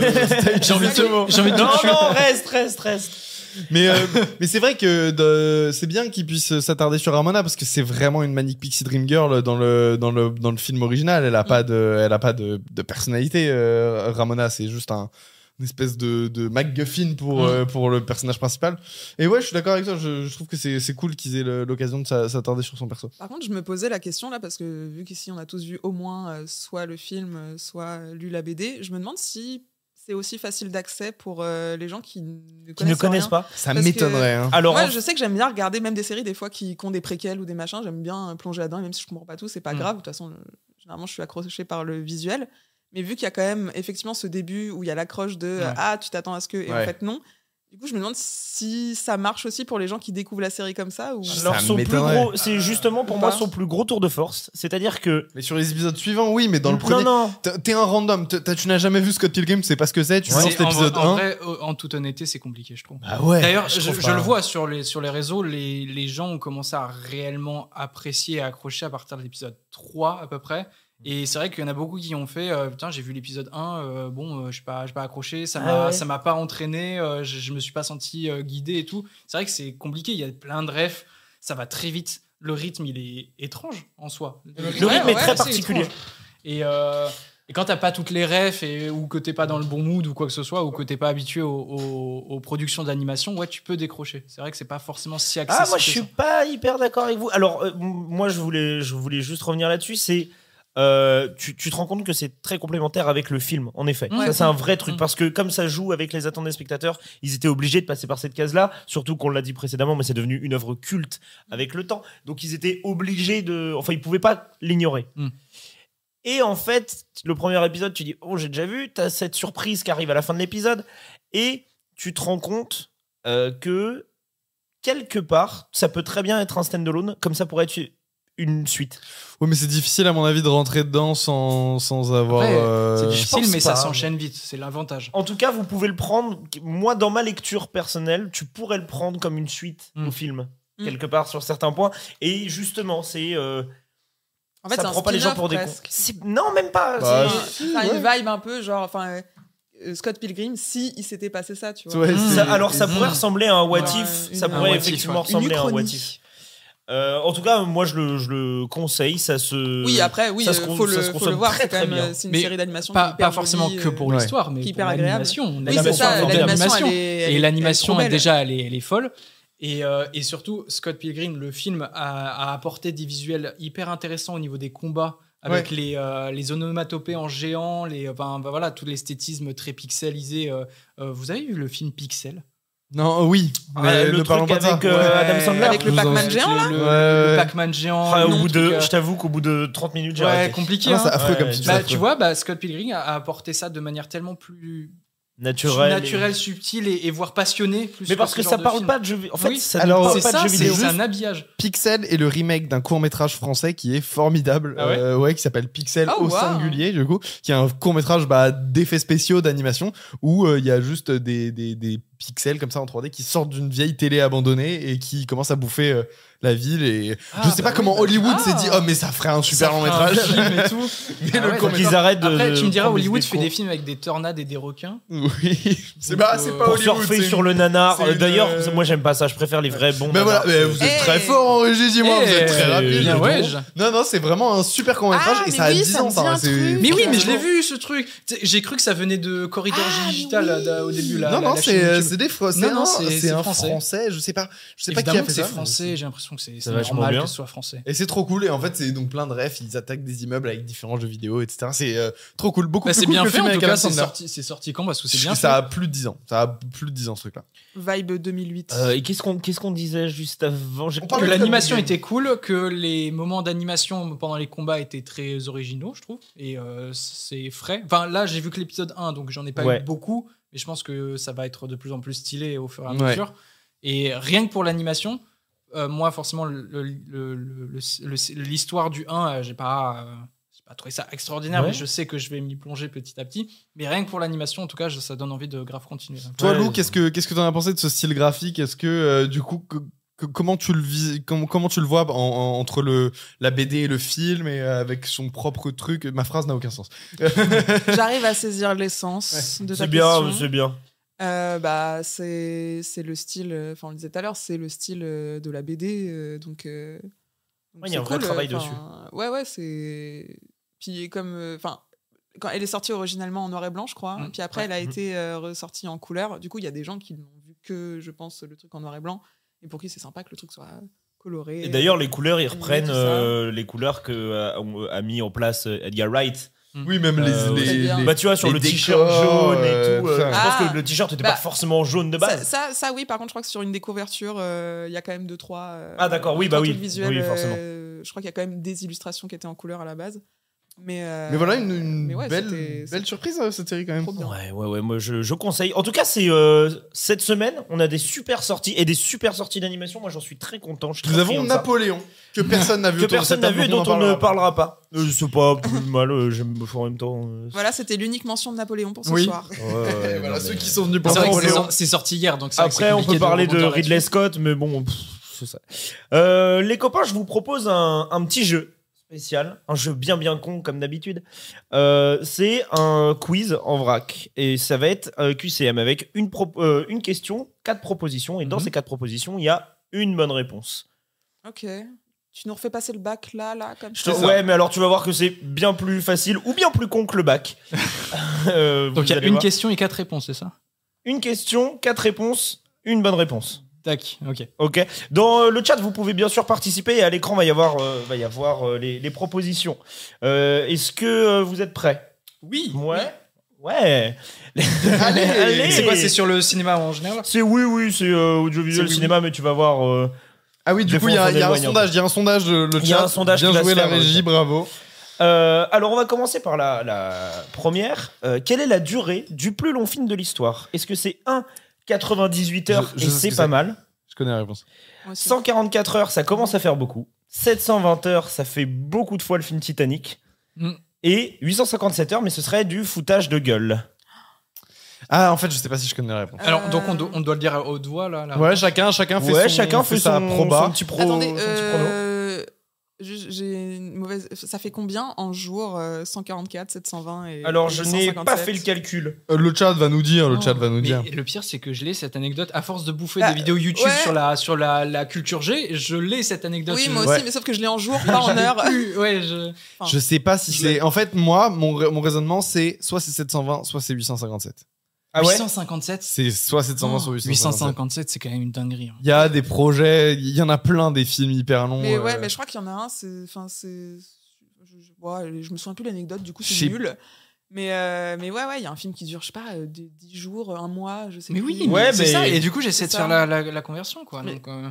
de j'ai envie de non te tuer. non reste reste reste. Mais, euh, mais c'est vrai que de- c'est bien qu'ils puissent s'attarder sur Ramona parce que c'est vraiment une Manic Pixie Dream Girl dans le, dans le, dans le film original. Elle a pas de, elle a pas de, de personnalité. euh, Ramona, c'est juste un, une espèce de, de MacGuffin pour, Mm. euh, pour le personnage principal. Et ouais, je suis d'accord avec toi. Je, je trouve que c'est c'est cool qu'ils aient le- l'occasion de s'a- s'attarder sur son perso. Par contre, je me posais la question là, parce que vu qu'ici on a tous vu au moins euh, soit le film, euh, soit lu la B D, je me demande si c'est aussi facile d'accès pour euh, les gens qui ne connaissent, Qui ne connaissent rien. pas. Ça Parce m'étonnerait. hein. Alors Moi, en- je sais que j'aime bien regarder même des séries des fois qui, qui ont des préquels ou des machins. J'aime bien euh, plonger là-dedans, et même si je comprends pas tout, c'est pas Mm. grave. De toute façon, le- généralement, je suis accrochée par le visuel. Mais vu qu'il y a quand même effectivement ce début où il y a l'accroche de Ouais. ah, tu t'attends à ce que, et Ouais. en fait, non. Du coup, je me demande si ça marche aussi pour les gens qui découvrent la série comme ça. Ou... Alors, Ça son plus m'étonnerait. gros, c'est justement pour Ou moi pas. son plus gros tour de force. C'est-à-dire que. Mais sur les épisodes suivants, oui, mais dans le non, premier, non. t'es t'es un random. T'as- t'as- Tu n'as jamais vu Scott Pilgrim, tu sais pas ce que c'est. Tu C'est- lances en, l'épisode en un. vrai, euh, en toute honnêteté, c'est compliqué, je trouve. Ah ouais. D'ailleurs, je je, trouve je pas. le vois sur les, sur les réseaux, les, les gens ont commencé à réellement apprécier et accrocher à partir de l'épisode trois à peu près. Et c'est vrai qu'il y en a beaucoup qui ont fait euh, putain, j'ai vu l'épisode un, euh, bon, euh, je n'ai pas, j'ai pas accroché, ça Ah m'a ouais. ça m'a pas entraîné, euh, je, je me suis pas senti euh, guidé et tout. C'est vrai que c'est compliqué, il y a plein de refs, ça va très vite. Le rythme, il est étrange en soi. Le rythme est très c'est particulier. étrange. Et, euh, et quand t'as pas toutes les refs et, ou que t'es pas dans le bon mood ou quoi que ce soit, ou que t'es pas habitué aux, aux- aux productions d'animation, ouais, tu peux décrocher. C'est vrai que c'est pas forcément si accessible. Ah, moi je que suis ça. pas hyper d'accord avec vous. Alors, euh, m- moi je voulais, je voulais juste revenir là-dessus. C'est. euh, tu, tu te rends compte que c'est très complémentaire avec le film, en effet. Ouais. Ça, c'est un vrai truc Mm. parce que, comme ça joue avec les attentes des spectateurs, ils étaient obligés de passer par cette case-là. Surtout qu'on l'a dit précédemment, mais c'est devenu une œuvre culte avec le temps. Donc, ils étaient obligés de. Enfin, ils pouvaient pas l'ignorer. Mm. Et en fait, le premier épisode, tu dis, oh, j'ai déjà vu, t'as cette surprise qui arrive à la fin de l'épisode, et tu te rends compte euh, que, quelque part, ça peut très bien être un stand-alone, comme ça pourrait être une suite. Oui, mais c'est difficile à mon avis de rentrer dedans sans, sans avoir. Après, euh, C'est je difficile, pense mais pas. ça s'enchaîne vite. C'est l'avantage. En tout cas, vous pouvez le prendre, moi, dans ma lecture personnelle, tu pourrais le prendre comme une suite Mm. au film, Mm. quelque part, sur certains points, et justement, c'est... euh, En fait, ça c'est un prend pas les gens spin-off pour des cons. presque. C'est- Non, même pas. Bah, c'est- Ça a une vibe un peu genre, enfin, euh, Scott Pilgrim, si il s'était passé ça, tu vois. Ouais, Mm. c'est- Ça- alors, ça Mm. pourrait ressembler à un what Ouais, if. une- Ça un pourrait what if, effectivement ouais. ressembler Une à un what uchronie. if. Euh, en tout cas, moi, je le, je le conseille. Ça se. Oui, après, oui, ça euh, se con- faut, le, ça se faut consomme le voir. très, C'est quand très même bien. euh, c'est une Mais série d'animation. Pas, qui est hyper pas forcément jolie, que euh, pour Ouais. l'histoire, mais qui est pour hyper agréable. l'animation. Oui, c'est L'animation ça, est formidable. l'animation, elle est- elle est- Et l'animation, elle est elle, trop déjà, elle est, elle est folle. Et, euh, et surtout, Scott Pilgrim, le film, a, a apporté des visuels hyper intéressants au niveau des combats, avec Ouais. les, euh, les onomatopées en géant, les, enfin, bah voilà, tout l'esthétisme très pixelisé. euh, euh, vous avez vu le film Pixel? Non, oui. Mais Ah, le ne truc parlons pas de ça. avec, euh, Ouais. Adam Sandler. Avec le Nous en- Pac-Man Avec géant, le, là le, Ouais, le ouais. Pac-Man géant. Ah, au non, bout truc, de, euh, je t'avoue qu'au bout de trente minutes, j'ai Ouais, arrêté. compliqué. Ah, hein. c'est affreux Ouais, comme ouais. film. Bah, c'est tu affreux. vois, bah, Scott Pilgrim a a apporté ça de manière tellement plus naturel, naturel et... subtil et, et voire passionné. Plus mais parce ce que genre ça de parle film. pas de jeux. En fait, Oui. ça Alors, ne parle c'est pas ça, de jeux c'est vidéo. c'est un habillage. Pixel est le remake d'un court-métrage français qui est formidable, Ah ouais euh, ouais, qui s'appelle Pixel Oh, au wow. singulier, du coup, qui est un court-métrage bah, d'effets spéciaux, d'animation, où euh, il y a juste des, des, des pixels comme ça en trois D qui sortent d'une vieille télé abandonnée et qui commencent à bouffer euh, la ville. Et Ah, je sais bah pas comment oui, bah- Hollywood Ah. s'est dit, oh, mais ça ferait un super Ça long fera un métrage. film et tout. Mais Ah le ouais, court-métrage- Qu'ils arrêtent de. Après, de tu me diras, prendre des Hollywood idées fait cons. des films avec des tornades et des requins. Oui, c'est Donc, pas, euh, c'est pas Pour Hollywood. surfer c'est sur une- le nanar. c'est une- D'ailleurs, moi j'aime pas ça. Je préfère les vrais bons. Mais voilà, nanars. mais vous êtes Eh. très fort en régie, dis-moi, vous êtes très Eh, rapide. bien, je ouais, trouve. je- Non, non, c'est vraiment un super court-métrage Ah, et mais ça a oui, dix ça ans. me dit ça, un c'est- truc. Mais oui, mais je l'ai Carrément. vu ce truc. Tu sais, J'ai cru que ça venait de Corridor Ah, mais Digital oui. là, au début. Là, non, la- non, la c'est chaîne euh, YouTube. c'est des Fr- c'est Non, non, un, c'est- c'est c'est un français. français. Je sais pas, je sais pas qui Évidemment a que fait c'est ça. français, j'ai l'impression que c'est c'est C'est vachement normal bien. que ce soit français. Et c'est trop cool. Et en fait, c'est donc plein de refs. Ils attaquent des immeubles avec différents jeux vidéo, et cetera. C'est euh, trop cool. Beaucoup Bah, plus c'est cool bien que le fait, film en tout avec cas, Adam c'est Sandler. sorti, c'est sorti quand Parce que c'est bien Ça fait. a plus de dix ans. Ça a plus de dix ans ce truc-là. Vibe deux mille huit. Euh, et qu'est-ce qu'on qu'est-ce qu'on disait juste avant J'ai On Que parle de l'animation Club était cool, que les moments d'animation pendant les combats étaient très originaux, je trouve, et euh, c'est frais. Enfin, là, j'ai vu que l'épisode un, donc j'en ai pas Ouais. eu beaucoup, mais je pense que ça va être de plus en plus stylé au fur et à Ouais. mesure. Et rien que pour l'animation, euh, moi, forcément, le- le- le- le- le- le- l'histoire du un, euh, j'ai pas, euh, j'ai pas trouvé ça extraordinaire, Ouais. mais je sais que je vais m'y plonger petit à petit. Mais rien que pour l'animation, en tout cas, je- ça donne envie de grave continuer. Toi, Ouais, Lou, je- qu'est-ce que qu'est-ce que t'en as pensé de ce style graphique? Est-ce que euh, du coup, que- que- comment tu le vis, comment, comment tu le vois en- en- entre le la B D et le film et euh, avec son propre truc? Ma phrase n'a aucun sens. J'arrive à saisir l'essence de ta C'est bien, question. c'est bien. Euh, bah, c'est c'est le style, euh, enfin on le disait tout à l'heure, c'est le style euh, de la B D, euh, donc. euh, donc Ouais, il y a c'est un vrai cool, travail euh, dessus. enfin, Ouais, ouais, c'est. Puis comme, enfin, quand elle est sortie originellement en noir et blanc, je crois, Mmh, puis après ouais. elle a Mmh. été euh, ressortie en couleur. Du coup, il y a des gens qui n'ont vu que, je pense, le truc en noir et blanc, et pour qui c'est sympa que le truc soit coloré. Et d'ailleurs, les couleurs, ils tout reprennent ça. euh, les couleurs que euh, a mis en place euh, Edgar Wright. Oui, même Euh, les, ouais. les, bien. les- Bah tu vois, sur les le décors, t-shirt jaune et euh, tout. euh, ça. je pense Ah. que le t-shirt n'était Bah, pas forcément jaune de ça, base. ça, ça, oui, par contre, je crois que sur une des couvertures, euh, il y a quand même deux, trois. euh, Ah, d'accord, oui, trois bah oui. trucs visuels, Oui, forcément. euh, je crois qu'il y a quand même des illustrations qui étaient en couleur à la base. Mais, euh, Mais voilà, une, une mais ouais, belle, c'était- belle surprise, euh, cette série, quand même. trop bien. Ouais, ouais, ouais, moi je, je conseille. En tout cas, c'est euh, cette semaine, on a des super sorties et des super sorties d'animation. Moi, j'en suis très content. Je suis Nous très avons friand de ça. Napoléon, que personne n'a vu. que autour de personne cette n'a table, vu et donc dont en on ne parlera pas. parlera pas. Euh, c'est pas plus mal. euh, J'aime vraiment en même temps. euh, Voilà, c'était l'unique mention de Napoléon pour ce Oui. soir. ouais, ouais, Et non, voilà, mais- ceux qui sont venus pour C'est vrai que c'est Napoléon. sor- c'est sorti hier, donc c'est vrai que c'est Après, on peut compliqué parler de rebondir Ridley là-dessus. Scott, mais bon, pff, c'est ça. Euh, les copains, je vous propose un, un petit jeu spécial, un jeu bien bien con comme d'habitude. Euh, c'est un quiz en vrac et ça va être euh, Q C M avec une, pro- euh, une question, quatre propositions et dans Mhm. ces quatre propositions, il y a une bonne réponse. Ok. Tu nous refais passer le bac là, là, comme Je ça. te- ouais, mais alors tu vas voir que c'est bien plus facile ou bien plus con que le bac. Euh, Donc vous il y a allez une voir. question et quatre réponses, c'est ça? Une question, quatre réponses, une bonne réponse. Tac, ok. Ok. Dans euh, le chat, vous pouvez bien sûr participer et à l'écran va y avoir, euh, va y avoir euh, les, les propositions. Euh, Est-ce que euh, vous êtes prêts? Oui. Ouais. Ouais. Allez. C'est quoi? C'est sur le cinéma en général? C'est oui, oui, c'est euh, audiovisuel, C'est oui, cinéma, mais tu vas voir. euh, Ah oui, du Des coup, fois, il y a, on il y a un s'en éloigne un sondage. Il y a un sondage, le le Il y a chat. un sondage Bien qui va joué se la faire dans le régie, chat. bravo. euh, alors, on va commencer par la, la première. Euh, quelle est la durée du plus long film de l'histoire? Est-ce que c'est un quatre-vingt-dix-huit heures Je- je et sais ce c'est que pas c'est. mal? Je connais la réponse. Moi aussi. cent quarante-quatre heures, ça commence à faire beaucoup. sept cent vingt heures, ça fait beaucoup de fois le film Titanic. Mm. Et huit cent cinquante-sept heures, mais ce serait du foutage de gueule. Ah, en fait, je sais pas si je connais la réponse. Euh, Alors, donc on, do- on doit le dire au doigt là. là. Ouais, chacun, chacun fait Ouais, son, chacun fait sa son, proba. son petit pro. Attendez, son petit prono. euh, ju- j'ai une mauvaise. Ça fait combien en jours euh, cent quarante-quatre, sept cent vingt et Alors, je n'ai huit cent pas cinquante-sept? fait le calcul. Euh, le chat va nous dire, le Oh. chat va nous Mais dire. le pire, c'est que je l'ai cette anecdote à force de bouffer Bah, des vidéos YouTube ouais. sur la sur la, la culture G. Je l'ai cette anecdote. Oui, Je- moi aussi, Ouais. mais sauf que je l'ai en jours, pas en J'avais heures. plus- Ouais, je. Enfin, Je sais pas si je c'est. l'ai. En fait, moi, mon, ra- mon raisonnement, c'est soit c'est sept cent vingt, soit c'est huit cent cinquante-sept. Ah ouais huit cent cinquante-sept. C'est soit sept cent vingt, soit Oh, huit cent huit cent cinquante-sept. cinquante-sept, c'est quand même une dinguerie. hein. Il y a des projets, il y en a plein des films hyper longs. Mais euh, ouais, mais je crois qu'il y en a un, c'est. Enfin, c'est. Je, je, ouais, je me souviens plus de l'anecdote, du coup, c'est Je sais- nul. Mais, euh, mais ouais, ouais, il y a un film qui dure, je sais pas, euh, dix jours, un mois, je sais Mais plus. oui, Ouais, mais c'est mais- ça. Et du coup, j'essaie de c'est faire ça. la, la, la conversion, quoi. Mais- Donc, euh,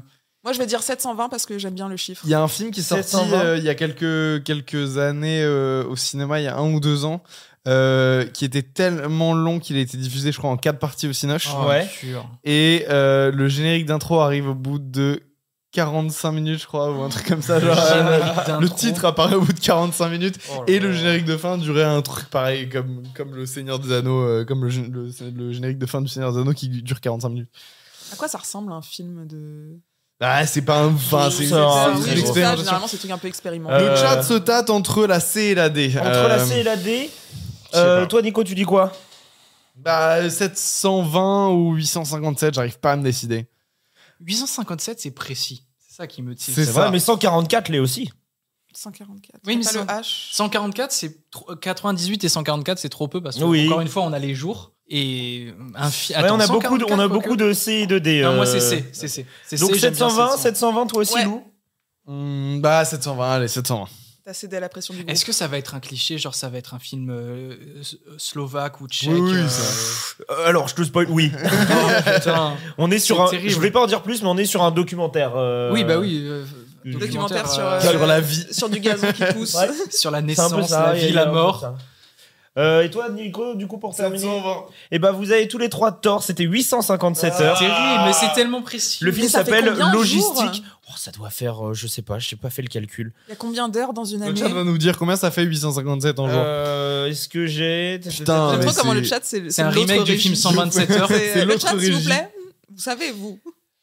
Moi, je vais dire sept cent vingt parce que j'aime bien le chiffre. Il y a un film qui est sorti sept cent vingt. euh, il y a quelques, quelques années euh, au cinéma, il y a un ou deux ans, euh, qui était tellement long qu'il a été diffusé, je crois, en quatre parties au Cinoche. Oh, Ouais. pur. Et euh, le générique d'intro arrive au bout de quarante-cinq minutes, je crois, ou un truc comme ça. Genre, euh, Générique le d'intro. titre apparaît au bout de quarante-cinq minutes. Oh là Et là. le générique de fin durait un truc pareil, comme, comme le Seigneur des Anneaux, euh, comme le, gé- le, le générique de fin du Seigneur des Anneaux qui dure quarante-cinq minutes. À quoi ça ressemble un film de. Ah, c'est pas un. Enfin, c'est Ça, c'est- Ah, oui, c'est très une je gros. trouve ça, expérimentation. généralement, c'est des trucs un peu expérimentés. Le Euh, chat se tâte entre la C et la D. Entre Euh, la C et la D. je sais Euh, pas. toi, Nico, tu dis quoi? Bah, sept cent vingt ou huit cent cinquante-sept, j'arrive pas à me décider. huit cent cinquante-sept, c'est précis. C'est ça qui me tire. C'est C'est ça. vrai, mais cent quarante-quatre l'est aussi. cent quarante-quatre. Oui, mais pas ça- le H. cent quarante-quatre, c'est trop- quatre-vingt-dix-huit et cent quarante-quatre, c'est trop peu parce que Oui. encore une fois, on a les jours et un fi- Ouais, Attends, on a beaucoup de, on a cent quarante-quatre, beaucoup quoique. de C et de D. Non, moi euh, c'est C, c'est C. C'est Donc C, j'aime bien sept cent vingt, sept cents. sept cent vingt, toi aussi, Ouais. Lou. Hmm, bah, sept cent vingt, allez, sept cent vingt. T'as cédé à la pression du groupe. Est-ce que ça va être un cliché, genre ça va être un film euh, s- slovaque ou tchèque Oui, oui, euh, ça- Euh, alors, je te spoil, oui. oh, putain. On est sur C'est un. terrible. Je vais pas en dire plus, mais on est sur un documentaire. euh, Oui, bah oui. euh, Documentaire sur, euh, euh, Sur la vie. Sur du gazon qui pousse. Ouais. sur la C'est un peu naissance, ça. la il y a- vie, il y a la un peu mort. ça. Euh, et toi, Nico, du coup, pour sept terminer, cent vingt. eh ben, vous avez tous les trois tort. C'était huit cent cinquante-sept heures. Terrible, mais c'est tellement précis. Le film Mais ça fait s'appelle combien de Logistique. jours Oh, ça doit faire, euh, je sais pas, je sais pas fait le calcul. Il y a combien d'heures dans une Le année? chat va nous dire combien ça fait huit cent cinquante-sept en jour. Euh, Est-ce que j'ai. Putain, J'aime mais trop comment c'est- le chat, c'est C'est un l'autre remake du régie. film cent vingt-sept heures. C'est C'est le l'autre chat, s'il vous régie. plaît. Vous savez, vous.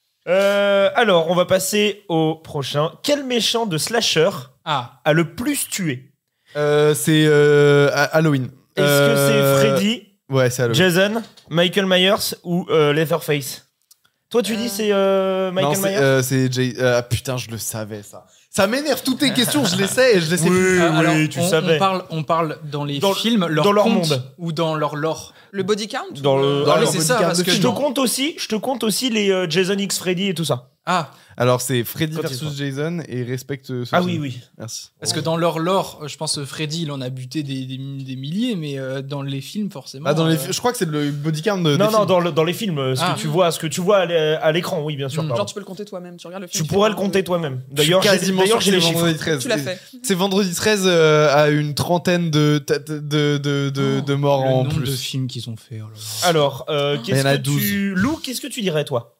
Euh, alors, on va passer au prochain. Quel méchant de slasher Ah, a le plus tué? Euh, c'est euh, Ha- Halloween. Est-ce Euh, que c'est Freddy, Ouais, c'est Halloween. Jason, Michael Myers ou euh, Leatherface? Toi, tu Euh, dis c'est euh, Non, Michael c'est Myers? euh, c'est Jay. euh, ah, putain, je le savais ça. Ça m'énerve toutes tes questions, je les sais et je les sais Oui. plus. euh, alors, tu on, savais. on parle, on parle dans les Dans- films, leur dans leur conte monde. ou dans leur lore. Le body count Dans ou, le- euh, Ah, oui, leur c'est ça, bodyguard parce de que Je film. te compte aussi, je te compte aussi les euh, Jason X Freddy et tout ça. Ah, Alors, c'est Freddy Quand ils versus sont- Jason et respecte ce Ah film. oui, oui. Merci. parce que dans leur lore, je pense que Freddy, il en a buté des, des, des milliers, mais euh, dans les films, forcément. Ah, dans les, euh, fi- je crois que c'est le body count de. Non, des non, films. dans, le- dans les films, euh, ce Ah. que tu vois, ce que tu vois à l'é- à l'écran, oui, bien sûr. Mm. pardon. Genre, tu peux le compter toi-même. Tu regardes le film. Tu fais pourrais le un, compter deux. toi-même. Je suis D'ailleurs, j'ai quasiment d'ailleurs, sûr j'ai que les c'est chiffres. vendredi treize. Tu l'as fait. C'est vendredi treize euh, à une trentaine de, de, de, de, de, de morts le en nombre de plus. films qu'ils ont fait. oh là là. Alors, euh, Il y en qu'est-ce a que douze. tu... Lou, qu'est-ce que tu dirais, toi?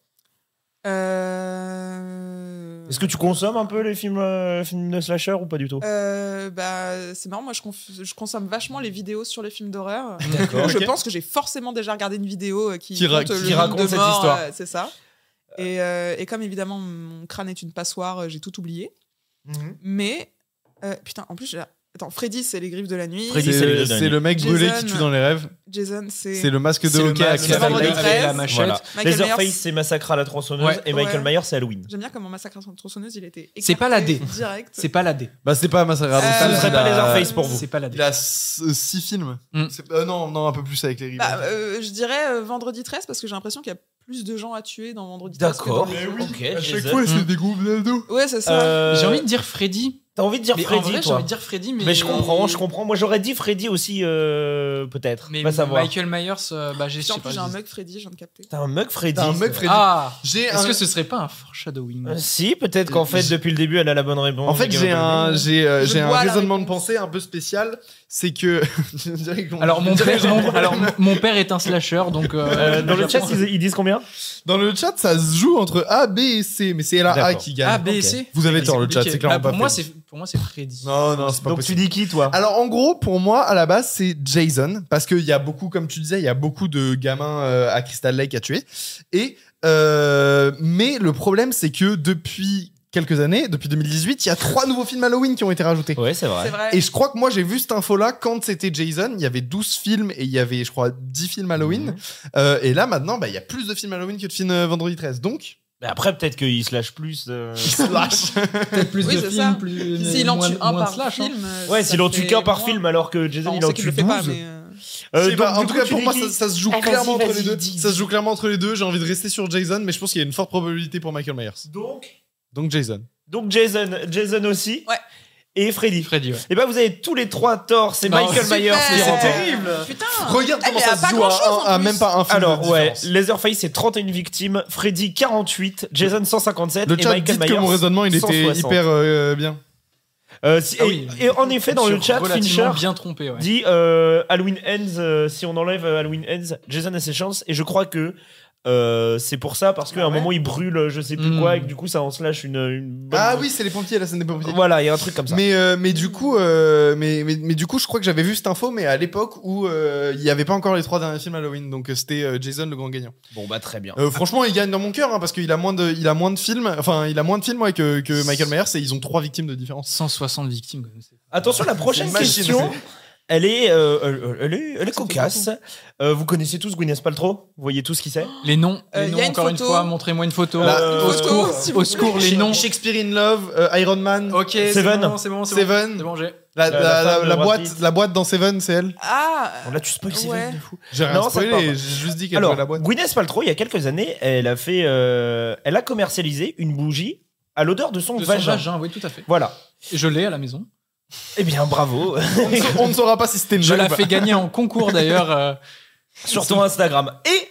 Euh... Est-ce que tu consommes un peu les films, euh, films de slasher ou pas du tout? Euh, bah, c'est marrant, moi je, conf- je consomme vachement les vidéos sur les films d'horreur. D'accord. Je ok. pense que j'ai forcément déjà regardé une vidéo euh, qui, Qui ra- compte qui le nombre raconte de cette morts, histoire. euh, c'est ça. Et, euh, et comme évidemment mon crâne est une passoire, euh, j'ai tout oublié. Mhm. Mais euh, putain, en plus, j'ai- attends, Freddy c'est les griffes de la nuit. Freddy, c'est C'est le- c'est le mec brûlé Jason. qui tue dans les rêves. Jason c'est C'est le masque de C'est le hockey à masque C'est Crystal vendredi Lake. avec la treize. machette. Voilà. Michael Leatherface, Myers. c'est Massacre à la tronçonneuse Ouais. et Michael Ouais. Myers, c'est Halloween. J'aime bien comment Massacre à la tronçonneuse, il était C'est pas la D. écarté direct. C'est pas la D. Bah, c'est pas Massacre à la Euh, tronçonneuse, Ce serait il pas a- Leatherface pour vous. C'est pas la D. Il a six films. Mm. C'est- euh, non, non, un peu plus avec les Bah, rivals. euh, je dirais euh, Vendredi treize parce que j'ai l'impression qu'il y a plus de gens à tuer dans Vendredi treize. que dans D'accord. les autres. Ok, à chaque Jason. fois, c'est Mm. des groupes d'ados. Ouais, c'est ça. Euh, J'ai envie de dire Freddy. T'as envie de dire Mais en Freddy, vrai, j'ai toi? envie de dire Freddy, mais. Mais je comprends, je comprends. Moi, j'aurais dit Freddy aussi, euh, peut-être. Mais Pas savoir. Michael Myers, euh, bah j'ai. je Puis en sais plus, pas, j'ai un j'ai- mug Freddy, je viens de capter. T'as un mug Freddy. T'as un mug c'est- Freddy. Ah. J'ai Est-ce un- que ce serait pas un foreshadowing? Euh, si, peut-être qu'en fait, J- depuis le début, elle a la bonne réponse. En fait, j'ai un, j'ai, euh, Je j'ai un bois la raisonnement de réponse. pensée un peu spécial. C'est que. je dirais qu'on- Alors mon je dirais père, qu'on- mon, alors mon père est un slasher, donc. euh, Euh, dans le chat, j'apprends. ils, ils disent combien? Dans le chat, ça se joue entre A, B et C, mais c'est la A D'accord. qui gagne. A, B et Ok. C. Vous avez C'est tort, le chat, compliqué. c'est clairement Bah, pas pour moi, Freddy. c'est pour moi c'est Freddy. Non, non, c'est pas Donc possible. tu dis qui, toi? Alors en gros, pour moi, à la base, c'est Jason, parce qu'il y a beaucoup, comme tu disais, il y a beaucoup de gamins euh, à Crystal Lake à tuer. Et euh, mais le problème, c'est que depuis quelques années, depuis deux mille dix-huit, il y a trois nouveaux films Halloween qui ont été rajoutés. Ouais, c'est vrai. C'est vrai. Et je crois que moi j'ai vu cette info-là quand c'était Jason. Il y avait douze films et il y avait, je crois, dix films Halloween. Mhm. Euh, et là maintenant, bah, il y a plus de films Halloween que de films euh, Vendredi treize. Donc, Mais après, peut-être qu'ils se lâchent plus. euh. slash. Peut-être plus Oui, de c'est films, ça. plus. S'il en moins- tue un moins de par slash, hein. film. euh, Ouais, ça s'il en tue fait qu'un par moins. film, alors que Jason, Enfin, il on en sait qu'il tue le fait pas, douze. mais. euh, Euh, Je sais pas, donc, en du tout coup, cas, tu pour dis moi, qui ça, ça se joue Ah, vas-y, clairement entre vas-y, les deux. dis, Ça se dis. joue clairement entre les deux. J'ai envie de rester sur Jason, mais je pense qu'il y a une forte probabilité pour Michael Myers. Donc, Donc Jason. donc Jason, Jason aussi. Ouais. et Freddy. Freddy, ouais. Et ben vous avez tous les trois tort, c'est Non, Michael super. Myers qui C'est remporte. terrible. Putain. Regarde Eh, comment mais ça y a se pas joue grand-chose, à, en à plus. même pas un film Alors de ouais, différence. Leatherface c'est trente et une victimes, Freddy quarante-huit, Jason cent cinquante-sept Le et chat Michael dit que Myers mon raisonnement il était cent soixante. hyper euh, bien. Euh, si- Ah et, oui. et en effet dans le Sur chat relativement Fincher bien trompé, ouais. dit euh, Halloween Ends, euh, si on enlève euh, Halloween Ends, Jason a ses chances et je crois que euh, c'est pour ça parce qu'à Ah un ouais. moment il brûle je sais plus Mm. quoi et que du coup ça en slash une, une bonne- Ah oui, c'est les pompiers, la scène des pompiers. voilà il y a un truc comme ça. Mais, euh, mais du coup, euh, mais, mais, mais du coup, je crois que j'avais vu cette info, mais à l'époque où euh, il y avait pas encore les trois derniers films Halloween, donc euh, c'était euh, Jason le grand gagnant. Bon bah très bien. Euh, franchement, il gagne dans mon cœur hein, parce qu'il a moins de, il a moins de films, enfin, il a moins de films ouais, que, que Michael Myers et ils ont trois victimes de différence. cent soixante victimes. Comme c'est- Attention la prochaine C'est une machine, question. c'est- Elle est, euh, euh, elle est, elle est Ça me fait cocasse. Euh, vous connaissez tous Gwyneth Paltrow. Vous voyez tous qui c'est. Les noms, Euh, les y noms a une encore une photo. fois, montrez-moi une photo. La- Euh, au photo, secours, s'il vous au plaît. secours, les noms. Shakespeare in Love, euh, Iron Man, Ok, c'est Seven. bon, c'est bon, c'est bon. Seven. C'est bon, j'ai. la, La- la, la la, femme de la Brad boîte, Pitt. la boîte dans Seven, c'est elle. Ah. Bon, là tu spoil Seven Ouais. de fou. J'ai rien Non, ça spoilé, part pas. j'ai juste dit qu'elle Alors jouait la boîte. Gwyneth Paltrow il y a quelques années elle a fait, euh, elle a commercialisé une bougie à l'odeur de son De son vagin. vagin, oui, tout à fait. Voilà. Et je l'ai à la maison. Eh bien bravo. On ne sa- on ne saura pas si c'était une Je blague la ou pas. fais gagner en concours d'ailleurs. euh, Sur ton Instagram. Et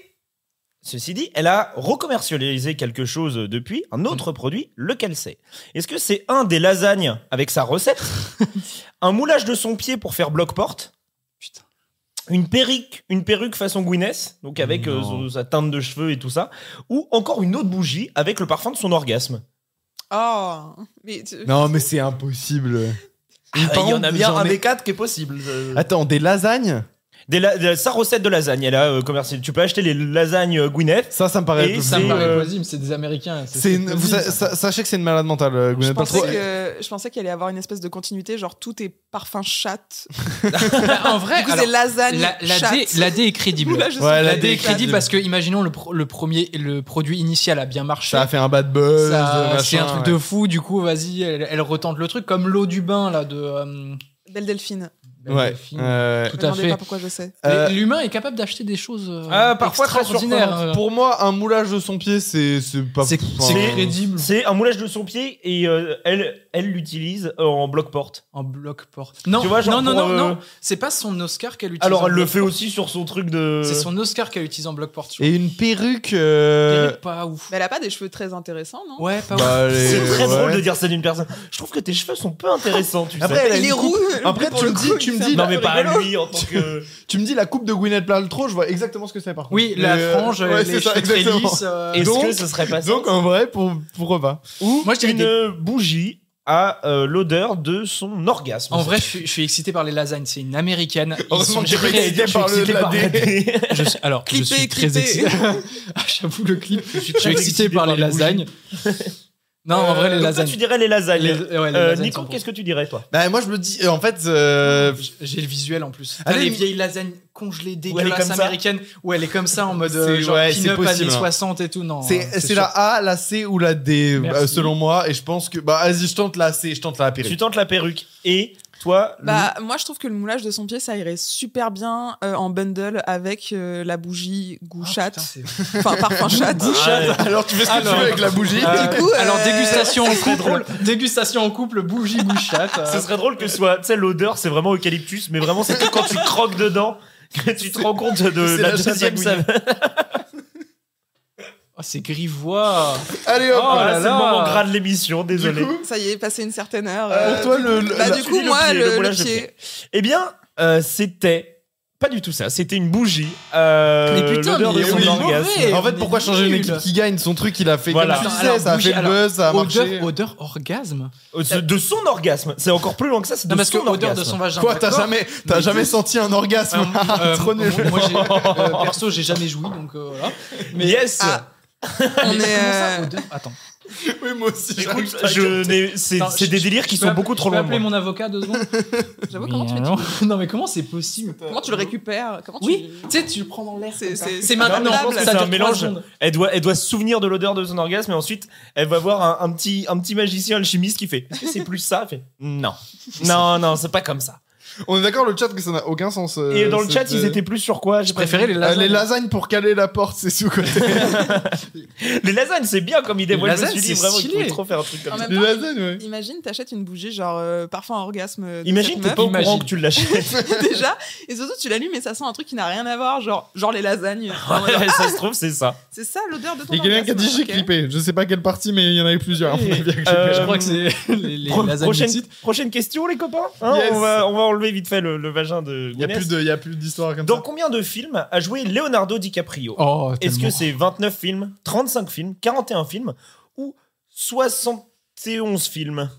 ceci dit, elle a recommercialisé quelque chose depuis, un autre produit, lequel c'est. Est-ce que c'est un des lasagnes avec sa recette, un moulage de son pied pour faire bloc-porte, Putain. une perruque, une perruque façon Gwyneth, donc avec euh, Non. son- sa teinte de cheveux et tout ça, ou encore une autre bougie avec le parfum de son orgasme. Oh. Mais tu- Non, mais c'est impossible. Ah, il y en a bien J'en un ai- des quatre qui est possible. Euh, Attends, des lasagnes des la- de- sa recette de lasagne, elle a euh, commercialisé. Tu peux acheter les lasagnes euh, Gwyneth. Ça, ça me paraît. Et plus- Ça c'est, me paraît euh, plausible, c'est des Américains. C'est une- vous sa- sa- sachez que c'est une malade mentale, euh, Je Gwyneth pensais, Paltrow. que, je pensais qu'il allait y avoir une espèce de continuité, genre tout est parfum chat. En vrai, Du coup, alors, c'est lasagne la, la, chat. D, la D est crédible. Là, je Ouais, sais la La pas. D est D crédible parce que, imaginons, le, pro- le premier, le produit initial a bien marché. Ça a fait un bad buzz. Ça- euh, machin, c'est un truc ouais. de fou, du coup, vas-y, elle, elle retente le truc, comme l'eau du bain, là, de. euh, Belle Delphine. Ouais. Delphine. euh, Tout Me à demandez fait. pas pourquoi je sais. Euh, L'humain est capable d'acheter des choses euh, Ah, parfois très extraordinaires. surprenantes. euh. Pour moi, un moulage de son pied, c'est c'est pas. C'est enfin, c'est C'est- crédible. C'est un moulage de son pied et euh, elle, elle l'utilise euh, en bloc-porte. En bloc-porte. Non, Tu vois, genre non, non, pour, non, euh, non. C'est pas son Oscar qu'elle utilise. Alors en elle le fait bloc-porte. aussi sur son truc de. C'est son Oscar qu'elle utilise en bloc-porte. je Et une perruque. euh, crois. Pas ouf. Mais elle a pas des cheveux très intéressants, non? Ouais, pas bah, ouf. les- C'est très ouais. drôle de dire ça d'une personne. Je trouve que tes cheveux sont peu intéressants, tu Après, sais. elle a Il une est coupe- roux. Après, Pour tu le me dis, coup, tu me il dis, fait Non un mais peu pas rigolo. lui en tant que. Tu me dis la coupe de Gwyneth Paltrow, je vois exactement ce que c'est par contre. Oui, la Euh, frange, ouais, les c'est ça, cheveux très exactement. lisses. euh, Est-ce donc- que ce serait pas ça Donc en vrai, pour, pour repas. Ou Moi, je dirais une bougie à euh, l'odeur de son orgasme. En vrai, je suis, je suis excité par les lasagnes. C'est une américaine. Ils Heureusement sont que j'ai très- pas excité Je suis par le- excité la par D. la D. Je suis- alors, je Clippé, suis très clippé. excité. Ah, j'avoue le clip. Je suis, très excité excité par par les les lasagnes. non, en vrai, les Donc toi, lasagnes. tu dirais les lasagnes. Les- ouais, les Euh, lasagnes Nico, sont qu'est-ce que tu dirais toi Bah, moi, je me dis, euh, en fait. euh, J'ai le visuel en plus. Allez, Allez, les mais- vieilles lasagnes congelées elle est dégueulasses comme ça. américaines où elle est comme ça en mode C'est- euh, genre ouais, c'est pin-up possible, années hein. soixante et tout. Non, C'est euh, c'est sûr. la A, la C ou la D, Merci. euh, selon moi. Et je pense que. Bah, vas-y, je tente la C, je tente la Tu perruque. tentes la perruque. Et toi, Bah, moi, je trouve que le moulage de son pied, ça irait super bien euh, en bundle avec euh, la bougie goût Ah, chat. putain, c'est- Enfin, parfum chat. Ah, ouais. Alors, tu fais ce que Alors, tu veux avec la bougie. Euh, Du coup, alors euh, dégustation en ça serait couple, dégustation en couple, bougie bouchate. euh. ce serait drôle que ce soit, tu sais, l'odeur, c'est vraiment eucalyptus, mais vraiment, c'est que quand tu croques dedans que tu te rends compte de c'est la la chatte à deuxième Gwyneth. saveur. Oh, c'est grivois. Allez hop. Oh Voilà, là c'est le là. moment gras de l'émission, désolé. Du coup, Ça y est, passé une certaine heure. Euh, pour toi, du le- coup- le- bah, la- du tu coup, dis le moi, pied, le le, le moulage de pied. Eh bien, euh, c'était pas du tout ça. C'était une bougie. Euh, Mais putain, l'odeur de mais son on est orgasme. mauvais. En fait, on pourquoi est changer une nuls. équipe qui gagne? Son truc, il a fait Voilà. comme tu Attends, disais, alors, ça a bougie, fait le alors, buzz, ça a marché. Odeur, odeur orgasme. Euh, De, de son orgasme. C'est encore plus loin que ça. C'est de Non, parce que son odeur orgasme. de son vagin. Quoi, t'as d'accord. jamais, t'as Mais jamais juste- senti un orgasme? Euh, euh, Trop nul. moi, j'ai- euh, perso, j'ai jamais joui, donc euh, voilà. Mais yes. Ah. On Mais est. comment ça, euh, odeur Attends. Oui, moi aussi. Écoute, j'arrive pas à je capter. n'ai- c'est Attends, c'est je- des je- délires je qui peux sont app- beaucoup je trop peux loin. de appeler moi. mon avocat deux secondes. J'avoue, comment tu Mais fais alors Non, mais comment c'est possible Comment tu le récupères? Comment Oui, tu... tu sais, tu le prends dans l'air. C'est- comme ça. c'est- C'est c'est maintenant. pas C'est ça un dure trois mélange. secondes. Elle doit, elle doit se souvenir de l'odeur de son orgasme et ensuite elle va voir un, un petit, un petit magicien alchimiste qui fait. Est-ce que c'est plus ça? Elle fait non, non, non, c'est pas comme ça. On est d'accord, le chat, que ça n'a aucun sens. euh, Et dans le chat, cette, ils euh, étaient plus sur quoi? J'ai Je pas préférais vu. les euh, lasagnes. les lasagnes pour caler la porte, c'est sous-côté. Les lasagnes, c'est bien comme idée. Les Moi, je me lasagnes, suis dit c'est vraiment qu'il stylé. pouvait trop faire un truc comme En ça. même Les temps, lasagnes, ouais. Imagine, t'achètes une bougie, genre euh, parfum orgasme. de Imagine, cette t'es meuf, pas au courant Imagine. que tu l'achètes. déjà, et surtout tu l'allumes et ça sent un truc qui n'a rien à voir, genre, genre les lasagnes. Ouais, ça se trouve, c'est ça. C'est ça l'odeur de ton Il y a quelqu'un qui a dit orgasme, j'ai ok. clippé. Je sais pas quelle partie, mais il y en avait plusieurs. à mon Et, avis, avec euh, clippé. Je crois que c'est les, les Pro- lasagnes prochaine, Mixit. prochaine question, les copains. Hein, Yes. on, va, on va enlever vite fait le, le vagin de Il y a Gwyneth. plus de, il y a plus d'histoire comme Dans ça. combien de films a joué Leonardo DiCaprio? Oh, Est-ce que tellement. c'est vingt-neuf films, trente-cinq films, quarante et un films ou soixante et onze films?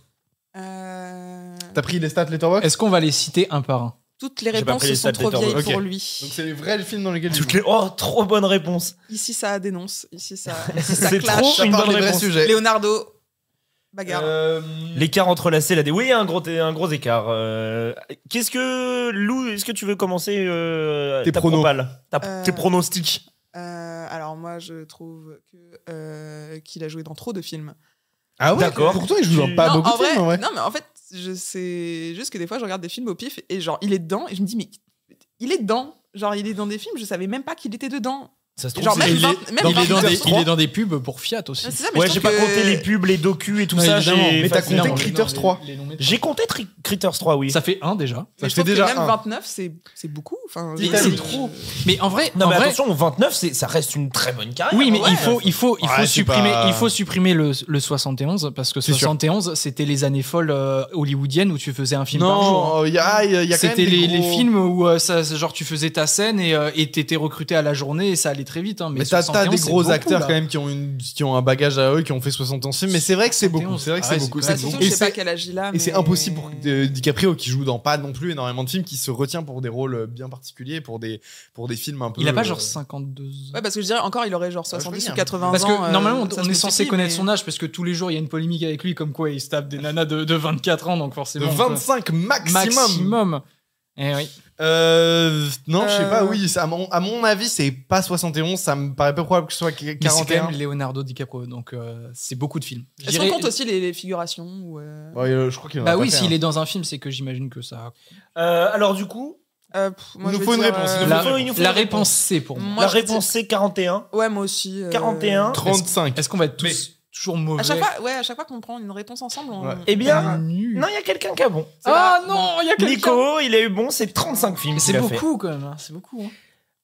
Euh, T'as pris les stats Letterboxd? Est-ce qu'on va les citer un par un? Toutes les J'ai pas réponses pris les sont stats trop des vieilles torts. pour Ok. lui. Donc c'est les vrais films dans lesquels Toutes il les... Oh, trop bonne réponse. Ici ça dénonce, ici ça, ici ça C'est clash. trop Ça une parle bonne des vrais réponse. sujets. Leonardo, bagarre. Euh, L'écart entrelacé, là. Des... Oui, un gros, un gros écart. Euh, Qu'est-ce que. Lou, est-ce que tu veux commencer euh, Tes ta pronos. propale Ta- Euh, Tes pronostics. Euh, alors moi je trouve que euh, qu'il a joué dans trop de films. Ah ouais. D'accord. Pourtant, il joue dans Tu- pas non, beaucoup en de vrai, films, en vrai. non mais en fait je sais juste que des fois je regarde des films au pif et genre il est dedans et je me dis mais il est dedans. Genre il est dans des films, je savais même pas qu'il était dedans. Ça se Genre c'est- même il, vingt- est, même il, est dans vingt-neuf des, trois. il est dans des pubs pour Fiat aussi. C'est ça, mais Ouais, je j'ai trouve pas que- compté les pubs, les docus et tout Non, ça. évidemment. j'ai Mais t'as facilement- compté Critters trois. J'ai compté Tri- Critters trois, oui. Ça fait un déjà. Ça Mais je fait trouve déjà que même un. vingt-neuf c'est c'est beaucoup. Enfin, Mais je- c'est je- trop. Mais en vrai, Non, en mais vrai attention, vingt-neuf, c'est- ça reste une très bonne carrière. oui, mais Ouais. il faut, il faut, il faut Ouais, c'est supprimer, pas- il faut supprimer le, le soixante et onze parce que C'est sûr. soixante et onze, c'était les années folles euh, hollywoodiennes où tu faisais un film par jour. Non, il y a, il y a il y a quand même C'était des les, gros- les films où euh, ça, genre tu faisais ta scène et euh, et t'étais recruté à la journée et ça allait très vite. Hein, mais Mais t'as t'as soixante et onze, des c'est gros beaucoup, acteurs là. quand même qui ont, une, qui ont un bagage à eux, qui ont fait soixante et onze films, mais c'est vrai que c'est beaucoup. C'est vrai que Ah c'est ouais, beaucoup. c'est Bah, c'est surtout, beaucoup. je Et sais pas c'est quel âge il a. et mais- c'est impossible pour euh, DiCaprio, qui joue dans pas non plus énormément de films, qui se retient pour des rôles bien particuliers, pour des, pour des films un peu. Il a pas euh, genre cinquante-deux Ouais, parce que je dirais encore, il aurait genre Ah, je soixante-dix veux ou bien. quatre-vingts Parce ans. que euh, normalement, ça on se est censé multiplie, connaître mais- son âge parce que tous les jours il y a une polémique avec lui, comme quoi il se tape des nanas de, de vingt-quatre ans, donc de forcément. on peut- vingt-cinq maximum. maximum. Eh oui. Euh, non, je sais Euh. pas, oui, ça, à, mon, à mon avis, c'est pas soixante et onze, ça me paraît peu probable que ce soit Mais c'est quarante et quand un. même Leonardo DiCaprio, donc euh, c'est beaucoup de films. Je Est-ce qu'on dirais- compte aussi les, les figurations ou, euh, Ouais, euh, je crois qu'il en a Bah pas oui, fait, s'il hein. est dans un film, c'est que j'imagine que ça. Euh, alors, du coup, euh, pff, moi, Il nous je vais faut une dire, réponse, il euh, nous La, faut- il nous faut la une réponse C pour moi. Moi, la je réponse c'est quarante et un. Ouais, moi aussi. euh, quarante et un. trente-cinq. Est-ce qu'on va être tous Mais- toujours mauvais À chaque fois, ouais, à chaque fois qu'on prend une réponse ensemble, on. Ouais. Eh bien, Ah, nul. non, il y a quelqu'un qui a bon. Ah non, il y a quelqu'un. Nico, il a eu bon, c'est trente-cinq films. Mais c'est qu'il a fait. beaucoup quand même, hein, c'est beaucoup. hein.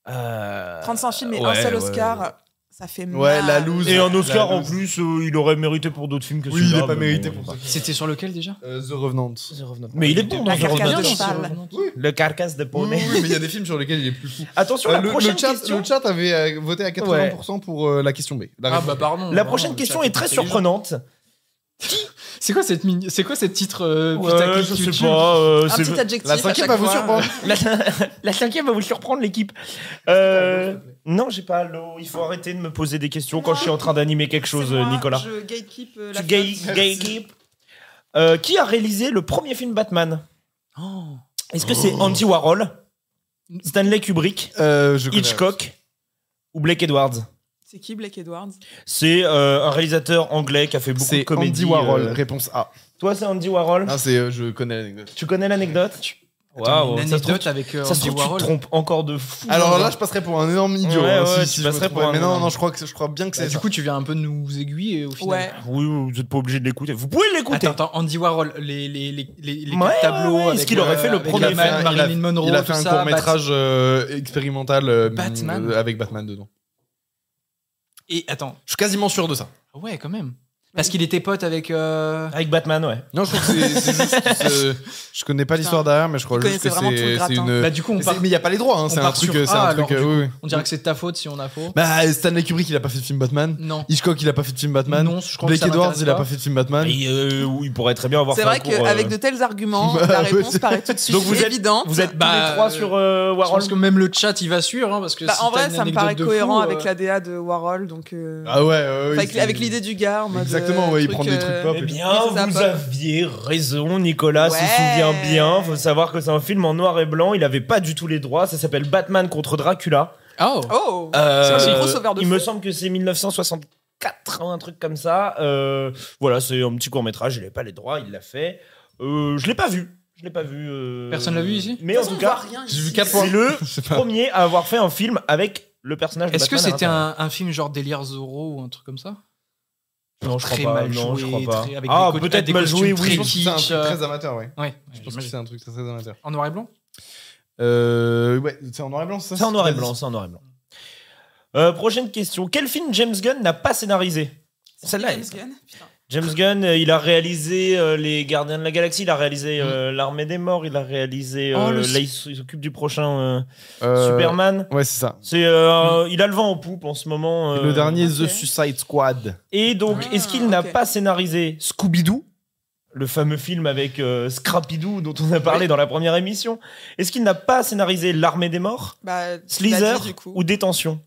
Euh, trente-cinq films et ouais, un seul ouais, Oscar, ouais. ça fait Ouais, mal. la loose. Et un Oscar La en loose. plus, euh, il aurait mérité pour d'autres films que Oui, celui-là. il est pas mais mérité bon, pour bah. ça. C'était sur lequel déjà Euh, The Revenant. Mais il est bon dans La The carcasse Revenant. de Bien, cheval. dans The Revenant. Le carcasse de Oui, poney. oui, mais il y a des films sur lesquels il est plus fou. Attention, Euh, la le, prochaine le chat, question. le chat avait euh, voté à quatre-vingts pour cent pour euh, la question B. La Ah réponse bah B. pardon. La pardon, prochaine le question chat est très intelligent. surprenante. C'est quoi cette mini- C'est quoi cette titre euh, Ouais, putaclic je sais YouTube pas. euh, Un c'est- petit adjectif. La à cinquième chaque va vous fois. surprendre. La, la cinquième va vous surprendre, l'équipe. Euh, non, j'ai pas l'eau. Il faut arrêter de me poser des questions quand je suis en train d'animer quelque chose, C'est moi, Nicolas. Je gatekeep euh, la Tu gay, flotte. gatekeep. Euh, qui a réalisé le premier film Batman? Est-ce que c'est Andy Warhol, Stanley Kubrick, Euh, je connais. Hitchcock ou Blake Edwards? C'est qui Blake Edwards? C'est euh, un réalisateur anglais qui a fait beaucoup de C'est comédies. Andy Warhol. euh. Réponse A. Toi, c'est Andy Warhol. Ah, c'est, euh, je connais l'anecdote. Tu connais l'anecdote? Attends, Waouh, une ça se trouve, anecdote avec euh, ça se Andy trouve, tu te Warhol. trompes encore de fou. Alors hein. là, je passerais pour un énorme idiot. Ouais, hein, ouais, si, tu si je me passerais pour trouvais. un Mais non, énorme. non, je crois que je crois bien que Bah, c'est du ça. coup, tu viens un peu nous aiguiller au final. Ouais. Oui, vous n'êtes pas obligé de l'écouter. Vous pouvez l'écouter. Attends, attends, Andy Warhol, les, les, les, les, les Ouais, tableaux. ouais, ouais. avec, Est-ce qu'il aurait fait le avec premier la- il a fait un- il a- Marilyn Monroe, Il a fait tout un ça, court métrage expérimental euh, Batman. euh, avec Batman dedans. Et attends, Je suis quasiment sûr de ça. ouais, quand même. Parce qu'il était pote avec. euh, Avec Batman, ouais. Non, je crois que c'est c'est juste. c'est- Je connais pas l'histoire derrière, mais je crois Il juste que connaissait vraiment tout le c'est c'est gratin. une. Bah, du coup, on c'est- part. Mais il y a pas les droits, hein, on c'est un part truc. sur euh, C'est A, un truc. alors, euh, du oui, oui. On dirait que c'est de ta faute si on a faux. Bah, Stanley Kubrick, il a pas fait de film Batman. Non. Hitchcock, il a pas fait de film Batman. Non, je crois Blake que ça Edwards, m'intéresse il a pas. pas fait de film Batman. Et euh, oui, il pourrait très bien avoir C'est fait vrai un cours, qu'avec euh, de tels arguments, Bah, la ouais, réponse c'est- paraît tout de suite Donc vous êtes- évidente. Vous êtes tous Bah, les trois euh, sur euh, Je Warhol. pense que même le chat il va suivre, hein, parce que Bah, si en t'as vrai, une ça me anecdote paraît de cohérent fou, avec euh, l'A D A de Warhol. Donc, euh, Ah ouais, ouais, ouais, avec, c'est- avec l'idée du gars en mode. Exactement, euh, ouais, il truc, prend des trucs euh, pop. Eh bien, Oui, c'est ça, vous Paul. aviez raison, Nicolas se Ouais. souvient bien. Faut savoir que c'est un film en noir et blanc. Il avait pas du tout les droits. Ça s'appelle Batman contre Dracula. Oh. Oh Euh, C'est un crossover de il fou. me semble que c'est mille neuf cent soixante-quatre, hein, un truc comme ça. Euh, voilà, c'est un petit court métrage. Il n'avait pas les droits, il l'a fait. Euh, je l'ai pas vu. Je l'ai pas vu. euh, Personne l'a vu ici Mais De en toute tout façon, on cas, voit rien j'ai vu ici. quatre fois. c'est le Je sais pas. premier à avoir fait un film avec le personnage de Est-ce que Batman à c'était l'intérieur. un, un film genre Délire Zorro ou un truc comme ça? Non, je crois Très pas. mal Non, je joué, crois pas. très- avec Ah, des co- peut-être des mal costumes joué, très oui. Je pense que c'est un kitsch, truc euh, très amateur, ouais. Ouais, Je pense que j'imagine. c'est un truc très, très amateur. En noir et blanc? Euh, ouais, c'est en noir et blanc, c'est ça C'est en noir et ce que t'as blanc, dit c'est en noir et blanc. Euh, prochaine question. Quel film James Gunn n'a pas scénarisé? Celle-là, James elle- Gunn, putain. James Gunn, euh, il a réalisé euh, Les Gardiens de la Galaxie, il a réalisé euh, L'Armée des Morts, il a réalisé. Oh, euh, le- là, il s- il s'occupe du prochain euh, Euh, Superman. Ouais, c'est ça. C'est, euh, il a le vent en poupe en ce moment. Et euh, le dernier, ok. The Suicide Squad. Et donc, Ah, est-ce qu'il n'a ok. pas scénarisé Scooby-Doo, le fameux film avec euh, Scrappy-Doo dont on a parlé Oui. dans la première émission? Est-ce qu'il n'a pas scénarisé L'Armée des Morts, Bah, tu l'as Slither dit, du coup. ou Détention?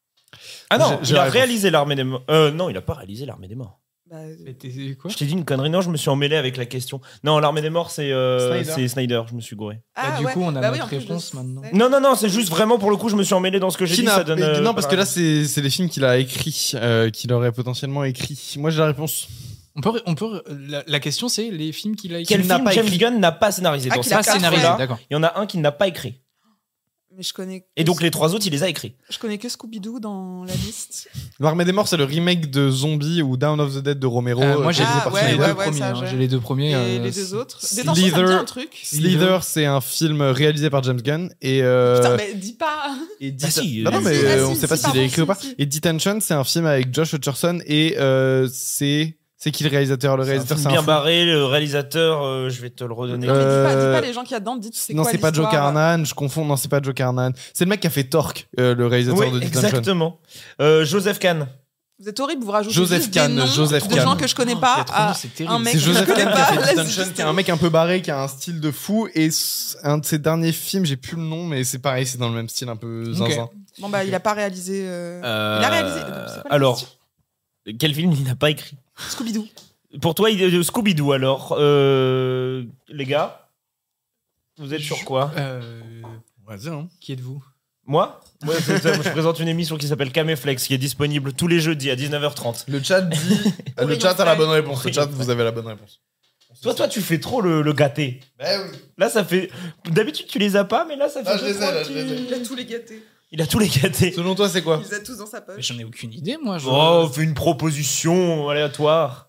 Ah non, J'ai- j'ai il la a réponse. réalisé L'Armée des Morts. Euh, non, il a pas réalisé L'Armée des Morts. Bah, Mais t'es quoi? Je t'ai dit une connerie, non, je me suis emmêlé avec la question. Non, L'Armée des Morts, c'est euh, Snyder. c'est Snyder, je me suis gouré. ah, Bah, du ouais. coup, on a Bah oui, notre en plus, je réponse sais. maintenant. Non, non, non, c'est juste vraiment pour le coup, je me suis emmêlé dans ce que j'ai Qui dit, n'a- ça donne. mais euh, non, pas parce la que là, réponse. c'est c'est les films qu'il a écrits, euh, qu'il aurait potentiellement écrits. Moi, j'ai la réponse. On peut, on peut, la, la question c'est les films qu'il a écrits. Quel qu'il n'a film pas James écrit. Gunn n'a pas scénarisé? Ah, Dans qu'il ces a Pas quatre scénarisé, là, d'accord. il y en a un qui n'a pas écrit. Mais je connais. Et que- donc les trois autres, il les a écrits. Je connais que Scooby-Doo dans la liste. L'Armée des Morts, c'est le remake de Zombie ou Down of the Dead de Romero. Euh, moi j'ai Ah, réalisé par ouais, j'ai les Snyder. deux ouais, premiers. ça, hein, j'ai. J'ai les deux premiers. Et euh, les c'est- deux autres. Slither- Détention, ça me dit un truc. Slither, c'est un film réalisé par James Gunn. Et, euh, Putain, mais dis pas. et Bah Det- si, Bah non, euh, mais si, ah, euh, si, on sait pas si, s'il est pardon, écrit ou si, pas. si. Et Detention, c'est un film avec Josh Hutcherson. Et euh, c'est. C'est qui le réalisateur? Le C'est un réalisateur, film c'est un bien fou. barré, le réalisateur, euh, je vais te le redonner. Mais dis, pas, dis Euh, pas les gens qu'il y a dedans, dites c'est Non, quoi c'est pas Joe l'histoire. Carnahan, je confonds. Non, c'est pas Joe Carnahan. C'est le mec qui a fait Torque, euh, le réalisateur Oui, de Detention. exactement. Euh, Joseph Kahn. Vous êtes horrible, vous rajoutez Joseph juste Kahn, des noms Joseph de Kahn. gens que je connais Il y pas a trop de noms, à c'est un terrible. mec C'est que je Joseph connais Kahn qui pas. a fait Laisse Detention, juste- qui est un mec un peu barré, qui a un style de fou. Et c- un de ses derniers films, j'ai plus le nom, mais c'est pareil, c'est dans le même style, un peu zinzin. Bon bah il a pas réalisé. euh, Euh, Il a réalisé. c'est quoi la alors, question quel film il n'a pas écrit? Scooby-Doo. Pour toi, il est de Scooby-Doo alors. Euh, les gars, vous êtes sur quoi? Euh, Vas-y, hein. Qui êtes-vous? Moi Moi, je, je présente une émission qui s'appelle Caméflex, qui est disponible tous les jeudis à dix-neuf heures trente. Le chat dit. le Rayon chat a la frais. bonne réponse. Le Rayon chat, frais. vous avez la bonne réponse. Toi, toi, tu fais trop le, le gâté. Bah oui. Là, ça fait. D'habitude, tu les as pas, mais là, ça fait. Ah, je deux, les ai, trois là, je les ai. petits- Il a tous les gâtés. Il a tous les gâtés. Selon toi, c'est quoi? Il les a tous dans sa Mais poche. J'en ai aucune idée, moi. Je... Oh, fais une proposition aléatoire.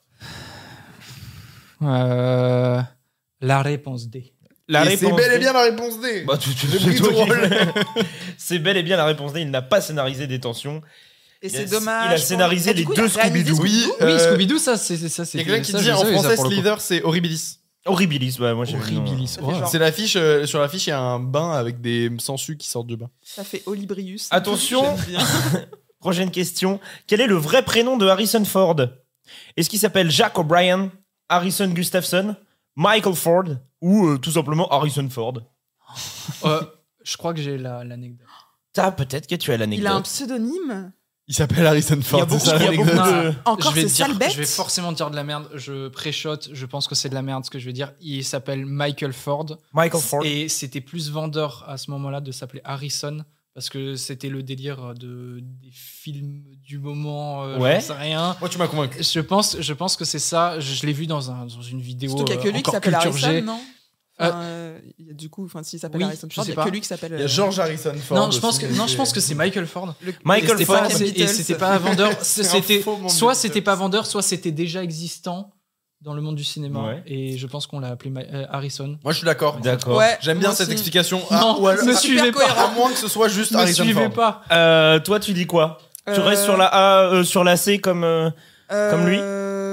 Euh, La réponse D. La Et c'est réponse bel et D. bien la réponse D. Bah, tu, tu, J'ai c'est pris toi ton qui- rôle. C'est bel et bien la réponse D. Il n'a pas scénarisé Détention. Et Il a- c'est dommage. il a pour- scénarisé Ah, du les coup, il deux a réalisé Scooby-Doo. Oui, Oui, euh, Scooby-Doo, ça, c'est ça. Il y a quelqu'un qui dit en français Slither, c'est Horribilis. Horribilis, ouais, moi j'ai Horribilis. Ça fait Ouais. genre- C'est l'affiche, euh, sur l'affiche, il y a un bain avec des sangsues qui sortent du bain. Ça fait Olibrius. Attention. J'aime bien. Prochaine question. Quel est le vrai prénom de Harrison Ford? Est-ce qu'il s'appelle Jack O'Brien, Harrison Gustafson, Michael Ford ou euh, tout simplement Harrison Ford? Euh, je crois que j'ai la- l'anecdote. Ah, peut-être que tu as Il a un l'anecdote. pseudonyme. Il s'appelle Harrison Il y Ford. a beaucoup, c'est ça, il y a beaucoup l'anecdote. de... Encore je vais c'est dire, sale bête. je vais forcément dire de la merde. Je pré-shot. Je pense que c'est de la merde ce que je vais dire. Il s'appelle Michael Ford. Michael Ford. Et c'était plus vendeur à ce moment-là de s'appeler Harrison parce que c'était le délire de des films du moment. Euh, Ouais. j'en sais rien. Moi, tu m'as convaincu. Je pense, je pense que c'est ça. Je, je l'ai vu dans, un, dans une vidéo. Surtout qu'il n'y a que euh, lui qui encore s'appelle culture Harrison, G. non Enfin, euh, il y a du coup, enfin, s'il s'appelle Oui, Harrison je Ford, sais il n'y a pas. que lui qui s'appelle. Il y a euh, George Harrison Ford. Non, je pense aussi, que mais non, je c'est- pense que c'est Michael Ford. le- Michael Et c'était Ford. pas- des c'est- et Beatles. c'était pas un vendeur. C'est un C'était faux monde soit des c'était Beatles. pas vendeur, soit c'était déjà existant dans le monde du cinéma. Ouais. Et je pense qu'on l'a appelé Ma- euh, Harrison. Moi, je suis d'accord. D'accord. Ouais, J'aime bien moi cette aussi. explication. Non, ou alors- me à- suivez pas. À moins que ce soit juste Ne Harrison suivez Ford. pas. Euh, toi, tu dis quoi? Tu Euh, restes sur la A, euh, sur la C comme... euh, Comme lui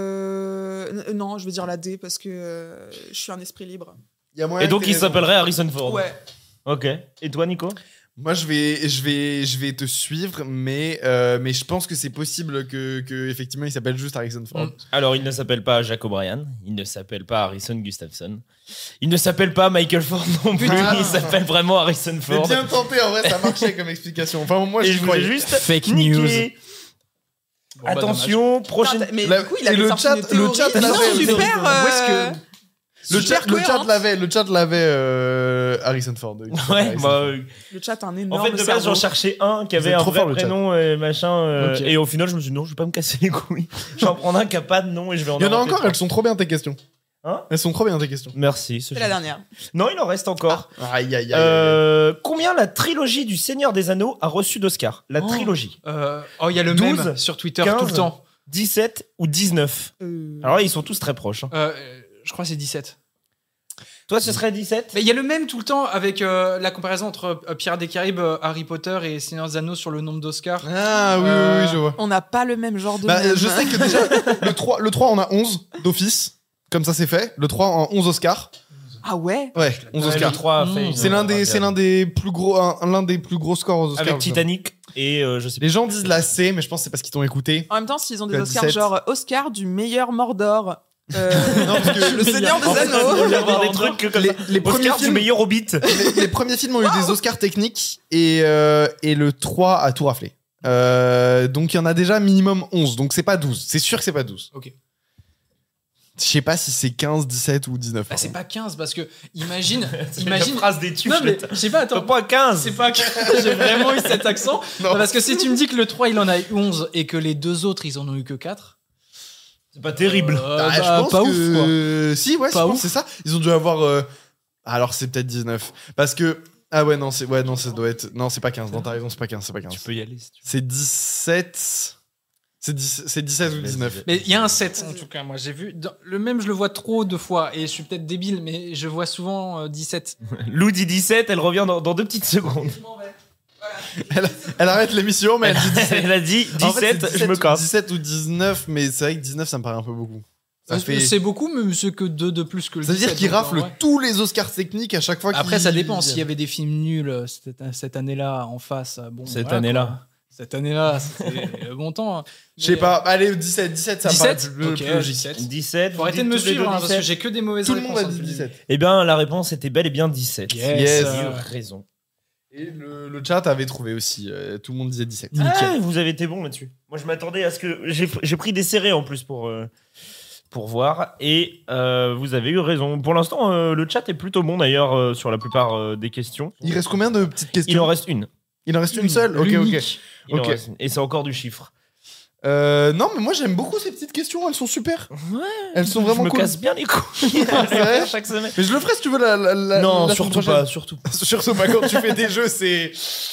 euh, n- Non, je vais dire la D parce que euh, je suis un esprit libre. Il y a moyen Et donc, que il t'aies raison. s'appellerait Harrison Ford. Ouais. Ok. Et toi, Nico? Moi, je vais, je vais, je vais te suivre, mais, euh, mais je pense que c'est possible que, que effectivement, il s'appelle juste Harrison Ford. Mm. Alors, il ne s'appelle pas Jack O'Brien, il ne s'appelle pas Harrison Gustafson, il ne s'appelle pas Michael Ford non plus, Putain. il s'appelle vraiment Harrison Mais Ford. bien tenté, en vrai, ça marchait comme explication. Enfin, moi, Et je je voulais croyais. juste Fake niquer. news. Bon, bah, Attention, prochaine... Putain, mais La- du coup, il et avait le sorti chat- une le théorie chat vraiment l'avait, super. le- euh, où est-ce que- Le super chat, le chat cohérente. l'avait, le chat l'avait euh, Harrison Ford. Il s'appelle Ouais, Harrison bah, Ford. euh, Le chat a un énorme en fait, de base, cerveau. j'en cherchais un qui Vous avait êtes un trop vrai fort, le chat. prénom et machin. euh, Ok. Et au final, je me suis dit non, je vais pas me casser les couilles. Je vais en prendre un qui a pas de nom et je vais en Il y en a inventer encore, trois. elles sont trop bien tes questions. Hein Elles sont trop bien tes questions. Merci. C'est la dernière. Non, il en reste encore. Aïe, aïe, aïe. aïe. Euh, combien la trilogie du Seigneur des Anneaux a reçu d'Oscar? La Oh. trilogie. Euh, oh, il y a le douze, même sur Twitter quinze. tout le temps. dix-sept ou dix-neuf? Euh, Alors là, ils sont tous très proches. hein. Euh, je crois que c'est dix-sept. Toi, ce serait dix-sept? Mais il y a le même tout le temps avec euh, la comparaison entre euh, Pirates des Caraïbes, euh, Harry Potter et Seigneur des Anneaux sur le nombre d'Oscars. Ah oui, Euh, oui, oui, je vois. On n'a pas le même genre de. Bah, mème. je sais que déjà, le trois, le trois, on a onze d'office. Comme ça, c'est fait. Le trois en onze Oscars. Ah ouais. Ouais, onze Ouais, Oscars. le trois a fait Mmh. une- C'est l'un des, un- c'est l'un des plus gros, un- l'un des plus gros scores aux Oscars. Avec Titanic et euh, je sais pas. Les gens disent la C, mais je pense que c'est parce qu'ils t'ont écouté. En même temps, s'ils ont des Tu as Oscars, dix-sept. genre Oscar du meilleur Mordor. Euh, Non, parce que le Seigneur des En fait, il Anneaux. y avoir des trucs que comme les, ça. les premiers Oscar du films, meilleur Hobbit. les, les premiers films ont eu des Oscars techniques et, euh, et le trois a tout raflé. Euh, donc il y en a déjà minimum onze, donc c'est pas douze. C'est sûr que c'est pas douze. Ok. Je sais pas si c'est quinze, dix-sept ou dix-neuf. Bah, par c'est contre. pas quinze parce que imagine, Imagine imagine. la phrase des tubes. Non mais je sais pas, T'as attends. pas quinze. C'est pas que j'ai vraiment eu cet accent. Non. Parce que si tu me dis que le trois il en a eu onze et que les deux autres ils en ont eu que quatre. C'est pas terrible. euh, Ah, bah, je pense pas que... ouf quoi. Si, ouais, je Pas pense ouf. que c'est ça. Ils ont dû avoir. euh, Alors c'est peut-être dix-neuf. Parce que. Ah ouais, non, c'est ouais, non, ça doit être. Non, c'est pas quinze. Non, t'as raison, c'est pas quinze. C'est pas quinze. Tu peux y aller si tu veux. C'est dix-sept. C'est dix- c'est dix-sept ou dix-neuf. Mais il y a un sept en tout cas, moi j'ai vu. Dans- Le même je le vois trop de fois et je suis peut-être débile, mais je vois souvent euh, dix-sept. Lou dit dix-sept, elle revient dans, dans deux petites secondes. Elle, elle arrête l'émission, mais elle dit dix-sept. Elle a dit En fait, c'est dix-sept, je me ou casse. dix-sept ou dix-neuf, mais c'est vrai que dix-neuf, ça me paraît un peu beaucoup. Ça, fait... C'est beaucoup, mais c'est que deux de plus que le ça veut dire dix-sept, qu'il donc, rafle en vrai. tous les Oscars techniques à chaque fois qu'il... Après, ça dépend. S'il y avait des films nuls euh, cette, cette année-là en face, euh, bon. Cette voilà, année-là. quoi. Cette année-là, c'était le bon temps. hein. Je sais Mais, pas, allez, dix-sept, dix-sept, ça me paraît dix-sept plus, Ok, plus logique. dix-sept. dix-sept. Faut arrêter de me suivre, hein, parce que j'ai que des mauvaises Tout le réponses. monde a hein, dit depuis le début. dix-sept. Eh bien, la réponse était bel et bien dix-sept. Yes. Yes. J'ai Euh, eu raison. Et le, le chat avait trouvé aussi, euh, tout le monde disait dix-sept. Ah, vous avez été bon là-dessus. Moi, je m'attendais à ce que. J'ai j'ai pris des serrés en plus pour, euh, pour voir. Et euh, vous avez eu raison. Pour l'instant, euh, le chat est plutôt bon d'ailleurs euh, sur la plupart euh, des questions. Il reste combien de petites questions? Il en reste une. Il en reste une seule. Ok, ok. L'unique. Il en Ok. reste une. Et c'est encore du chiffre. Euh, non, mais moi j'aime beaucoup ces petites questions, elles sont super. Ouais. Elles sont vraiment je me cool. casse bien les couilles vrai chaque semaine. Mais je le ferai si tu veux la, la, la non, la surtout semaine pas, surtout pas. prochaine. Surtout pas quand tu fais des jeux, c'est.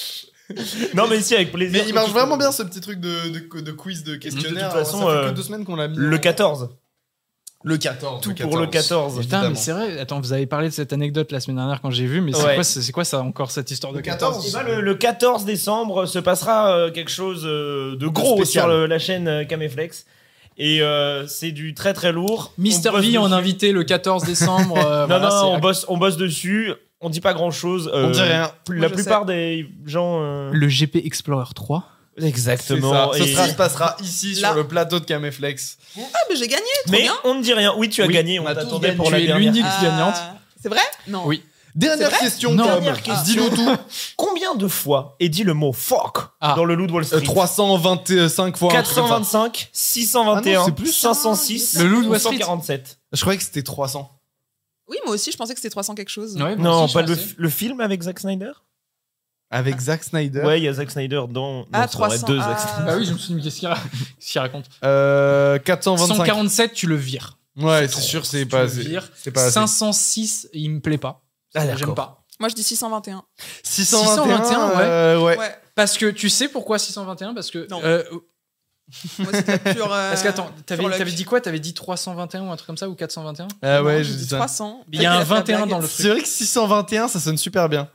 Non, mais si, avec plaisir. Mais il marche vraiment bien ce petit truc de, de, de quiz, de questionnaire. De toute façon, ça fait euh, que deux semaines qu'on l'a mis. Le en- quatorze. Le quatorze. Tout pour le quatorze. Putain, évidemment. mais c'est vrai. Attends, vous avez parlé de cette anecdote la semaine dernière quand j'ai vu, mais c'est Ouais. quoi, c'est c'est quoi ça encore cette histoire de Le quatorze Eh ben, le, le quatorze décembre se passera euh, quelque chose euh, de gros spécial. sur le- la chaîne euh, Caméflex. Et euh, c'est du très très lourd. Mister On bosse V en dessus. invité le quatorze décembre. euh, Non, voilà, non, c'est- on bosse, on bosse dessus. On dit pas grand chose. On dit rien. La Moi, je plupart des gens. euh, Le G P Explorer trois. Exactement. C'est ça. Et- Ce sera, se passera ici Là. sur le plateau de Caméflex. Ah, mais j'ai gagné, trop Mais bien. on ne dit rien. Oui, tu as Oui, gagné. on On a tous t'attendait gagné. pour Tu la es dernière. l'unique Ah, gagnante. C'est vrai? Non. Oui. Dernière C'est vrai question, Non. Tom. Dernière question. Dis-nous tout. Combien de fois est dit le mot fuck Ah. dans le Loup de Wall Euh, Street trois cent vingt-cinq fois. un truc comme ça. quatre cent vingt-cinq, six cent vingt et Ah un, non, c'est plus cinq cent six, Le Loup de Wall cent Street. quarante-sept. Je croyais que c'était trois cents. Oui, moi aussi, je pensais que c'était trois cents quelque chose. Ouais, moi Non, aussi, je pas le, pensais. le film avec Zack Snyder. Avec Zack Snyder. Ouais, il y a Zack Snyder dans. Ah, non, ça aurait trois cents. deux ah. Zack Snyder. Bah oui, je me suis dit, mais qu'est-ce qu'il ra- qu'est-ce qu'il raconte Euh, quatre cent vingt-cinq. cent quarante-sept, tu le vires. Ouais, C'est c'est trop. sûr, c'est Tu pas le assez. vires. C'est pas assez. cinq cent six, il me plaît pas. Ah, d'accord. J'aime pas. Moi, je dis six cent vingt et un. six cent vingt et un, six cent vingt et un, euh, ouais. Ouais. Parce que tu sais pourquoi six cent vingt et un Parce que. Non. euh, Moi, c'était pur. euh, parce qu'attends, t'avais, pur luck. t'avais dit quoi T'avais dit trois cent vingt et un ou un truc comme ça ou quatre cent vingt et un Ah Non, ouais, j'ai je dit dis ça. trois cents. Il y a un Peut-être qu'il vingt et un fait la dans le blague. truc. C'est vrai que six cent vingt et un, ça sonne super bien.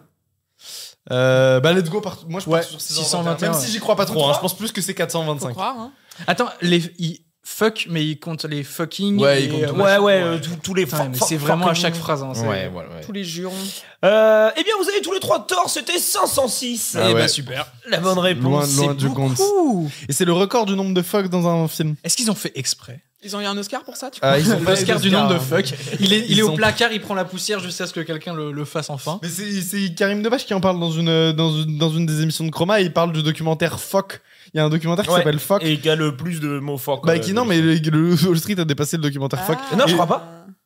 Euh, bah, let's go. Part... Moi, je Ouais, pars sur six six cent cent vingt et un, vingt et un. Même ouais. si j'y crois pas Faut trop, hein, croire. je pense plus que c'est quatre cent Faut vingt-cinq. croire, hein. Attends, les, il fuck, mais il compte les fucking. Ouais, et, il compte euh, tout. Ouais, machin. ouais, euh, tous- tous les Putain, fuck, mais fuck, c'est vraiment à fucking- chaque phrase. Hein, c'est- Ouais, voilà. ouais. Tous les jurons. Euh, eh bien, vous avez tous les trois tort, c'était cinq cent six. Ah Eh ouais. bah super. La bonne réponse. Loin, c'est loin du compte. Ouh. Et c'est le record du nombre de fuck dans un film. Est-ce qu'ils ont fait exprès Ils ont eu un Oscar pour ça, tu Ah, ils ont pas L'Oscar les du nombre de Oscars, hein. fuck. Il est, il Ils est au ont- placard, il prend la poussière jusqu'à ce que quelqu'un le, le fasse enfin. Mais c'est, c'est Karim Debache qui en parle dans une, dans une, dans une des émissions de Chroma. Il parle du documentaire Fuck. Il y a un documentaire qui Ouais. s'appelle Fuck. Et qui a le plus de mots fuck. Bah, euh, qui, non, de mais le, le Wall Street a dépassé le documentaire Fuck. Non, je Et- crois pas.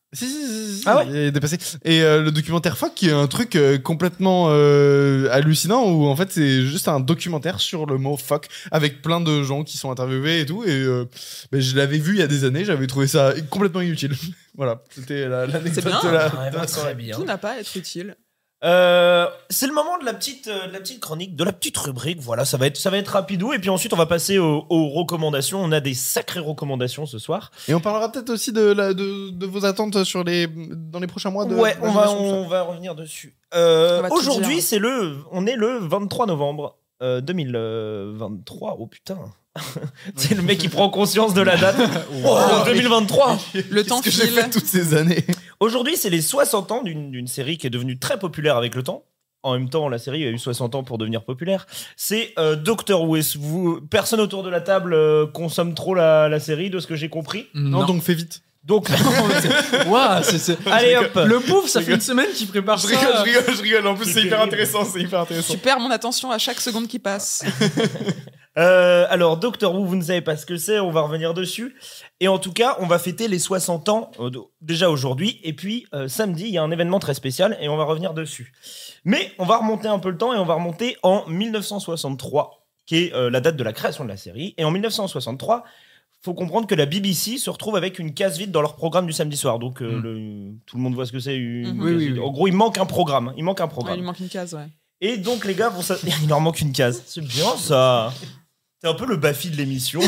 Si, si, si, si, Ah ouais il est dépassé. Et euh, le documentaire Fuck, qui est un truc euh, complètement euh, hallucinant, où en fait c'est juste un documentaire sur le mot fuck, avec plein de gens qui sont interviewés et tout. Et euh, ben, je l'avais vu il y a des années, j'avais trouvé ça complètement inutile. Voilà, c'était la- l'anecdote C'est bien. de la, Ouais, de la bah, soirée. très bien. Tout n'a pas à être utile. Euh, c'est le moment de la petite, euh, de la petite chronique, de la petite rubrique. Voilà, ça va être, ça va être rapidou. Et puis ensuite, on va passer aux, aux recommandations. On a des sacrées recommandations ce soir. Et on parlera peut-être aussi de, la, de, de vos attentes sur les, dans les prochains mois. De, Ouais, de on va, l'animation, on va revenir dessus. Euh, On va tout aujourd'hui, dire. c'est le, on est le vingt-trois novembre euh, deux mille vingt-trois. Oh putain. C'est le mec qui prend conscience de la date. Oh, deux mille vingt-trois. Le temps Qu'est-ce que j'ai file. fait toutes ces années. Aujourd'hui, c'est les soixante ans d'une d'une série qui est devenue très populaire avec le temps. En même temps, la série a eu soixante ans pour devenir populaire. C'est euh, Doctor Who. Est-ce que vous, personne autour de la table euh, consomme trop la, la série, de ce que j'ai compris. Non, donc fais vite. Donc, Ouah, c'est- c'est- allez hop. Le pauvre, ça fait une semaine qu'il prépare Je ça. rigole, je rigole, je rigole. En plus, C'est c'est hyper terrible. intéressant. C'est hyper intéressant. Tu perds mon attention à chaque seconde qui passe. Euh, alors, Doctor Who, vous ne savez pas ce que c'est, on va revenir dessus. Et en tout cas, on va fêter les soixante ans euh, de- déjà aujourd'hui. Et puis, euh, samedi, il y a un événement très spécial et on va revenir dessus. Mais on va remonter un peu le temps et on va remonter en mille neuf cent soixante-trois, qui est euh, la date de la création de la série. Et en mille neuf cent soixante-trois, faut comprendre que la B B C se retrouve avec une case vide dans leur programme du samedi soir. Donc, euh, Mm. le- tout le monde voit ce que c'est. Une Mhm. case Oui, oui, vide. oui. En gros, il manque un programme. Il manque un Ouais, programme. il lui manque une case, ouais. Et donc, les gars vont s'a- il leur manque une case. C'est bien ça. C'est un peu le Bafi de l'émission.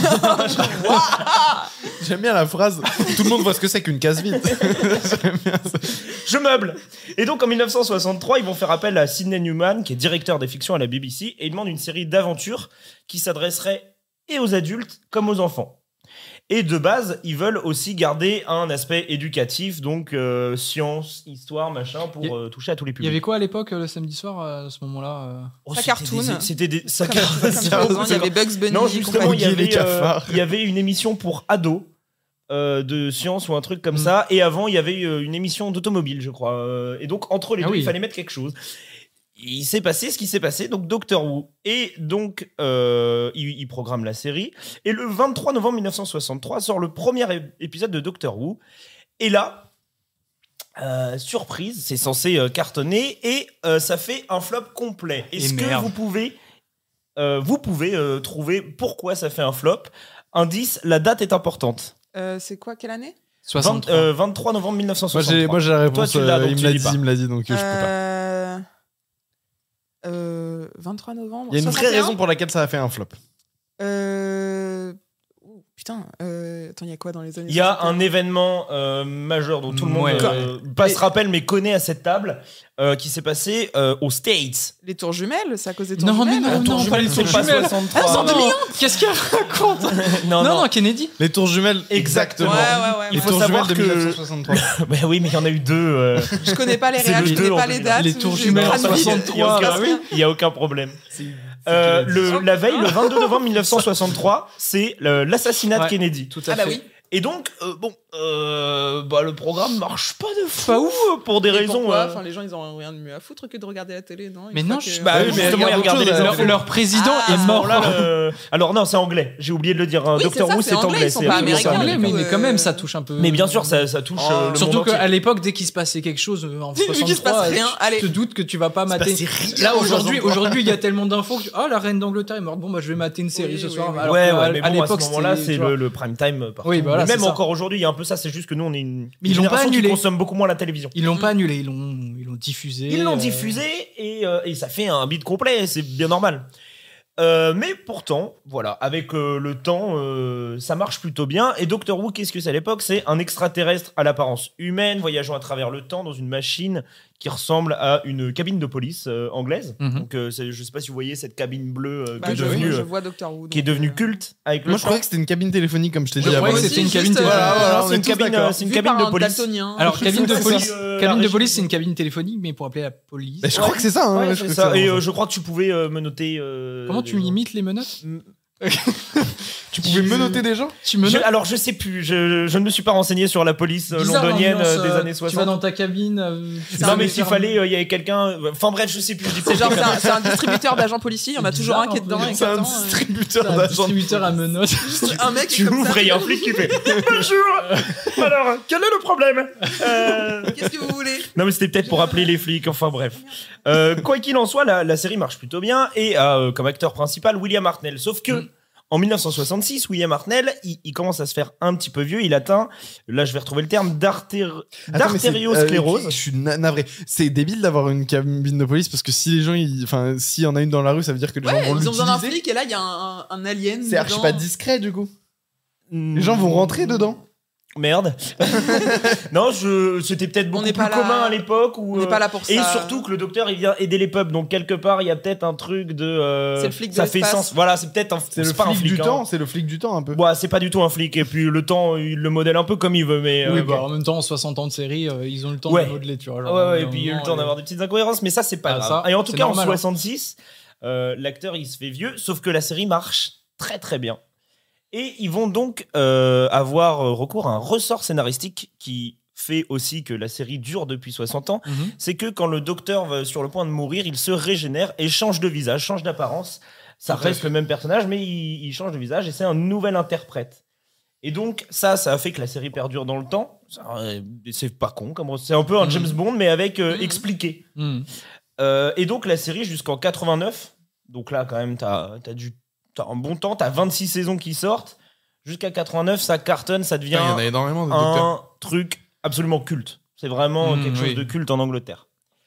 J'aime bien la phrase. Tout le monde voit ce que c'est qu'une case vide. J'aime bien ça. Je meuble. Et donc en mille neuf cent soixante-trois, ils vont faire appel à Sidney Newman, qui est directeur des fictions à la B B C, et ils demandent une série d'aventures qui s'adresserait et aux adultes comme aux enfants. Et de base, ils veulent aussi garder un aspect éducatif, donc euh, science, histoire, machin, pour Il y a- euh, toucher à tous les Il y publics. avait quoi à l'époque, euh, le samedi soir, euh, à ce moment-là euh Oh, Ça c'était cartoon. des- C'était des ça Comme, cartoon. comme Tarzan, il y avait Bugs Bunny. Non, et justement, compagnie. il y, Oggy et les avait, euh, cafards. il y avait une émission pour ados euh, de science ou un truc comme Mm. ça. Et avant, il y avait euh, une émission d'automobile, je crois. Euh, et donc, entre les Ah deux, oui. il fallait mettre quelque chose. Il s'est passé ce qui s'est passé, donc Doctor Who. Et donc, euh, il, il programme la série. Et le vingt-trois novembre mille neuf cent soixante-trois sort le premier é- épisode de Doctor Who. Et là, euh, surprise, c'est censé euh, cartonner et euh, ça fait un flop complet. Est-ce Et que merde. vous pouvez, euh, vous pouvez euh, trouver pourquoi ça fait un flop? Indice, la date est importante. Euh, c'est quoi, quelle année vingt, soixante-trois. euh, vingt-trois novembre mille neuf cent Moi, soixante-trois. j'ai, moi, j'ai la réponse. tu l'as, euh, donc il tu me l'a dis dit, pas. il me l'a dit, donc euh, je peux pas. euh... Euh, vingt-trois novembre. Il y a une vraie soixante et un raison pour laquelle ça a fait un flop. Euh... ouh, putain, euh... attends, il y a quoi dans les années Il y a soixante et un un événement euh, majeur dont tout le monde Ouais. euh, pas se Et- rappelle mais connaît à cette table euh, qui s'est passé euh, aux States. Les tours jumelles, c'est à cause des tours Non, mais jumelles non, Les tours non, pas jumelles les sont tours pas jumelles. soixante-trois. Ah, non, qu'est-ce qu'elle raconte non, non, non. non, Kennedy. Les tours jumelles. Exactement. Ouais, ouais, ouais. Il Les ouais. faut tours savoir jumelles de que- mille neuf cent soixante-trois. Bah oui, mais il y en a eu deux. euh, Je connais pas les C'est réels, le je deux connais en pas les général. dates. Les tours j'ai jumelles une en crâne vide. soixante-trois. Il y a aucun- Ah oui. il y a aucun problème. Euh, le, la veille, le vingt-deux novembre mille neuf cent soixante-trois, c'est le- l'assassinat de Ouais. Kennedy. Tout à Ah bah fait. oui. Et donc, euh, bon, euh, bah, le programme marche pas de fou. Pas ouf. Pour des Et raisons. pourquoi euh, Enfin, les gens, ils ont rien de mieux à foutre que de regarder la télé, non Une Mais fois non, que- je- bah oui, oui, mais justement, il y a ils autre regardaient chose, les alors, infos. Leur, leur président Ah, est À ce mort. moment-là, le- Alors non, c'est anglais. J'ai oublié de le dire. hein. Oui, Doctor c'est ça, Who, c'est c'est anglais, anglais. ils sont c'est pas absolument C'est américains, anglais. anglais, mais, du mais coup, quand même, euh, ça touche un peu. Mais bien sûr, ça, ça touche. Oh. euh, le Surtout monde entier. qu'à l'époque, dès qu'il se passait quelque chose euh, en Vu qu'il se soixante-trois, passe rien, allez. tu te doutes que tu vas pas mater. passait rien Là en aujourd'hui, soixante-trois. aujourd'hui, il y a tellement d'infos que oh la reine d'Angleterre est morte. Bon bah je vais mater une série Oui, ce oui, soir. oui. Alors Ouais, que, ouais, à- mais à bon, à l'époque, ce moment-là, c'était- c'est tu vois. le, le prime time partout. Oui, voilà, Mais même c'est ça. encore aujourd'hui, il y a un peu ça. C'est juste que nous, on est une, Mais une ils l'ont pas génération qui annulé. consomme beaucoup moins la télévision. Ils l'ont pas annulé, ils l'ont, ils l'ont diffusé. Ils l'ont euh, diffusé et, euh, et ça fait un beat complet. C'est bien normal. Euh, mais pourtant, voilà, avec euh, le temps, euh, ça marche plutôt bien. Et Doctor Who, qu'est-ce que c'est à l'époque? C'est un extraterrestre à l'apparence humaine, voyageant à travers le temps dans une machine qui ressemble à une cabine de police euh, anglaise. Mhm. Donc, euh, c'est- je sais pas si vous voyez cette cabine bleue euh, Bah, qui, est je, devenue, je euh, vois Doctor Who. qui est donc, devenue euh, culte avec le Moi, je temps. croyais que c'était une cabine téléphonique, comme je t'ai dit Je avant. croyais que Moi c'était aussi, une cabine juste, téléphonique. euh, Voilà, voilà, on c'est est une tous cabine, d'accord. euh, c'est une vu cabine par de un police. daltonien. Alors cabine de C'est, police, euh, cabine la de police, régie- c'est une cabine téléphonique, mais pour appeler la police. Mais je crois que c'est ça. hein, Ouais, je c'est crois que ça. c'est Et vraiment euh, je crois que tu pouvais euh, me noter. euh, Comment des tu gens. imites les menottes Mm. Tu pouvais menotter des gens? Tu me Je- notes alors je sais plus, je, je ne me suis pas renseigné sur la police euh, Bizarre, londonienne l'ambiance, euh, des euh, années soixante. Tu vas dans ta cabine. euh, tu Non fais mais des s'il fermes. fallait, euh, il y avait quelqu'un. Enfin bref, je sais plus. Je dis C'est peut-être genre, des c'est un, c'est un distributeur d'agents policiers, il y en a toujours un qui est dedans. et qui C'est un attend, euh, distributeur Un d'agents. distributeur à menottes. Un mec Tu comme ouvres ça. et il y a un flic qui fait bonjour. Alors quel est le problème Euh, Qu'est-ce que vous voulez? Non mais c'était peut-être pour appeler les flics. Enfin bref. Euh, quoi qu'il en soit, la, la série marche plutôt bien et a euh, comme acteur principal William Hartnell. Sauf que Mm. en dix-neuf cent soixante-six, William Hartnell, il, il commence à se faire un petit peu vieux. Il atteint, là je vais retrouver le terme, d'artér- Attends, mais c'est- d'artériosclérose. euh, je suis na- navré. C'est débile d'avoir une cabine de police parce que si les gens, ils- enfin, s'il y en a une dans la rue, ça veut dire que les Ouais, gens vont ils ont besoin d'un l'utiliser. flic et là il y a un, un alien. C'est archi dedans. pas discret du coup. Mm. Les gens vont rentrer dedans. Merde. non, je, c'était peut-être beaucoup n'est plus pas là- commun à l'époque. Où, On n'est euh, pas là pour ça. Et surtout que le docteur il vient aider les peuples, donc quelque part il y a peut-être un truc de. euh, C'est le flic de Ça fait l'espace. sens. Voilà, c'est peut-être un. C'est le pas un flic du hein. temps. C'est le flic du temps un peu. Ouais, c'est pas du tout un flic. Et puis le temps, il le modèle un peu comme il veut, mais. Oui, euh, bah, en même temps, en soixante ans de série, euh, ils ont le temps Ouais. de modeler, tu vois. Ouais, genre, ouais, à et un puis il y a eu le moment, temps euh, d'avoir des petites incohérences, mais ça c'est pas Ah, grave. ça, et en tout c'est cas normal, en hein. soixante-six, euh, l'acteur il se fait vieux, sauf que la série marche très très bien. Et ils vont donc euh, avoir euh, recours à un ressort scénaristique qui fait aussi que la série dure depuis soixante ans. Mhm. C'est que quand le docteur va sur le point de mourir, il se régénère et change de visage, change d'apparence. Ça Tout à reste fait. le même personnage, mais il, il change de visage et c'est un nouvel interprète. Et donc ça, ça a fait que la série perdure dans le temps. Ça, euh, C'est pas con, comme c'est un peu un Mhm. James Bond, mais avec euh, Mhm. expliqué. Mhm. Euh, et donc la série jusqu'en quatre-vingt-neuf. Donc là, quand même, t'as as du t'as un bon temps. T'as vingt-six saisons qui sortent. Jusqu'à quatre-vingt-neuf, ça cartonne, ça devient Putain, il y en a énormément de docteurs. un truc absolument culte. C'est vraiment Mmh, quelque chose oui. de culte en Angleterre.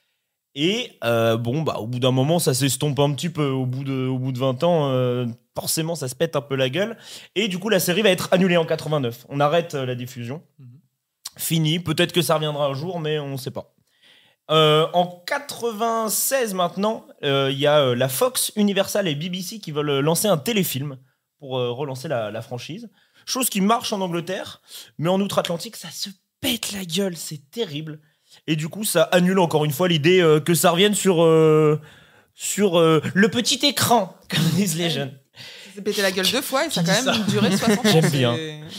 Et euh, bon, bah, au bout d'un moment, ça s'estompe un petit peu. Au bout de, au bout de vingt ans, euh, forcément, ça se pète un peu la gueule. Et du coup, la série va être annulée en quatre-vingt-neuf. On arrête euh, la diffusion. Mhm. Fini. Peut-être que ça reviendra un jour, mais on ne sait pas. Euh, en quatre-vingt-seize maintenant, euh, il y a euh, la Fox, Universal et B B C qui veulent euh, lancer un téléfilm pour euh, relancer la, la franchise. Chose qui marche en Angleterre, mais en Outre-Atlantique, ça se pète la gueule, c'est terrible. Et du coup, ça annule encore une fois l'idée euh, que ça revienne sur, euh, sur euh, le petit écran, comme disent les jeunes. Ça s'est pété la gueule deux fois et ça a Qui quand dit même ça duré soixante ans. J'aime c'est- bien.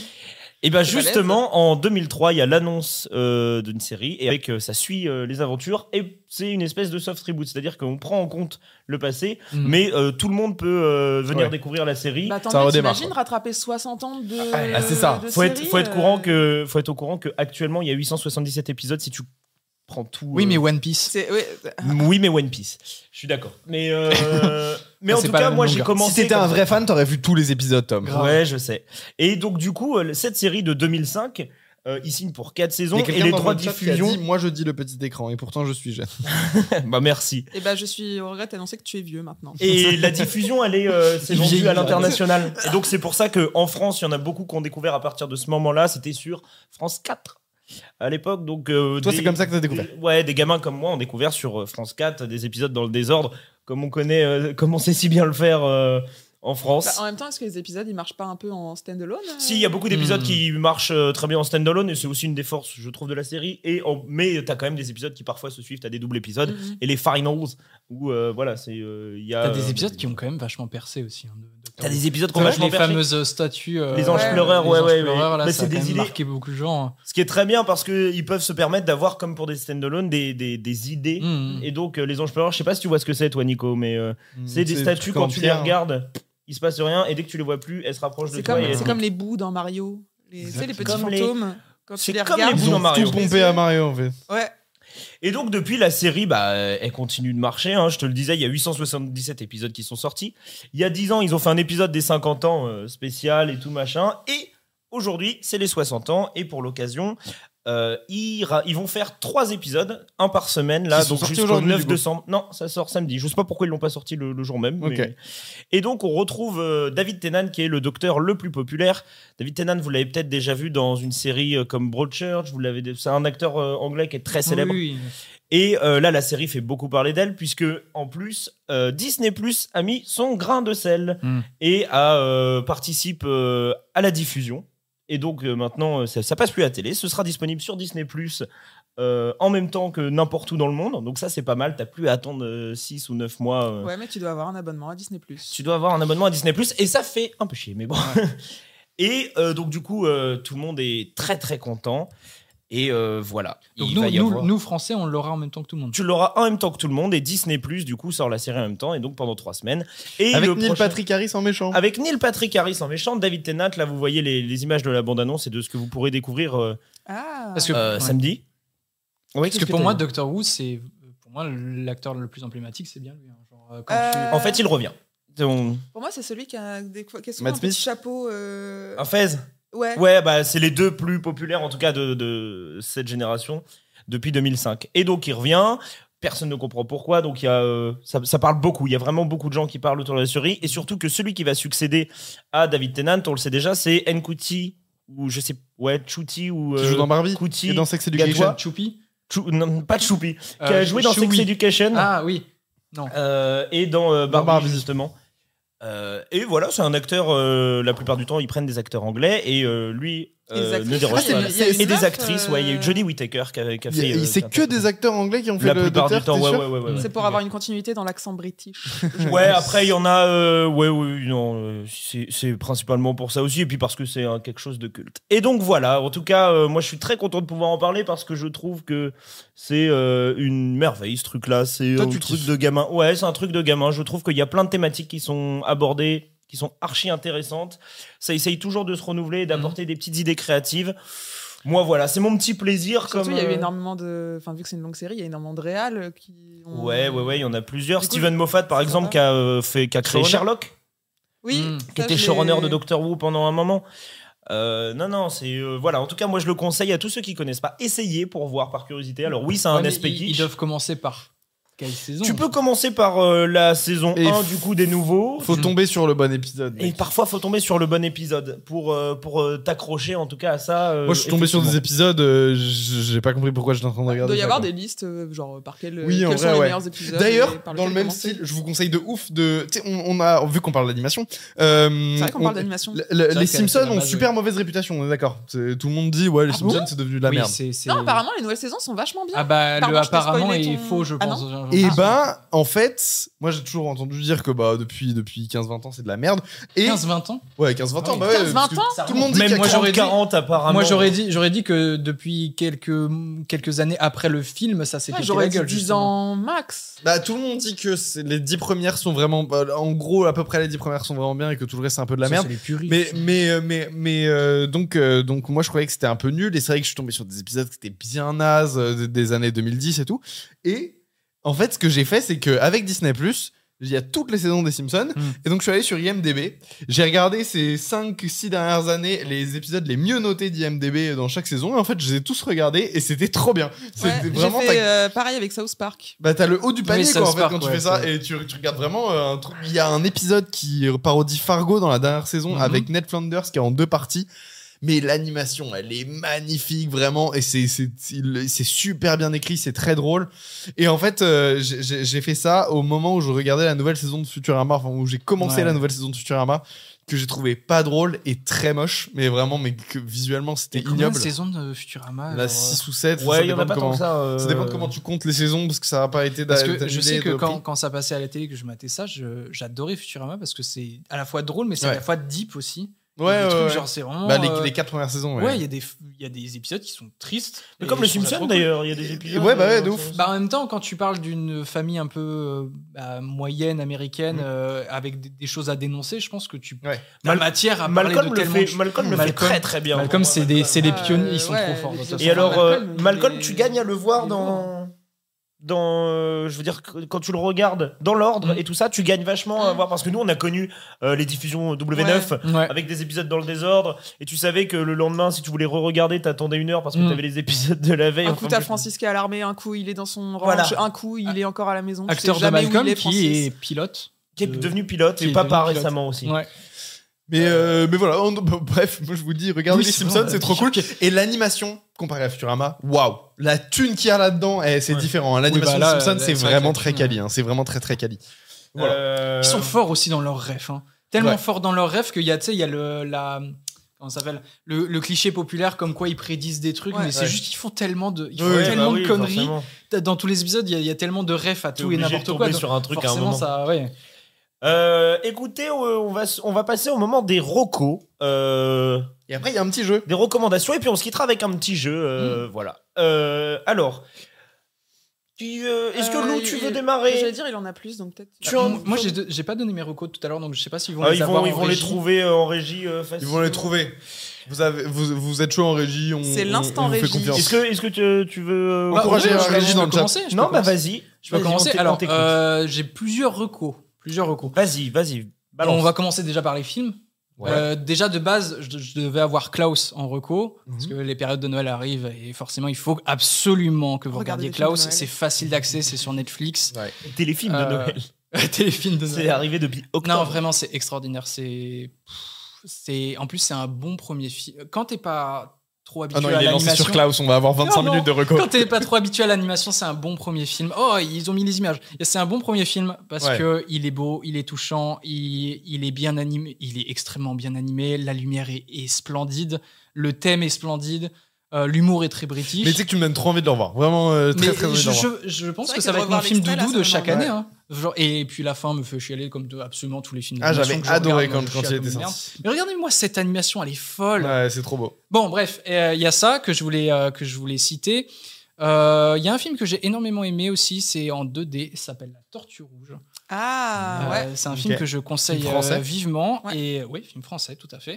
Et bien C'est justement, en deux mille trois, il y a l'annonce euh, d'une série et avec euh, ça suit euh, les aventures et c'est une espèce de soft reboot, c'est-à-dire qu'on prend en compte le passé, Mhm. mais euh, tout le monde peut euh, venir Ouais. découvrir la série. Bah, attends, Ça mais redémarre, t'imagines quoi. rattraper soixante ans de. Ah, c'est ça. de faut être, série, faut être euh, courant que, faut être au courant que actuellement il y a huit cent soixante-dix-sept épisodes si tu prends tout. Oui, euh, mais One Piece. C'est, ouais, oui, mais One Piece. Je suis d'accord. Mais euh, mais en C'est tout pas la cas, même moi j'ai longueur. commencé. Si t'étais comme un ça. vrai fan, t'aurais vu tous les épisodes, Tom. Grave. Ouais, je sais. Et donc du coup, euh, cette série de deux mille cinq, euh, il signe pour quatre Il saisons y a et quelqu'un les dans droits le de chat qui a diffusion. dit, moi je dis le petit écran et pourtant je suis jeune. Bah merci. Et bah, je suis au regret d'annoncer que tu es vieux maintenant. Et la diffusion, elle est, euh, c'est Il vendu vieillit, à là. l'international. Et donc c'est pour ça qu'en France, il y en a beaucoup qui ont découvert à partir de ce moment-là. C'était sur France quatre à l'époque. Donc euh, Toi, des- c'est comme ça que t'as découvert. des- Ouais, des gamins comme moi ont découvert sur euh, France quatre des épisodes dans le désordre, comme on connaît, euh, comme on sait si bien le faire euh, en France. Bah, en même temps, est-ce que les épisodes ils marchent pas un peu en stand-alone euh Si, il y a beaucoup d'épisodes Hmm. qui marchent euh, très bien en standalone et c'est aussi une des forces, je trouve, de la série. Et en- mais t'as quand même des épisodes qui parfois se suivent. T'as des doubles épisodes Mhm. et les finals où euh, voilà, c'est euh, il y a. T'as des euh, épisodes qui ont quand même vachement percé aussi. hein, de- de- T'as des épisodes qu'on Comme vachement les perché. fameuses statues. euh, Les anges Ouais, pleureurs, les ouais, anges ouais, pleureurs, ouais. là, Mais ça c'est a quand des même idées. marqué beaucoup de gens. Ce qui est très bien parce qu'ils peuvent se permettre d'avoir, comme pour des standalone, des, des, des idées. Mhm. Et donc, euh, les anges pleureurs, je sais pas si tu vois ce que c'est, toi, Nico, mais euh, c'est des des statues, trucs quand en tu les pierre. regardes, il se passe rien. Et dès que tu les vois plus, elles se rapprochent de C'est toi. comme, et elles c'est te comme niquent. les bouts dans Mario. Les, tu sais, les petits Comme les- fantômes. Quand C'est tu les comme les regardes, bouts Ils dans ont Mario. tout pompé à Mario en fait. Ouais. Et donc, depuis, la série, bah, euh, elle continue de marcher. Hein, je te le disais, il y a huit cent soixante-dix-sept épisodes qui sont sortis. Il y a dix ans, ils ont fait un épisode des cinquante ans euh, spécial et tout machin. Et aujourd'hui, c'est les soixante ans. Et pour l'occasion, euh, ils, ra- ils vont faire trois épisodes, un par semaine, là, Qui sont donc sortis jusqu'au aujourd'hui, neuf du coup. décembre. Non, ça sort samedi. Je sais pas pourquoi ils l'ont pas sorti le, le jour même. Ok. mais- Et donc, on retrouve euh, David Tennant, qui est le docteur le plus populaire. David Tennant, vous l'avez peut-être déjà vu dans une série euh, comme Broadchurch. Vous l'avez, c'est un acteur euh, anglais qui est très célèbre. Oui, oui. Et euh, là, la série fait beaucoup parler d'elle, puisque en plus, euh, Disney Plus a mis son grain de sel Mm. et a, euh, participe euh, à la diffusion. Et donc euh, maintenant, euh, ça, ça passe plus à la télé. Ce sera disponible sur Disney Plus euh, en même temps que n'importe où dans le monde. Donc ça, c'est pas mal. T'as plus à attendre six ou neuf mois. euh. Ouais, mais tu dois avoir un abonnement à Disney+. Tu dois avoir un abonnement à Disney+, et ça fait un peu chier, mais bon. Ouais. Et euh, donc du coup, euh, tout le monde est très très content. Et euh, voilà. Donc Il nous, va y nous, avoir... nous, Français, on l'aura en même temps que tout le monde. Tu l'auras en même temps que tout le monde, et Disney+, du coup, sort la série en même temps, et donc pendant trois semaines. Et Avec le Neil prochain- Patrick Harris en méchant. Avec Neil Patrick Harris en méchant, David Tennant, là vous voyez les, les images de la bande-annonce et de ce que vous pourrez découvrir euh, Ah. Parce que, euh, ouais. samedi. Oui, Parce que pour moi, Doctor Who, c'est pour moi l'acteur le plus emblématique, c'est bien lui. hein. Genre, euh, quand Euh, tu- En fait, il revient. On... Pour moi, c'est celui qui a, des... qui a souvent Matt un petit Smith chapeau. euh, Un Fez. Ouais. Ouais, bah, c'est les deux plus populaires, en tout cas, de, de cette génération, depuis deux mille cinq. Et donc, il revient. Personne ne comprend pourquoi. Donc, il y a, euh, ça, ça parle beaucoup. Il y a vraiment beaucoup de gens qui parlent autour de la série. Et surtout que celui qui va succéder à David Tennant, on le sait déjà, c'est Nkuti, ou je sais, ouais, Chuti, ou. Qui joue dans Barbie Kuti, et dans Sex Education. Gatois. Choupi Chou- non, pas Choupi, qui a Euh, joué dans Sex Chewie. Education. Ah oui. Non. Euh, et dans euh, Barbie, Barbie. justement. Euh, et voilà, c'est un acteur, euh, la plupart du temps, ils prennent des acteurs anglais, et euh, lui Et des euh, actrices. ne déroge Ah, c'est- pas. il y a une Et des meuf, actrices, ouais, il y a eu euh, Jodie Whittaker qui a, qui a Il y fait. a- euh, C'est qui a que fait- des acteurs anglais qui ont fait La le plupart du docteur, temps, t'es ouais, sûr ouais, ouais, ouais. C'est pour avoir une continuité dans l'accent british. Ouais, après, il y en a. Euh, ouais, ouais, non, euh, c'est c'est principalement pour ça aussi, et puis parce que c'est hein, quelque chose de culte. Et donc voilà, en tout cas, euh, moi je suis très content de pouvoir en parler parce que je trouve que c'est euh, une merveille ce truc-là. C'est Toi, un tu truc kiffes. de gamin. Ouais, c'est un truc de gamin. Je trouve qu'il y a plein de thématiques qui sont abordées, qui sont archi intéressantes. Ça essaye toujours de se renouveler et d'apporter des petites idées créatives. Moi, voilà, c'est mon petit plaisir. Surtout, comme, il y a eu euh, énormément de. Enfin, vu que c'est une longue série, il y a énormément de réals qui. Ont... Ouais, ouais, ouais, il y en a plusieurs. Du coup, Steven Moffat, par c'est exemple, sympa. qui a, euh, fait, qui a créé Showrunner. Sherlock, Oui. Mm. ça, qui était j'ai- showrunner de Doctor Who pendant un moment. Euh, non, non, c'est. euh, voilà, en tout cas, moi, je le conseille à tous ceux qui connaissent pas. Essayez pour voir par curiosité. Alors, oui, c'est un Ouais, mais aspect ils, ils kitsch. doivent commencer par quelle saison Tu peux commencer par euh, la saison Et un, f- du coup, des nouveaux. Faut tomber sur le bon épisode. Et mec. parfois, faut tomber sur le bon épisode pour, euh, pour euh, t'accrocher, en tout cas, à ça. euh, Moi, je suis tombé sur des effectivement. épisodes, euh, j- j'ai pas compris pourquoi j'étais en train de Il regarder. doit y ça, avoir quoi. des listes, euh, genre par quel, Oui, en quels vrai, sont les ouais. meilleurs épisodes. D'ailleurs, et par dans le lesquels même commencer. style, je vous conseille de ouf de. Tu sais, on, on a vu qu'on parle d'animation. euh, C'est vrai qu'on on- parle d'animation. le- le- vrai les que c'est Simpsons la ont base, super oui. mauvaise réputation, on est d'accord. C'est- Tout le monde dit ouais, les Ah Simpsons bon c'est devenu de la Oui, merde. c'est- c'est- Non, apparemment, les nouvelles saisons sont vachement bien. Ah bah, Pardon, le je t'ai apparemment spoilé est ton- faux, je Ah pense. non Genre, Et ah, ben, en fait, moi j'ai toujours entendu dire que bah depuis depuis quinze vingt ans c'est de la merde. Et quinze vingt ans ouais, quinze vingt Ah ans, oui. bah ouais, quinze parce vingt que ans tout le monde dit Même qu'il y a moi, quarante j'aurais ans. quarante, apparemment. Moi j'aurais dit, j'aurais dit que depuis quelques, quelques années après le film, ça s'est Ouais, pété J'aurais la dit gueule. dix justement. ans max. Bah tout le monde dit que c'est- les dix premières sont vraiment bah, en gros à peu près les dix premières sont vraiment bien et que tout le reste c'est un peu de la Ça, merde. c'est les puristes. Mais mais euh, mais mais euh, donc euh, donc moi je croyais que c'était un peu nul et c'est vrai que je suis tombé sur des épisodes qui étaient bien nazes euh, des années deux mille dix et tout. Et en fait ce que j'ai fait c'est que avec Disney Plus il y a toutes les saisons des Simpsons Mm. et donc je suis allé sur I M D B. J'ai regardé ces cinq six dernières années les épisodes les mieux notés d'I M D B dans chaque saison et en fait je les ai tous regardés et c'était trop bien. C'était Ouais, vraiment J'ai t'as- fait euh, pareil avec South Park. bah t'as le haut du panier Oui, quoi en South fait Park, quand tu ouais, fais ça c'est- et tu, tu regardes vraiment euh, un truc. Il y a un épisode qui parodie Fargo dans la dernière saison Mhm. avec Ned Flanders qui est en deux parties. Mais l'animation, elle est magnifique vraiment et c'est c'est c'est c'est super bien écrit, c'est très drôle. Et en fait, euh, j'ai- j'ai j'ai fait ça au moment où je regardais la nouvelle saison de Futurama, enfin où j'ai commencé Ouais. la nouvelle saison de Futurama que j'ai trouvé pas drôle et très moche, mais vraiment mais que visuellement c'était Et combien de ignoble. saisons de Futurama La alors, six ou sept, ça Ouais, il y en dépend a de pas tant comment- que ça. euh, ça dépend de comment tu comptes les saisons parce que ça n'a pas été Parce d'a- que je d'annulé sais que de quand, prix. quand ça passait à la télé, que je matais ça, je- j'adorais Futurama parce que c'est à la fois drôle, mais c'est Ouais. à la fois deep aussi. Ouais, Il y a des ouais, trucs, ouais. genre, c'est vraiment. Bah, les, euh, les quatre premières saisons. Ouais, Ouais, il y, a des f- il y a des épisodes qui sont tristes. Mais Et comme les je trouve ça Simpsons trop cool. d'ailleurs, il y a des épisodes. Ouais, bah ouais, euh, de ouf. Bah, en même temps, quand tu parles d'une famille un peu euh, bah, moyenne américaine Mm. euh, avec des, des choses à dénoncer, je pense que tu Ouais. as Mal- matière à parler Malcolm de le tellement fait, de- Malcolm le fait Malcolm- très très bien. Malcolm, pour moi, c'est des, Malcolm. c'est des Ah, pionniers, ils sont ouais, trop forts. les de toute épisodes façon. Et alors, euh, Malcolm, il Malcolm, est- tu gagnes à le voir il est dans. Dans, euh, je veux dire, que- quand tu le regardes dans l'ordre Mm. et tout ça, tu gagnes vachement à voir parce que nous, on a connu euh, les diffusions W neuf Ouais. avec des épisodes dans le désordre et tu savais que le lendemain, si tu voulais re-regarder, t'attendais une heure parce que Mm. t'avais les épisodes de la veille. Un Enfin, coup, t'as bref. Francis qui est à l'armée, un coup, il est dans son ranch, Voilà. un coup, il est encore à la maison. tu Acteur sais de jamais où Malcolm il est, qui Francis. est pilote. Qui est de- devenu pilote qui et est papa devenu pilote. récemment aussi. Ouais. Mais, euh, mais voilà, on- bon, bref, moi je vous dis, regardez Oui, les c'est Simpsons, bon, c'est bah, trop cool. Et l'animation, comparé à Futurama, waouh! La thune qu'il y a là-dedans, eh, c'est Ouais. différent. hein. L'animation Oui, bah là, de Simpsons, là, c'est c'est vrai vraiment que la très thune, quali. hein. C'est vraiment très très quali. Voilà. Euh, Ils sont forts aussi dans leurs rêves. hein. Tellement Ouais. forts dans leurs rêves qu'il y a, tu sais, il y a le, la, comment ça s'appelle le, le cliché populaire comme quoi ils prédisent des trucs, Ouais. mais c'est Ouais. juste qu'ils font tellement de, ils font Ouais, tellement bah de oui, conneries. forcément. Dans tous les épisodes, il y, a- il y a tellement de refs à T'es tout et obligé de n'importe tomber quoi. donc sur un truc à un forcément, moment. ça, ouais. Euh, écoutez, on va, on va passer au moment des recos. Euh, Et après, il y a un petit jeu. des recommandations et puis on se quittera avec un petit jeu. euh, Voilà. Euh, alors, tu, euh, est-ce que Euh, Lou, il- tu veux il- démarrer J'allais dire, il en a plus, donc peut-être. Tu en- Moi, moi, j'ai, de- j'ai pas donné mes recos tout à l'heure, donc je sais pas s'ils vont Ah, les ils avoir vont, en ils vont les régie. trouver euh, en régie euh, Ils facilement. vont les trouver. Vous, avez, vous, vous êtes chaud en régie. On, C'est on- l'instant on vous fait régie. confiance. Est-ce que, est-ce que tu, tu veux euh, Bah, Encourager ouais, la je peux- régie je dans peux le chat. commencer, je Non, peux bah commencer. vas-y. Je peux Vas-y, commencer. on t'é- on Alors, t'écoute. euh, j'ai plusieurs recos. Plusieurs recos. Vas-y, vas-y. Balance. On va commencer déjà par les films. Ouais. Euh, déjà de base, je, je devais avoir Klaus en reco parce Mhm. que les périodes de Noël arrivent et forcément il faut absolument que vous Regardez regardiez des films de Klaus. Noël. C'est facile d'accès, c'est sur Netflix. Téléfilm de Euh, Noël. Téléfilm de C'est Noël. arrivé depuis octobre. Non, vraiment, c'est extraordinaire. C'est, c'est, en plus, c'est un bon premier film. Quand t'es pas trop Ah habitué non, à il est lancé l'animation, sur Klaus. On va avoir vingt-cinq Non, non. minutes de record. quand t'es pas trop habitué à l'animation, c'est un bon premier film. Oh, ils ont mis les images. Et c'est un bon premier film parce Ouais. que il est beau, il est touchant, il, il est bien animé, il est extrêmement bien animé. La lumière est, est splendide, le thème est splendide, euh, l'humour est très british. Mais tu sais que tu me donnes trop envie de le revoir. Vraiment euh, très Mais très envie de je, le revoir. je, je pense C'est que vrai ça que va être mon revoir film l'extrait, là, doudou de ça chaque donne année. Hein. Genre, et puis la fin me fait chialer comme de absolument tous les films Ah, d'animation j'avais que je adoré regarde, quand, je quand il chiale était comme une merde. sorti. Mais regardez-moi cette animation, elle est folle. Ouais, c'est trop beau. Bon, bref, il y a ça que je voulais, euh, que je voulais citer. Il euh, y a un film que j'ai énormément aimé aussi, c'est en deux D, ça s'appelle La Tortue Rouge. Ah, Euh, ouais. C'est un Ok. film que je conseille Film français euh, vivement. Ouais. Et oui, film français, tout à fait.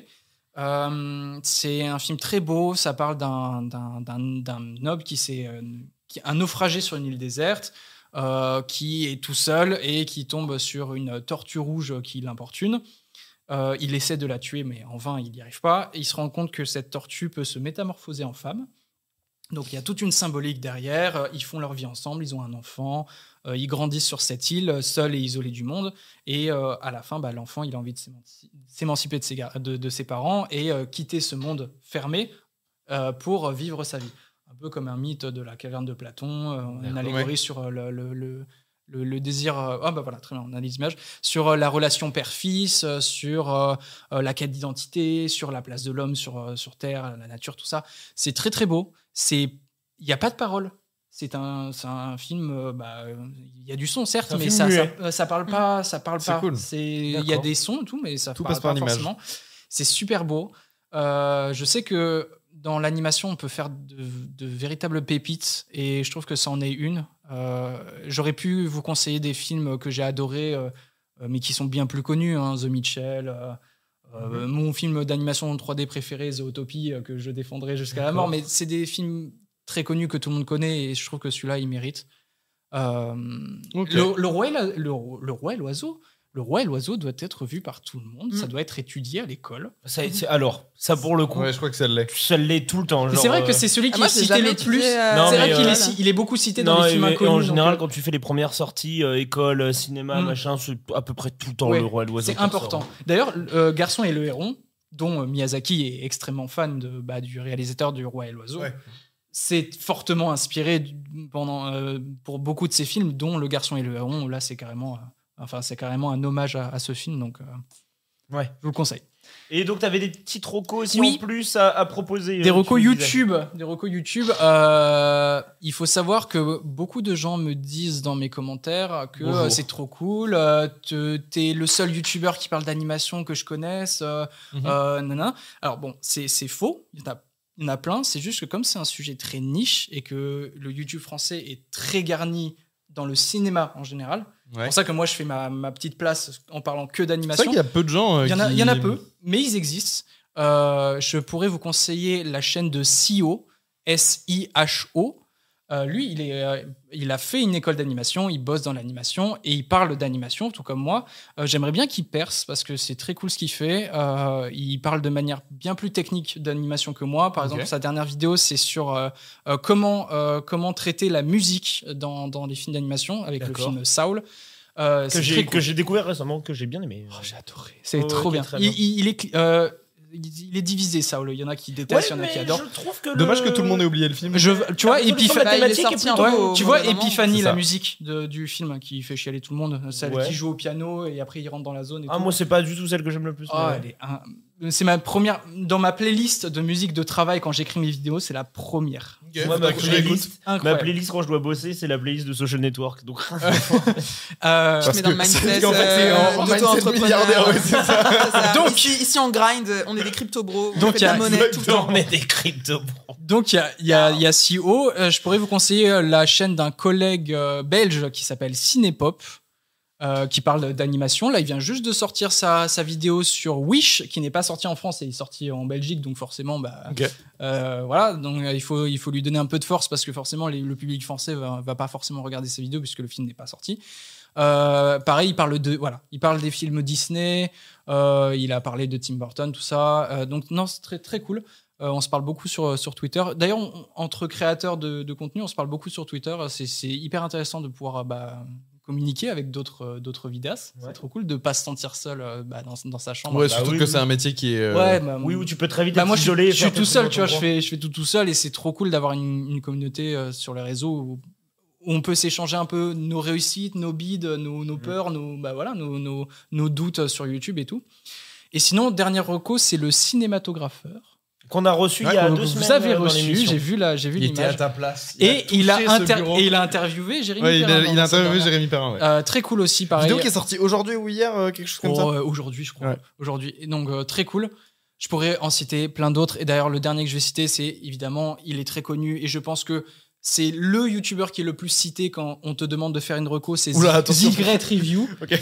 Euh, c'est un film très beau, ça parle d'un, d'un, d'un, d'un noble qui s'est euh, qui, un naufragé sur une île déserte, euh, qui est tout seul et qui tombe sur une tortue rouge qui l'importune. Euh, il essaie de la tuer, mais en vain, il n'y arrive pas. Et il se rend compte que cette tortue peut se métamorphoser en femme. Donc il y a toute une symbolique derrière. Euh, Ils font leur vie ensemble, ils ont un enfant, euh, ils grandissent sur cette île, seuls et isolés du monde. Et euh, à la fin, bah, l'enfant, il a envie de s'émanci- s'émanciper de ses, gar- de, de ses parents et euh, quitter ce monde fermé euh, pour vivre sa vie. Un peu comme un mythe de la caverne de Platon, euh, une D'accord, allégorie ouais. sur euh, le, le, le, le- le désir. euh, Ah bah voilà, très bien, on a les images. Sur euh, la relation père-fils, euh, sur euh, euh, la quête d'identité, sur la place de l'homme sur, euh, sur Terre, la nature, tout ça. C'est très très beau. C'est, il n'y a pas de parole. C'est un, c'est un film. euh, bah, euh, il y a du son certes, C'est un mais film ça, ça, muet. euh, ça parle pas. Ça parle C'est pas. cool. C'est, il y a D'accord. des sons et tout, mais ça Tout parle passe par pas l'image. forcément. C'est super beau. Euh, je sais que dans l'animation, on peut faire de, de véritables pépites, et je trouve que ça en est une. Euh, j'aurais pu vous conseiller des films que j'ai adorés, euh, euh, mais qui sont bien plus connus, hein, The Mitchell. euh, euh, Mon film d'animation en trois D préféré, The Autopie, euh, que je défendrai jusqu'à la mort. Mais c'est des films très connus que tout le monde connaît, et je trouve que celui-là, il mérite. Euh, Ok. le, le roi et la- le, le roi et l'oiseau. Le roi et l'oiseau doit être vu par tout le monde. Mm. Ça doit être étudié à l'école. Ça, c'est- alors, ça pour le coup, Ouais, je crois que ça l'est. ça l'est tout le temps. Mais genre, c'est vrai euh, que c'est celui Ah, qui moi, est j'ai cité jamais le étudié, plus. euh, Non, C'est mais, vrai qu'il euh, est, si- il est beaucoup cité dans Non, les films et- et inconnus. en donc, général, euh, quand tu fais les premières sorties, euh, école, euh, cinéma, Mm. machin, c'est à peu près tout le temps Ouais, le roi et l'oiseau. c'est qui ressort. important. D'ailleurs, euh, Garçon et le héron, dont euh, Miyazaki est extrêmement fan de, bah, du réalisateur du Roi et l'oiseau, Ouais. c'est fortement inspiré du- pendant, euh, pour beaucoup de ses films, dont Le Garçon et le héron. Là, c'est carrément, euh, enfin, c'est carrément un hommage à, à ce film, donc euh, Ouais. je vous le conseille. Et donc, t'avais des petits recos aussi Oui. en plus à, à proposer. Des euh, recos tu me disais. YouTube, des recos YouTube. euh, il faut savoir que beaucoup de gens me disent dans mes commentaires que Bonjour. euh, c'est trop cool. Euh, te- t'es le seul YouTuber qui parle d'animation que je connaisse. Euh, Mhm. euh, nanana. Alors bon, c'est c'est faux. Il y en a, il y en a plein. C'est juste que comme c'est un sujet très niche et que le YouTube français est très garni dans le cinéma en général, c'est Ouais. pour ça que moi je fais ma, ma petite place en parlant que C'est d'animation. vrai qu'il y a peu de gens. euh, Il y, en a, qui- il y en a peu, mais ils existent. Euh, je pourrais vous conseiller la chaîne de S I O, S I H O. Euh, lui, il, est, euh, il a fait une école d'animation, il bosse dans l'animation et il parle d'animation, tout comme moi. Euh, J'aimerais bien qu'il perce parce que c'est très cool ce qu'il fait. Euh, il parle de manière bien plus technique d'animation que moi. Par Ok. exemple, sa dernière vidéo, c'est sur euh, euh, comment, euh, comment traiter la musique dans, dans les films d'animation avec le D'accord. film Saul. Euh, Que c'est j'ai très que cool. j'ai découvert récemment, que j'ai bien aimé. Oh, j'ai adoré. C'est Ouais, trop ok, bien. très Il, bien. il- il est, cli- euh, il il est divisé, ça. Il y en a qui détestent, il y en a qui adorent. je trouve que Dommage le- que tout le monde ait oublié le film. Je, tu vois, La résolution Epipha- de la Bah, il est thématique est sorti un plutôt- peu Ouais, au tu vois, mauvais moment. Epiphanie, C'est la ça. musique de- du film qui fait chialer tout le monde, celle Ouais. qui joue au piano et après il rentre dans la zone et Ah, tout. moi, c'est pas du tout celle que j'aime le plus. Ah, mais- elle est un- c'est ma première dans ma playlist de musique de travail quand j'écris mes vidéos, c'est la première. Okay, Moi, ma playlist, ma Incroyable. playlist quand je dois bosser, c'est la playlist de Social Network. Donc, Euh, Je mets dans le mindset, en fait, c'est en- euh, en mindset d'auto-entrepreneur. milliardaire, ouais, c'est ça. C'est ça. Donc- ici, ici on grind, on est des crypto bros, on Donc, fait il de y la a- monnaie tout le temps. on est des crypto. Donc il y a, il y a, il y a C O. Euh, je pourrais vous conseiller euh, la chaîne d'un collègue euh, belge qui s'appelle Cinépop, euh, qui parle d'animation. Là, il vient juste de sortir sa, sa vidéo sur Wish, qui n'est pas sortie en France et est sortie en Belgique, donc forcément, bah, Ok. euh, voilà. Donc euh, il faut, il faut lui donner un peu de force parce que forcément, les- le public français va, va pas forcément regarder ses vidéos puisque le film n'est pas sorti. Euh, pareil, il parle de, voilà, il parle des films Disney. Euh, il a parlé de Tim Burton, tout ça. Euh, donc non, c'est très très cool. Euh, on se parle beaucoup sur, sur Twitter. D'ailleurs, on- entre créateurs de, de contenu, on se parle beaucoup sur Twitter. C'est, c'est hyper intéressant de pouvoir euh, bah, communiquer avec d'autres, euh, d'autres vidéastes. Ouais. C'est trop cool de ne pas se sentir seul euh, bah, dans, dans sa chambre. Ouais, Bah surtout oui, que oui. c'est un métier qui est. euh, Ouais, bah, Oui, où tu peux très vite bah, être moi, je, suis- isolé. et je suis faire tout tes seul, trucs tu vois. dans Je ton fais, je fais tout tout seul et c'est trop cool d'avoir une, une communauté euh, sur les réseaux où, où on peut s'échanger un peu nos réussites, nos bides, nos, nos peurs, nos, bah, voilà, nos, nos, nos doutes sur YouTube et tout. Et sinon, dernier reco, c'est le cinématographeur. Qu'on a reçu Ouais, il y a que deux vous semaines. avez euh, dans reçu, l'émission. j'ai vu la, j'ai vu Il était à l'image. ta place. Et il a, touché ce inter- bureau. et il a interviewé Jérémy Ouais, il a, Perrin il a dans sa interviewé dernière. Jérémy Perrin. Ouais. Euh, très cool aussi, pareil. Vidéo qui est sortie aujourd'hui ou hier, euh, quelque chose comme Oh, ça. euh, aujourd'hui, je crois. Ouais. Aujourd'hui. Et donc, euh, très cool. Je pourrais en citer plein d'autres. Et d'ailleurs, le dernier que je vais citer, c'est évidemment, il est très connu. Et je pense que c'est le youtubeur qui est le plus cité quand on te demande de faire une reco. C'est Oula, attention. Zigret Review. Ok.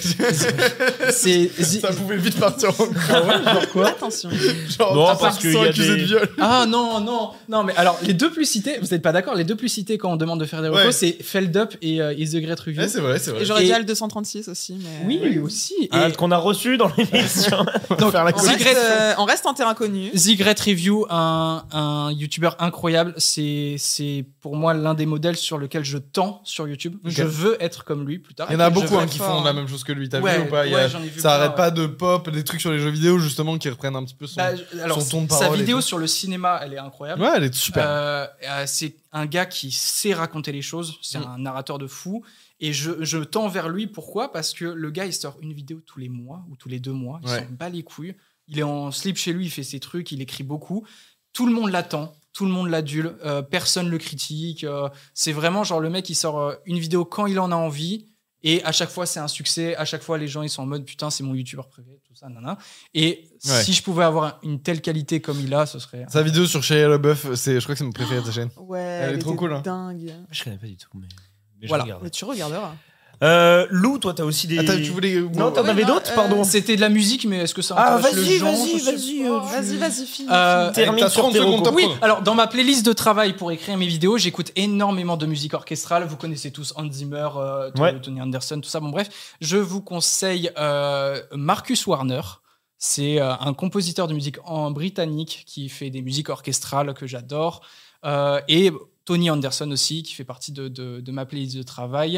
C'est Zi- Ça pouvait vite partir en Ah ouais, genre quoi Attention. genre, Non, à parce part qu'il sont y a accusés des- de viol. Ah non, non, non, mais alors, les deux plus cités, vous n'êtes pas d'accord, les deux plus cités quand on demande de faire des recos, Ouais. c'est Feldup et euh, Is the Great Review. Ouais, c'est vrai, c'est vrai. Et j'aurais Et- dit Al deux cent trente-six aussi. Mais... Oui, oui, aussi. Et Ah, qu'on a reçu dans l'émission. Donc, faire la On reste, Zigret- euh, on reste en terrain connu. Zigret Review, un, un youtubeur incroyable. C'est, c'est pour moi l'un des modèles sur lequel je tends sur YouTube. Ok. Je veux être comme lui plus tard. Il y en a Je beaucoup veux hein, être qui fort, font la hein. même chose que lui. T'as Ouais, vu ou pas Il y a- ouais, j'en ai vu Ça plein, arrête ouais. pas de pop, des trucs sur les jeux vidéo justement qui reprennent un petit peu son. Bah, je- alors, son ton de sa parole et vidéo tout. sur le cinéma, elle est incroyable. Ouais, elle est super. Euh, euh, c'est un gars qui sait raconter les choses. C'est Mm. un narrateur de fou. Et je, je tends vers lui. Pourquoi ? Parce que le gars, il sort une vidéo tous les mois ou tous les deux mois. Il Ouais. s'en bat les couilles. Il est en slip chez lui, il fait ses trucs, il écrit beaucoup. Tout le monde l'attend. Tout le monde l'adule. Euh, personne le critique. Euh, c'est vraiment genre le mec, il sort euh, une vidéo quand il en a envie. Et à chaque fois, c'est un succès. À chaque fois, les gens, ils sont en mode putain, c'est mon youtubeur préféré, tout ça, nanana. Et Ouais. si je pouvais avoir une telle qualité comme il a, ce serait. Sa vidéo sur Shia LaBeouf, c'est, je crois que c'est mon préféré de sa chaîne. Ouais, Elle est trop était cool, hein. dingue. Je connais pas du tout, mais. mais je Voilà. regarde. Mais tu regarderas. Euh, Lou, toi, t'as aussi des. Attends, tu voulais. Non, t'en Ouais, avais non, d'autres, euh, pardon. C'était de la musique, mais est-ce que ça Ah, intéresse vas-y, les gens vas-y, je sais vas-y. pas. euh, Vas-y, vas-y, file. Euh, Termine T'as sur trente tes secondes, recos. t'as Oui, Prendre. alors dans ma playlist de travail pour écrire mes vidéos, j'écoute énormément de musique orchestrale. Vous connaissez tous Hans Zimmer, euh, Tony- Ouais. Tony Anderson, tout ça. Bon, bref, je vous conseille euh, Marcus Warner. C'est euh, un compositeur de musique en britannique qui fait des musiques orchestrales que j'adore. Euh, et Tony Anderson aussi, qui fait partie de, de, de ma playlist de travail.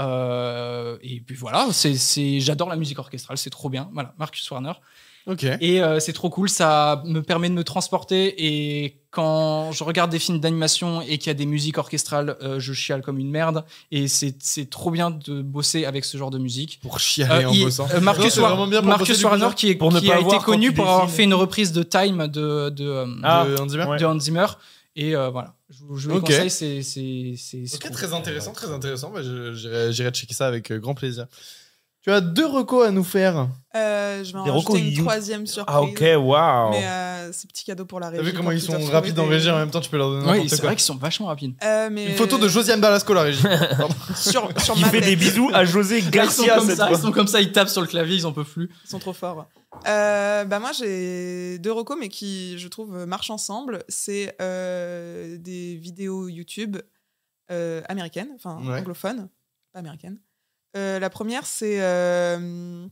Euh, et puis voilà, c'est, c'est, j'adore la musique orchestrale, c'est trop bien. Voilà, Marcus Warner. Ok. Et euh, c'est trop cool, ça me permet de me transporter. Et quand je regarde des films d'animation et qu'il y a des musiques orchestrales, euh, je chiale comme une merde. Et c'est, c'est trop bien de bosser avec ce genre de musique. Pour chialer Euh, en il- bossant. euh, Marcus, Non, c'est War- vraiment bien pour Marcus bosser du Warner, plaisir. qui, est, Pour ne qui pas a voir été quand connu tu pour avoir dessines. fait une reprise de Time de, de, euh, Ah. De Hans Zimmer. Ouais. de Hans Zimmer. Et euh, voilà, je, vous- je vous les Ok. conseille, c'est, c'est, c'est, c'est Ok, trop très cool. intéressant, très intéressant. Bah, je- j'irai, j'irai checker ça avec euh, grand plaisir. Tu as deux recos à nous faire. Euh, je vais en Des rajouter recos une you. troisième surprise. Ah, ok, waouh. Mais euh, c'est petit cadeau pour la régie. T'as vu comment quand ils tu sont dois trouver rapides en des- régie en même temps, tu peux leur donner Oui, n'importe c'est quoi. vrai qu'ils sont vachement rapides. Euh, mais Une photo de Josiane Balasco, la régie. Pardon. sur, sur Qui ma fait tête. des bisous à José Ils sont Garcia comme cette ça, fois. ils sont comme ça, ils tapent sur le clavier, ils en peuvent plus. Ils sont trop forts. Euh, bah moi, j'ai deux recos, mais qui, je trouve, marchent ensemble. C'est euh, des vidéos YouTube euh, américaines, enfin Ouais. anglophones, pas américaines. Euh, la première, c'est euh,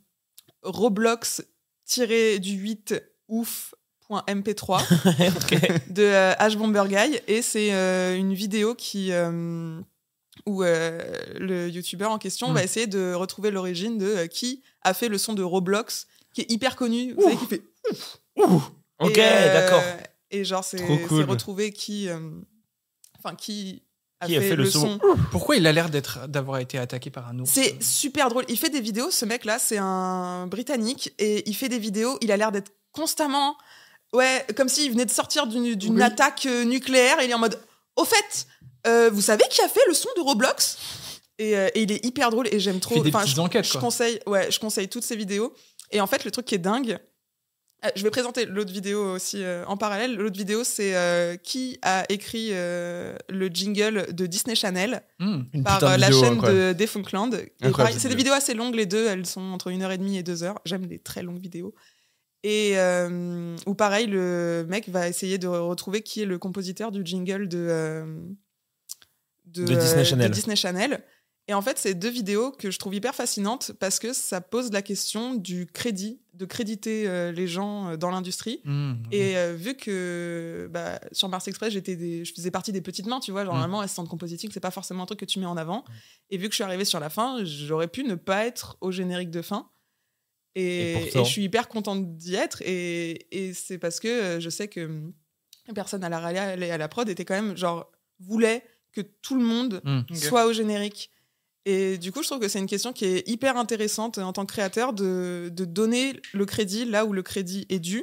Roblox du huit ouf.m p trois de euh, H Bomber Guy. Et c'est euh, une vidéo qui... euh, où euh, le youtubeur en question Mm. va essayer de retrouver l'origine de euh, qui a fait le son de Roblox, qui est hyper connu, vous savez, qui fait Ok, et, euh, d'accord. Et genre, c'est Trop cool. c'est retrouver qui, euh, enfin, qui a, Qui fait, le son. Pourquoi il a l'air d'être, d'avoir été attaqué par un ours C'est super drôle. Il fait des vidéos, ce mec-là, c'est un Britannique, et il fait des vidéos, il a l'air d'être constamment, ouais, comme s'il venait de sortir d'une, d'une Oui. attaque euh, nucléaire. Et il est en mode, au fait, euh, vous savez qui a fait le son de Roblox ? Et, euh, et il est hyper drôle et j'aime trop. Il fait des Enfin, petites je, enquêtes, je quoi. conseille, ouais, je conseille toutes ces vidéos. Et en fait, le truc qui est dingue, euh, je vais présenter l'autre vidéo aussi euh, en parallèle. L'autre vidéo, c'est euh, qui a écrit euh, le jingle de Disney Channel Hmm. Une par putain de euh, la vidéo, chaîne incroyable. de Defunctland. Et Incroyable, pareil, cette c'est des vidéo. vidéos assez longues, les deux. Elles sont entre une heure et demie et deux heures. J'aime les très longues vidéos. Et euh, où pareil, le mec va essayer de retrouver qui est le compositeur du jingle de, euh, De Disney euh, Channel. de Disney Channel. Et en fait, c'est deux vidéos que je trouve hyper fascinantes parce que ça pose la question du crédit, de créditer euh, les gens euh, dans l'industrie. Hmm. Et euh, vu que bah, sur Mars Express, j'étais des, je faisais partie des petites mains, tu vois. Genre, Mm. Normalement, assistant de compositing, c'est pas forcément un truc que tu mets en avant. Et vu que je suis arrivée sur la fin, j'aurais pu ne pas être au générique de fin. Et, Et et pourtant. je suis hyper contente d'y être. Et, et c'est parce que euh, je sais que hum, la personne à la réal et à la prod était quand même, genre, voulait que tout le monde Hmm. Ok. soit au générique. Et du coup, je trouve que c'est une question qui est hyper intéressante en tant que créateur de, de donner le crédit là où le crédit est dû.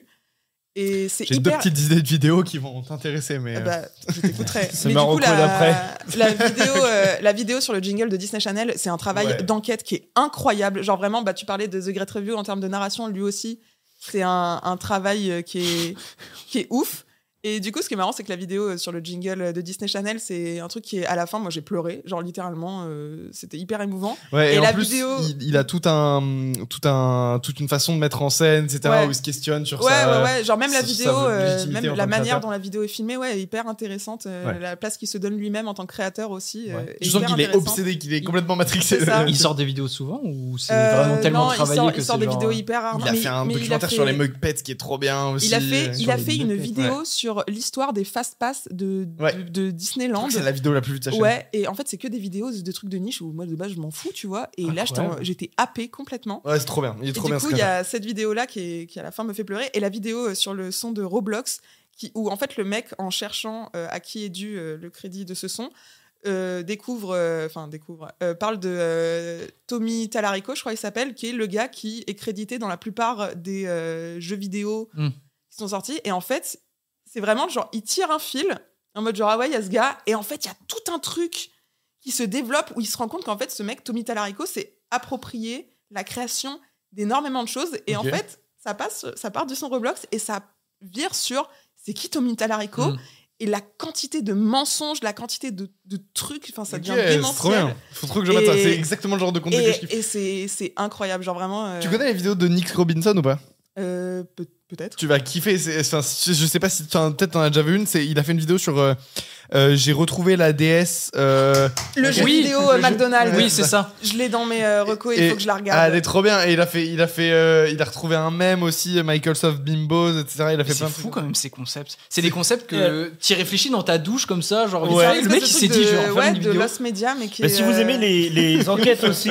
Et c'est J'ai deux hyper. petites idées de vidéos qui vont t'intéresser, mais. Ah euh, bah, je t'écouterai. C'est Mais ma du coup, reco la, d'après. la vidéo, euh, la vidéo sur le jingle de Disney Channel, c'est un travail Ouais. d'enquête qui est incroyable. Genre vraiment, bah, tu parlais de The Great Review en termes de narration, lui aussi, c'est un, un travail euh, qui est, qui est ouf. Et du coup, ce qui est marrant, c'est que la vidéo euh, sur le jingle de Disney Channel, c'est un truc qui est à la fin, moi j'ai pleuré, genre littéralement, euh, c'était hyper émouvant. Ouais, et, Et en la plus, vidéo- il, il a tout un, tout un, toute une façon de mettre en scène, et cetera, Ouais. où il se questionne sur Ouais, sa. ouais, ouais. Genre même la sur sa vidéo, euh, légitimité même en la tant que manière créateur. dont la vidéo est filmée, ouais, est hyper intéressante. Euh, Ouais. La place qu'il se donne lui-même en tant que créateur aussi. euh, Ouais. est Je sens hyper qu'il est intéressante. obsédé, qu'il est complètement matrixé. C'est ça. Il sort des vidéos souvent ou c'est Euh, vraiment tellement non, travaillé il sort, que il sort c'est des genre... vidéos hyper rarement. Il a mais- fait un mais il a documentaire fait- sur les Muppets qui est trop bien aussi. Il a fait, il Sur a les fait une Muppets, vidéo sur l'histoire des fast pass de, Ouais. de, de Je Disneyland. crois que c'est la vidéo la plus vue de sa chaîne. Ouais, et en fait, c'est que des vidéos de trucs de niche où moi de base je m'en fous, tu vois. Et là, j'étais en- Incroyable. j'étais happée complètement. Ouais, c'est trop bien. Il est Et trop du bien coup, ce il y créateur. a cette vidéo-là qui, est- qui, à la fin, me fait pleurer. Et la vidéo euh, sur le son de Roblox, qui, où en fait, le mec, en cherchant euh, à qui est dû euh, le crédit de ce son, euh, découvre, euh, enfin, découvre, euh, parle de euh, Tommy Tallarico, je crois qu'il s'appelle, qui est le gars qui est crédité dans la plupart des euh, jeux vidéo Mm. qui sont sortis. Et en fait, c'est vraiment genre, il tire un fil en mode genre, ah ouais, il y a ce gars. Et en fait, il y a tout un truc qui se développe où il se rend compte qu'en fait, ce mec, Tommy Tallarico, s'est approprié la création d'énormément de choses. Et Ok. en fait, ça, passe, ça part du son Roblox et ça vire sur c'est qui Tommy Tallarico Mm. et la quantité de mensonges, la quantité de, de trucs, enfin, ça Ok, devient c'est trop bien. démentiel. Faut trop que je mette ça. Et- C'est exactement le genre de contenu que je kiffe. Et, et c'est, c'est incroyable, genre vraiment. euh, Tu connais les vidéos de Nick Robinson ou pas? euh, peut- Peut-être. Tu vas kiffer. c'est- Enfin, je je sais pas si tu en- peut-être t'en as déjà vu une. C'est il a fait une vidéo sur. euh, euh, J'ai retrouvé la déesse. euh, Le Ok. jeu Oui, vidéo le euh, jeu- McDonald's. Ouais, Oui, c'est ça. Je l'ai dans mes euh, recos, il Et- faut que je la Ah, regarde. elle est trop bien. Et il a fait, il a fait, euh, il a retrouvé un mème aussi, Michael Soft Bimbos, et cetera. Il a fait Mais plein C'est de fou trucs. quand même ces concepts. C'est des concepts que tu réfléchis dans ta douche comme ça, genre Ouais. vite fait, le mec il s'est dit je vais en faire ouais, une de vidéo. Lost Media, mais qui Mais est, si vous euh, aimez les, les enquêtes aussi,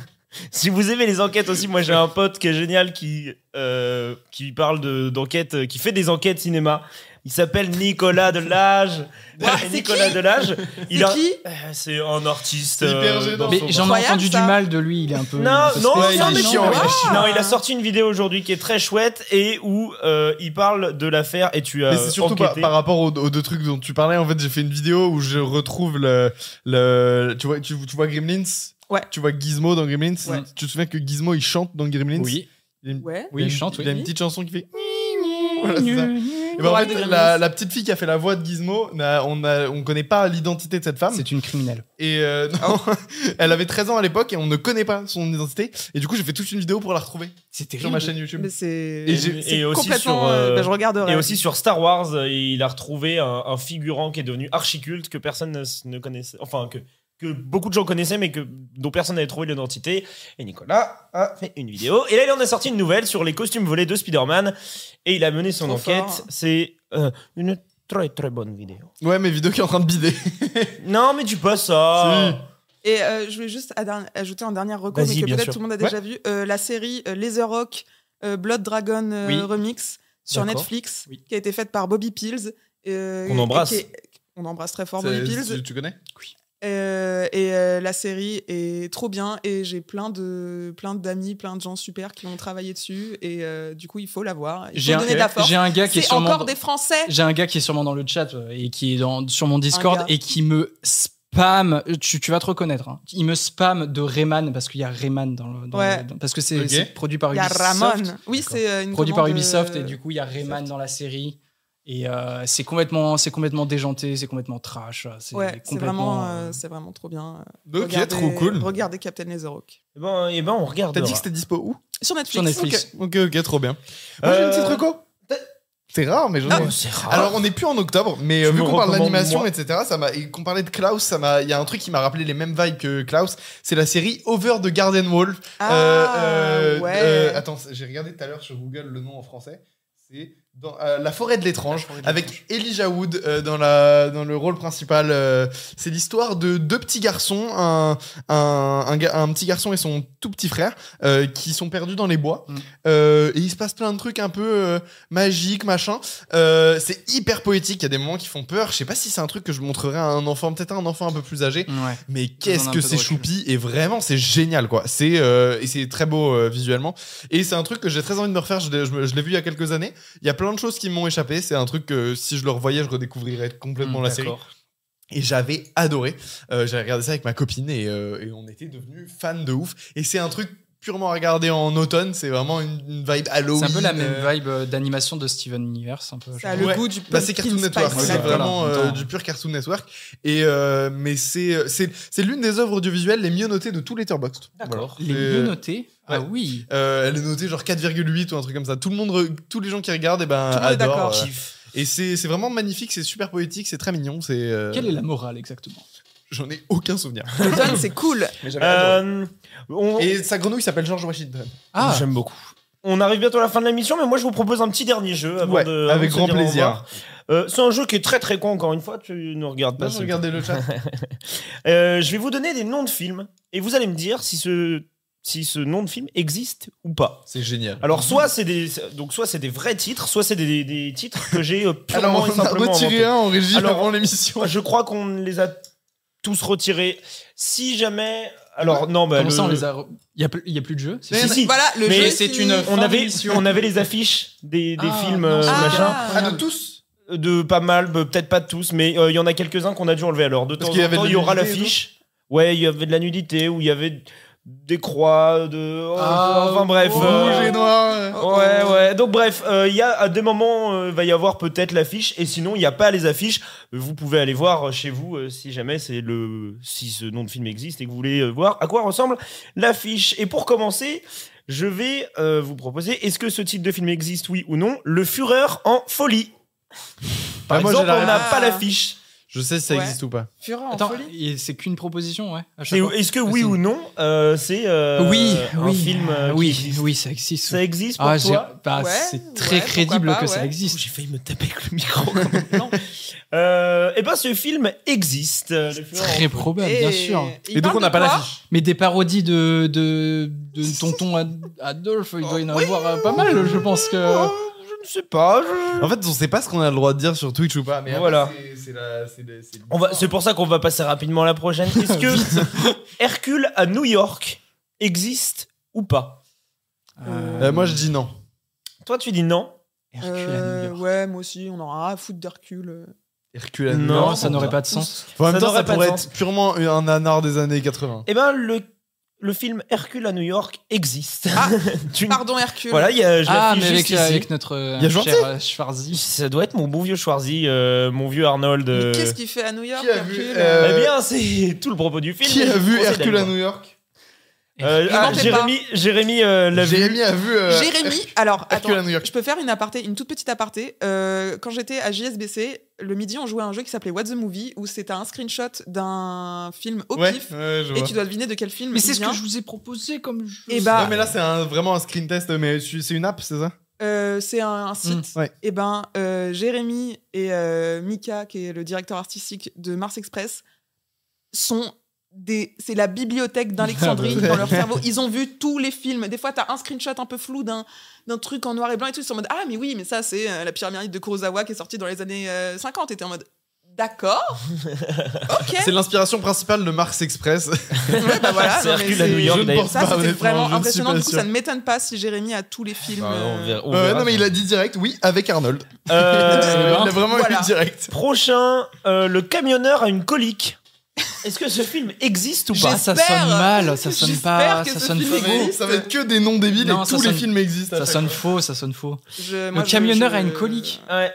si vous aimez les enquêtes aussi, moi j'ai un pote qui est génial qui euh, qui parle de d'enquêtes, euh, qui fait des enquêtes cinéma. Il s'appelle Nicolas Delage. Ouais, Et c'est Nicolas qui Delage, il C'est a- qui Euh, c'est un artiste. C'est hyper euh, gênant. dans Mais son- j'en ai Incroyable, entendu ça. du mal de lui, il est un peu. Non, il est un peu non, spécial. non, il mais est chiant, non, il est chiant. non, il a sorti une vidéo aujourd'hui qui est très chouette et où euh, il parle de l'affaire et tu as Mais c'est surtout par, enquêté. par rapport aux, aux deux trucs dont tu parlais. En fait, j'ai fait une vidéo où je retrouve le, le tu vois, tu, tu vois Gremlins. Ouais. Tu vois Gizmo dans Gremlins. Ouais. Tu te souviens que Gizmo il chante dans Gremlins. Oui, Il a une- Ouais. oui, il a il une- chante, Il a oui. une petite chanson qui fait. Voilà, c'est ça. Et ben, en Chorale fait, de Gremlins. la, la petite fille qui a fait la voix de Gizmo, n'a- on a, on connaît pas l'identité de cette femme. C'est une criminelle. Et euh, non, elle avait treize ans à l'époque et on ne connaît pas son identité. Et du coup, j'ai fait toute une vidéo pour la retrouver C'est sur ma chaîne YouTube. Mais c'est. Et j'ai- c'est et aussi complètement, sur, euh, euh, bah, je regarderai. Et aussi sur Star Wars, euh, il a retrouvé un, un figurant qui est devenu archi-culte que personne ne, ne connaissait, enfin que, que beaucoup de gens connaissaient mais que, dont personne n'avait trouvé l'identité. Et Nicolas a fait une vidéo. Et là, il en a sorti une nouvelle sur les costumes volés de Spider-Man. Et il a mené son Trop enquête. fort. C'est euh, une très très bonne vidéo. Ouais, mes vidéos qui est en train de bider. Non, mais tu pas ça. Et euh, je voulais juste adar- ajouter un dernier recours, Vas-y, mais que bien peut-être sûr. tout le monde a déjà vu. Euh, la série euh, Laserhawk euh, Blood Dragon euh, Oui. Remix sur D'accord. Netflix, Oui. qui a été faite par Bobby Pills. euh, Qu'on embrasse. et qui est- On embrasse très fort C'est- Bobby Pills. tu, tu connais? Euh, et euh, la série est trop bien et j'ai plein de plein d'amis, plein de gens super qui ont travaillé dessus et euh, du coup il faut la voir. Il faut J'ai un, donner de la force. j'ai un gars qui est C'est sûrement encore des Français. j'ai un gars qui est sûrement dans le chat euh, et qui est dans, sur mon Discord gars. et qui me spam. Tu, tu vas te reconnaître. Hein. Il me spam de Rayman parce qu'il y a Rayman dans le. Dans Ouais. le- dans- parce que c'est, Ok. c'est produit par Il y a Ubisoft. Ramon. Oui, c'est euh, une Produit par commande, Ubisoft euh, et du coup il y a Rayman Ubisoft. dans la série. Et euh, c'est complètement, c'est complètement déjanté, c'est complètement trash. C'est Ouais, c'est complètement. vraiment, euh, euh, c'est vraiment trop bien. Ok, Regardez- trop cool. Regardez Captain Laserhawk. Eh ben, eh ben, on regarde. T'as dit que c'était dispo où? Sur Netflix. Sur Netflix. Ok, ok, ok, trop bien. Moi, j'ai une Euh, petite reco. C'est rare, mais j'en ai. Oh, c'est rare. Alors, on n'est plus en octobre, mais euh, Tu vu me qu'on parle recommandes, d'animation, moi et cetera, ça m'a, et qu'on parlait de Klaus, ça m'a, il y a un truc qui m'a rappelé les mêmes vibes que Klaus. C'est la série Over the Garden Wall. Ah, Euh, euh, ouais. euh, attends, j'ai regardé tout à l'heure sur Google le nom en français. C'est dans, euh, La Forêt de l'étrange, avec Elijah Wood euh, dans, la, dans le rôle principal. euh, c'est l'histoire de deux petits garçons, un, un, un, ga- un petit garçon et son tout petit frère, euh, qui sont perdus dans les bois. Mm. Euh, et il se passe plein de trucs un peu euh, magiques, machin. Euh, c'est hyper poétique, il y a des moments qui font peur. Je sais pas si c'est un truc que je montrerai à un enfant, peut-être un enfant un peu plus âgé. Ouais. Mais Besoin qu'est-ce d'un que peu de c'est recul. choupi et vraiment c'est génial quoi. C'est euh, et c'est très beau euh, visuellement et c'est un truc que j'ai très envie de me refaire. Je l'ai, je me- je l'ai vu il y a quelques années. Il y a plein de choses qui m'ont échappé. C'est un truc que si je le revoyais, je redécouvrirais complètement Mm, la série. d'accord. Et j'avais adoré. Euh, j'avais regardé ça avec ma copine et, euh, et on était devenus fans de ouf. Et c'est un truc purement à regarder en automne. C'est vraiment une, une vibe Halloween. C'est un peu la même euh, vibe euh, d'animation de Steven Universe, un peu. Ça a genre. le Ouais. goût du Bah, c'est pumpkin Cartoon Network, spice c'est latte. vraiment Voilà, euh, attends. du pur Cartoon Network. Et euh, mais c'est c'est c'est l'une des œuvres audiovisuelles les mieux notées de tout Letterboxd. D'accord. Les C'est- mieux notés. Ah Ouais. oui. Euh, elle est notée genre quatre virgule huit ou un truc comme ça. Tout le monde, re- tous les gens qui regardent, et ben Tout le monde est adorent. d'accord. euh, Kiff. et c'est c'est vraiment magnifique, c'est super poétique, c'est très mignon. C'est euh, Quelle est la morale exactement? j'en ai aucun souvenir. L'automne, c'est cool. Mais j'avais adoré. Euh, on- Et sa grenouille s'appelle George Washington. Ah, J'aime beaucoup. On arrive bientôt à la fin de l'émission, mais moi je vous propose un petit dernier jeu avant Ouais, de. avec avant de se grand dire au plaisir. revoir. Euh, c'est un jeu qui est très très con, encore une fois, tu ne regardes pas. Là, je c'est- regardais le chat. Euh, je vais vous donner des noms de films et vous allez me dire si ce, si ce nom de film existe ou pas. C'est génial. Alors soit c'est des donc soit c'est des vrais titres, soit c'est des, des titres que j'ai euh, purement Alors, et on a simplement retiré inventés. un en régie Alors, avant l'émission. Je crois qu'on les a tous retirés. Si jamais, alors non, bah, comment le- ça on les a. re- Il y a, plus- il y a plus de jeu. C'est Si, fini. si. Voilà, le Mais jeu. c'est qui- une- on fin avait d'émission. on avait les affiches des, des Ah, films non, euh, c'est machin. Ah. Ah, de tous De pas mal, bah, peut-être pas de tous, mais euh, il y en a quelques-uns qu'on a dû enlever. Alors de Parce temps qu'il y en avait de temps, la il y aura nudité et l'affiche. Ouais, il y avait de la nudité, où il y avait des croix, de. oh, Ah, enfin bref. oh, euh, Rouge et noir. Ouais, ouais. Donc bref, euh, il y a à des moments, euh, va y avoir peut-être l'affiche, et sinon il n'y a pas les affiches. Vous pouvez aller voir chez vous euh, si jamais c'est le, si ce nom de film existe et que vous voulez euh, voir à quoi ressemble l'affiche. Et pour commencer, je vais euh, vous proposer, est-ce que ce type de film existe, oui ou non, Le Fureur en folie. Par Ah, moi, j'ai exemple, la- on n'a Ah. pas l'affiche. Je sais si ça Ouais. existe ou pas. Fureur en Attends, folie. et c'est qu'une proposition, ouais. à chaque Et fois. Est-ce que oui c'est- ou non, euh, c'est euh, Oui, un oui, film euh, qui oui, existe. oui, ça existe. Ça existe pour Ah, j'ai- toi? bah, Ouais, c'est très ouais, pourquoi crédible pas, que ça ouais. existe. J'ai failli me taper avec le micro comme maintenant. euh, et ben ce film existe. Le Fureur en Très folie. probable, Et- bien sûr. il Et donc parle on n'a de pas quoi l'affiche. Mais des parodies de, de, de tonton Ad- Adolphe, il doit y en Oui. avoir euh, pas mal, je pense que. Oh, je ne sais pas. je- En fait, on sait pas ce qu'on a le droit de dire sur Twitch ou pas. Mais après, Voilà. c'est- c'est la- c'est la- c'est On va, c'est pour ça qu'on va passer rapidement à la prochaine. Est-ce que Hercule à New York existe ou pas? Euh, moi, je dis non. Toi, tu dis non. Hercule à New Euh, York. ouais, moi aussi, on aura à foutre d'Hercule. Hercule à New Non, York. Non, ça n'aurait pas de Tous. sens. En même Ça temps, n'aurait ça pas de pourrait sens. être purement un nanar des années quatre-vingts. Eh ben le le film Hercule à New York existe. Ah, Tu- Pardon, Hercule. Voilà, il y a, je Ah, l'affiche mais juste avec, ici. avec notre euh, Il y a Gentil. cher euh, Schwarzy. Ça doit être mon bon vieux Schwarzy, euh, mon vieux Arnold. Mais euh. qu'est-ce qu'il fait à New York, Qui a vu, Hercule euh, Eh bien, c'est tout le propos du film. Qui et je a vous vu conseille Hercule d'aller à voir. New York Euh, Ne ah, mentez Jérémy, Jérémy euh, l'a vu. Jérémy a vu. euh, Jérémy, alors Hercule attends, à New York. je peux faire une aparté, une toute petite aparté. Euh, quand j'étais à J S B C, le midi, on jouait à un jeu qui s'appelait What the Movie, où c'était un screenshot d'un film au Ouais, pif, ouais, je et vois. tu dois deviner de quel film Mais il c'est ce vient. que je vous ai proposé comme jeu. Et bah, Non, mais là, c'est un- vraiment un screen test, mais c'est une app, c'est ça Euh, c'est un, un site. Mmh, ouais. Et ben, euh, Jérémy et euh, Mika, qui est le directeur artistique de Mars Express, sont des. C'est la bibliothèque d'Alexandrie Ah bah. dans leur cerveau. Ils ont vu tous les films. Des fois, t'as un screenshot un peu flou d'un d'un truc en noir et blanc et tout. Ils sont en mode ah mais oui, mais ça c'est euh, la pyramide de Kurosawa qui est sortie dans les années euh, cinquante. Et t'es en mode D'accord. Ok. C'est l'inspiration principale de Mars Express. Ouais, bah voilà. C'est non, mais Hercule à c'est- New York, Je ne d'ailleurs. pense Ça, pas, c'était honnêtement, vraiment je ne suis impressionnant. pas Du coup, sûr. ça ne m'étonne pas si Jérémy a tous les films. Ah, on euh, verra- on Euh, verra non, mais ça. il a dit direct, oui, avec Arnold. Euh, il a vraiment voilà. eu direct. Prochain, euh, le camionneur a une colique. Est-ce que ce film existe ou pas Ah, ça J'espère- sonne mal, ça sonne j'espère pas, que ça ce sonne film faux. Ça va, existe. ça va être que des noms débiles Non, et ça tous les sonne- films existent. à Ça chaque sonne fois. faux, ça sonne faux. je- moi, Le je- camionneur je- a une colique. Ouais.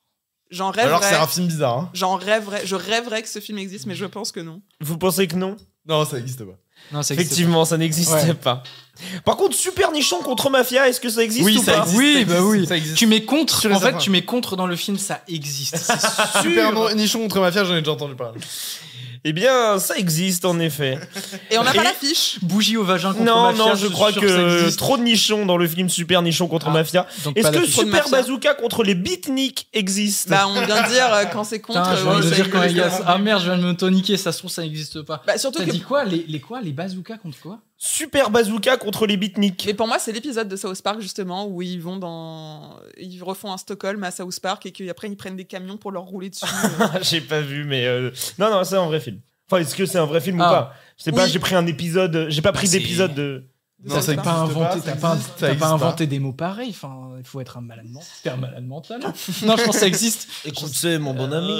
J'en Alors c'est rêverais. un film bizarre. Hein. J'en rêverais. Je rêverais que ce film existe, mais je pense que non. Vous pensez que non? Non, ça n'existe pas. Non, ça existe Effectivement, ça n'existe Ouais. pas. Par contre, Super Nichon contre Mafia, est-ce que ça existe Oui, ou ça pas existe. Oui, ça bah existe, oui. ça existe. Tu mets contre, Sûr et en fait, certain. tu mets contre dans le film, ça existe. C'est sûr. Super no- Nichon contre Mafia, j'en ai déjà entendu parler. Eh bien, ça existe en effet. Et on n'a Et- pas l'affiche. Bougie au vagin contre Non, Mafia, non, je suis crois sûr que, ça existe. trop de nichons dans le film Super Nichon contre Ah, Mafia. Donc Est-ce pas que l'affiche. Trop de Super Mafia. Bazooka contre les beatniks existe? Bah, on vient de dire euh, quand c'est contre. Putain, je ouais, viens de ça dire quand il y a... existe. Ah merde, je viens de me toniquer, ça se trouve, ça n'existe pas. Bah, surtout T'as que. dit quoi les, les quoi Les bazookas contre quoi Super Bazooka contre les beatniks. Mais pour moi, c'est l'épisode de South Park justement où ils vont dans, ils refont un Stockholm à South Park et qu'après ils prennent des camions pour leur rouler dessus. euh. J'ai pas vu, mais euh, non, non, c'est un vrai film. Enfin, est-ce que c'est un vrai film Ah. ou pas? Je sais pas, Oui. j'ai pris un épisode, j'ai pas pris C'est- d'épisode de. Non, Ça, ça t'as pas existe inventé, pas, t'as ça pas, existe, ça t'as pas existe inventé des mots pareils. Enfin, il faut être un malade mental. T'es un malade mental. Non, je pense que ça existe. Écoute, c'est mon bon ami.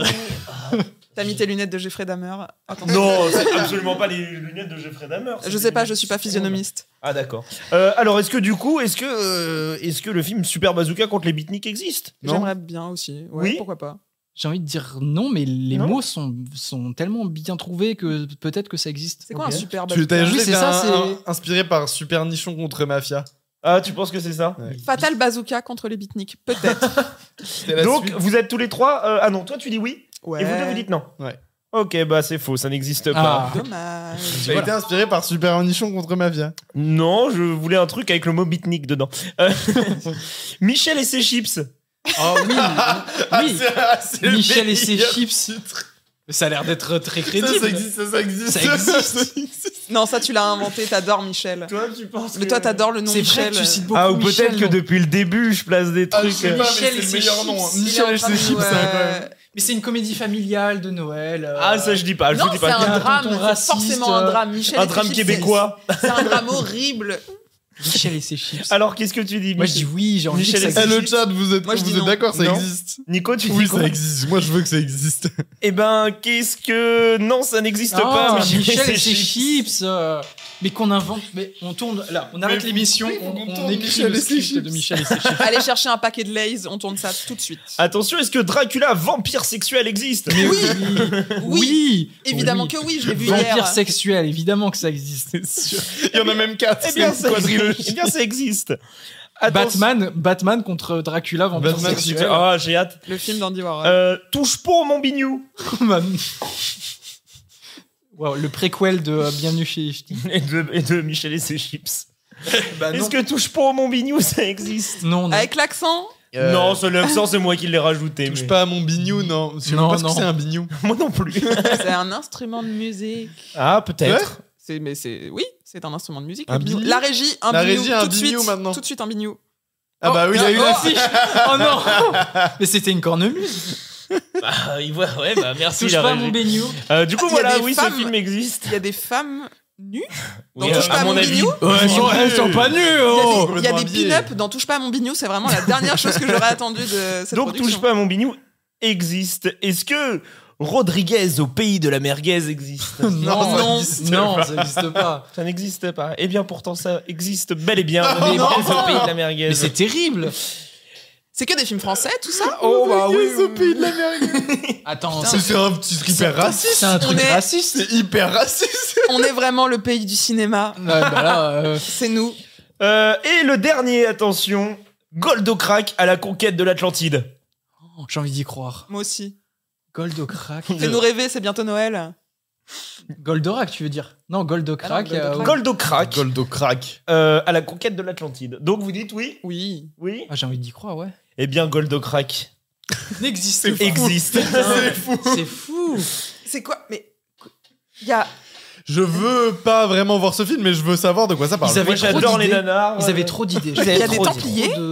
T'as mis tes lunettes de Jeffrey Dahmer. Attends. Non, c'est absolument pas les lunettes de Jeffrey Dahmer. c'est Je des sais pas, lunettes je suis pas de- physionomiste. Ah d'accord. Euh, alors est-ce que du coup, est-ce que euh, est-ce que le film Super Bazooka contre les beatniks existe? Non. J'aimerais bien aussi. Ouais, Oui. pourquoi pas. J'ai envie de dire non, mais les Non. mots sont, sont tellement bien trouvés que peut-être que ça existe. C'est quoi Ok. un super Tu bazooka t'as juste Oui, c'est été ça, un- c'est- un- inspiré par Super Nichon contre Mafia. Ah, tu penses que c'est ça? Ouais. Fatal bazooka contre les beatniks, peut-être. C'était la Donc suite. vous êtes tous les trois. euh, ah non, toi tu dis oui Ouais. et vous deux vous dites non. Ouais. Ok, bah c'est faux, ça n'existe pas. Ah. Dommage. Ça a été inspiré par Super Nichon contre Mafia. Non, je voulais un truc avec le mot beatnik dedans. Euh, Michel et ses chips. Oh oui, oui. Ah, c'est le Michel et ses meilleur chips. titre. Ça a l'air d'être très Ça, crédible. ça existe, ça, ça existe. Ça existe. Ça existe. Non, ça tu l'as inventé, t'adores Michel. Toi, tu penses Mais toi, t'adores le nom C'est vrai Michel. que tu cites beaucoup Ah, ou Michel, peut-être que non depuis le début, je place des Ah, je trucs. sais euh, pas, mais Michel c'est et le ses meilleur nom. hein. chips. Michel Il est et en train ses de chips, nous, c'est euh, incroyable. Mais c'est une comédie familiale de Noël. euh, Ah, ça je dis pas, je Non, dis c'est pas. Il y a un un drame, tonton c'est raciste, forcément un euh, drame. Michel Un et ses drame chips, québécois. c'est- C'est un drame horrible. Michel et ses chips. Alors qu'est-ce que tu dis, Moi je dis Michel? oui, j'ai envie Michel que et ça Eh, ses existe. le chat, vous êtes, Moi, je vous dis êtes non. d'accord, ça Non. existe. Nico, tu Oui, dis quoi? ça existe. Moi, je veux que ça existe. Eh ben, qu'est-ce que. Non, ça n'existe Ah, pas, Michel et ses chips. euh, Mais qu'on invente. Mais on tourne. Là, on arrête Mais l'émission. oui, On, on on tourne écrit Michel le et ses script chips. de Michel et ses chips. Allez chercher un paquet de Lays, on tourne ça tout de suite. Attention, est-ce que Dracula, vampire sexuel, existe? Mais Oui. oui. Oui. Évidemment Oui. que oui, je l'ai vu Vampire hier. sexuel, évidemment que ça existe. Il y en a même quatre. Eh bien, c'est ça une existe. quadrilogie. Eh bien, ça existe. Attention- Batman, Batman contre Dracula, vampire Batman sexuel. Ah, j'ai hâte. Le film d'Andy Warhol. Euh, touche pas mon bignou. Man. Wow, le préquel de euh, Bienvenue chez les Ch'tis. Et de, et de Michel et ses chips. Bah Est-ce que touche pas mon bignou, ça existe? Non, non. Avec l'accent Euh, Non, ce l'accent, c'est moi qui l'ai rajouté. Touche mais- pas à mon bignou, non. Je sais Non, même pas ce que non. c'est un bignou. Moi non plus. C'est un instrument de musique. Ah, peut-être. C'est, mais c'est, oui, c'est un instrument de musique. Un le bignou. bignou La régie, un La bignou. régie, un tout de bignou suite, maintenant. Tout de suite, un bignou. Ah bah oui, Il y a il une affiche. Oh non. Mais c'était une cornemuse. Bah, il voit, ouais, bah merci Touche la pas à régie. mon beignou. Euh, du coup, Il y a voilà, des oui, femmes- ce film existe. Il y a des femmes nues. Oui, Dans Touche euh, pas à à mon mon avis. bignou. Ouais, elles sont, elles sont pas nues. Il y a Oh. des, il y a complètement des habillé. pin-up dans Touche pas à mon bignou. C'est vraiment la dernière chose que j'aurais attendu de cette Donc, production. touche pas à mon bignou existe. Est-ce que Rodriguez au pays de la merguez existe? Non, ça non, existe non, pas. ça n'existe pas. Ça n'existe pas. Eh bien, pourtant, ça existe bel et bien. Ah, Rodriguez non. au pays de la merguez. Mais c'est terrible. C'est que des films français, tout ça. Oh, bah oui. Yes, au pays de la merguez. Attends, C'est c'est un titre hyper raciste. c'est un truc On est- raciste. C'est hyper raciste. On est vraiment le pays du cinéma. Ouais, bah là, euh, C'est nous. Euh, et le dernier, attention, Goldocrack à la conquête de l'Atlantide. oh, j'ai envie d'y croire. Moi aussi. Goldocrack. Fais-nous rêver, c'est bientôt Noël. Goldorak, tu veux dire? Non, Goldocrack. Ah non, euh, Goldocrack. Goldocrack Goldo crack. euh, à la conquête de l'Atlantide. Donc, vous dites oui? Oui. Oui? Ah, j'ai envie d'y croire, ouais. Eh bien, Goldocrack N'existe pas. existe. C'est fou. C'est fou. C'est quoi? Mais il y a. Je veux pas vraiment voir ce film, mais je veux savoir de quoi ça parle. Ils avaient Moi, trop j'adore les d'idées. nanars. Ils avaient trop d'idées. Il y a des Templiers Trop de-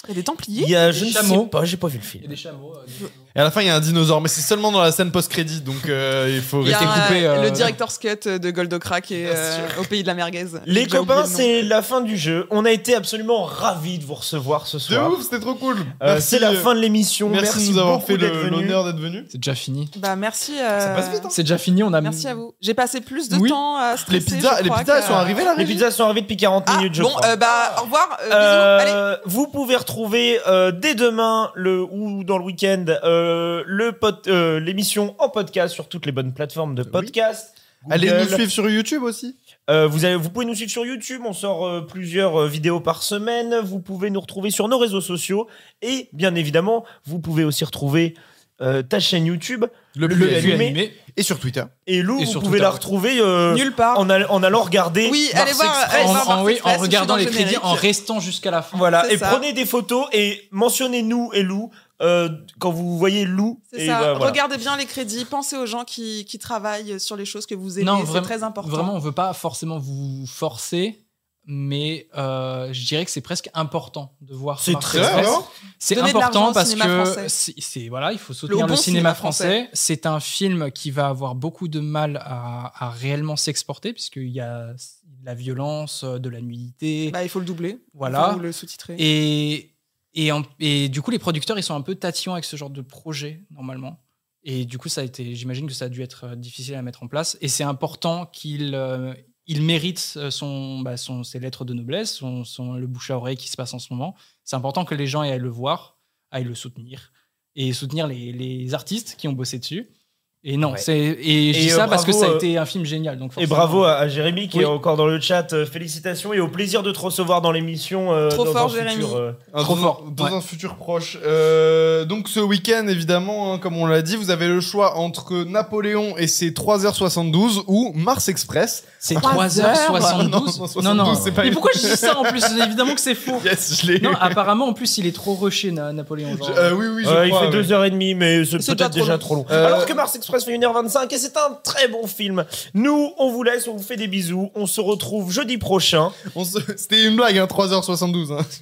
Il y a des Templiers. Il y a, je Des ne chameaux. sais pas, j'ai pas vu le Il y a film. des chameaux. euh, des- Et à la fin, il y a un dinosaure, mais c'est seulement dans la scène post-crédit, donc euh, il faut Il y a rester un- coupé, euh, le director's cut de Goldocrack et Bien euh, sûr. au pays de la merguez. Les J'ai déjà copains, oublié le nom. c'est la fin du jeu. On a été absolument ravis de vous recevoir ce De soir. ouf, c'était trop cool. Euh, Merci, c'est la euh, fin de l'émission. Merci, Merci, de nous avoir beaucoup fait d'être le- venus. l'honneur d'être venu. C'est déjà fini. Bah merci. euh, Ça passe vite, hein. C'est déjà fini. On a. Merci à vous. J'ai passé plus de Oui. temps à Les stresser. pizzas, je les crois, pizzas, elles que- sont arrivées là, Les Régie pizzas sont arrivées depuis quarante Ah, minutes, je bon, crois. euh, bah au revoir. euh, bisous. Allez. Euh, vous pouvez retrouver euh, dès demain le ou dans le week-end euh, le pod- euh, l'émission en podcast sur toutes les bonnes plateformes de podcast. Allez Google. nous suivre sur YouTube aussi. Euh, vous, avez, vous pouvez nous suivre sur YouTube, on sort euh, plusieurs euh, vidéos par semaine. Vous pouvez nous retrouver sur nos réseaux sociaux et bien évidemment, vous pouvez aussi retrouver euh, ta chaîne YouTube Le Le plus plus animé. animé. Et sur Twitter. et Lou. Et vous sur pouvez Twitter, la ouais. retrouver euh, Nulle part. en, all- en allant regarder. Oui, Mars allez voir. Express. allez En, voir en- Mars oui, Express, en je suis regardant dans le les crédits, générique. en restant jusqu'à la fin. Voilà, C'est et ça. prenez des photos et mentionnez nous et Lou euh, quand vous voyez Lou. C'est et ça. bah, voilà. Regardez bien les crédits. Pensez aux gens qui, qui travaillent sur les choses que vous aimez. Non, C'est vraiment- très important. Vraiment, on veut pas forcément vous forcer, mais euh, je dirais que c'est presque important de voir C'est Mars très Ouais, Express. alors C'est Donner de l'argent important au parce cinéma que français. c'est c'est- voilà, il faut Le soutenir bon le, cinéma cinéma français. C'est un film qui va avoir beaucoup de mal à, à réellement s'exporter puisqu'il y a de la violence, de la nudité. Bah, il faut le doubler. Voilà. Enfin, ou le sous-titrer. Et, et, en- et du coup, les producteurs, ils sont un peu tatillons avec ce genre de projet, normalement. Et du coup, ça a été, j'imagine que ça a dû être euh, difficile à mettre en place. Et c'est important qu'il euh, il mérite euh, son, bah, son, ses lettres de noblesse, son, son- le bouche à oreille qui se passe en ce moment. C'est important que les gens aillent le voir, aillent le soutenir. Et soutenir les, les artistes qui ont bossé dessus. Et non, Ouais. c'est, et je Et, dis euh, ça parce que bravo, ça a euh, été un film génial. Donc Et forcément- bravo à, à Jérémy qui Oui. est encore dans le chat. Euh, félicitations et au plaisir de te recevoir dans l'émission. euh, Trop dans fort, un futur, Jérémy. euh, Un- Trop dans, fort, dans ouais. un futur proche. Euh, donc ce week-end, évidemment, hein, comme on l'a dit, vous avez le choix entre Napoléon et ses trois heures soixante-douze ou Mars Express. C'est Trois trois heures heures. soixante-douze. Non, non, soixante-douze, c'est pas Mais une- pourquoi je dis ça en plus? Évidemment que c'est faux. Yes, je l'ai. Non, apparemment, en plus, il est trop rushé, Na- Napoléon. genre. Je- euh, oui, oui, je euh, il crois. fait ouais. deux heures trente, mais c'est C'est peut-être pas trop déjà long. trop long. Euh, Alors que Mars Express fait une heure vingt-cinq et c'est un très bon film. Nous, on vous laisse, on vous fait des bisous. On se retrouve jeudi prochain. On se- C'était une blague, hein, trois heures soixante-douze. Hein.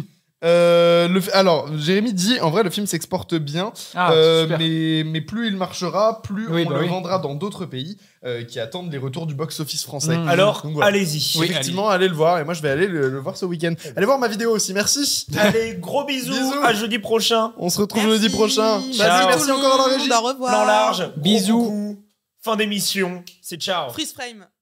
Euh, le... f- Alors, Jérémy dit, en vrai, le film s'exporte bien, Ah, euh, super. mais, mais plus il marchera, plus Oui, on bah le oui. vendra dans d'autres pays euh, qui attendent les retours du box-office français. Mmh. Alors, Donc voilà. allez-y. Oui, Effectivement, allez le voir, et moi je vais aller le, le voir ce week-end. Allez voir ma vidéo aussi, merci. Allez, gros bisous. Bisous. À jeudi prochain. On se retrouve Merci. jeudi prochain. Ciao. Vas-y, merci Tout le encore à la monde, régie. Au revoir. Plan large. gros Bisous. coucou. Fin d'émission. C'est ciao. Freeze frame.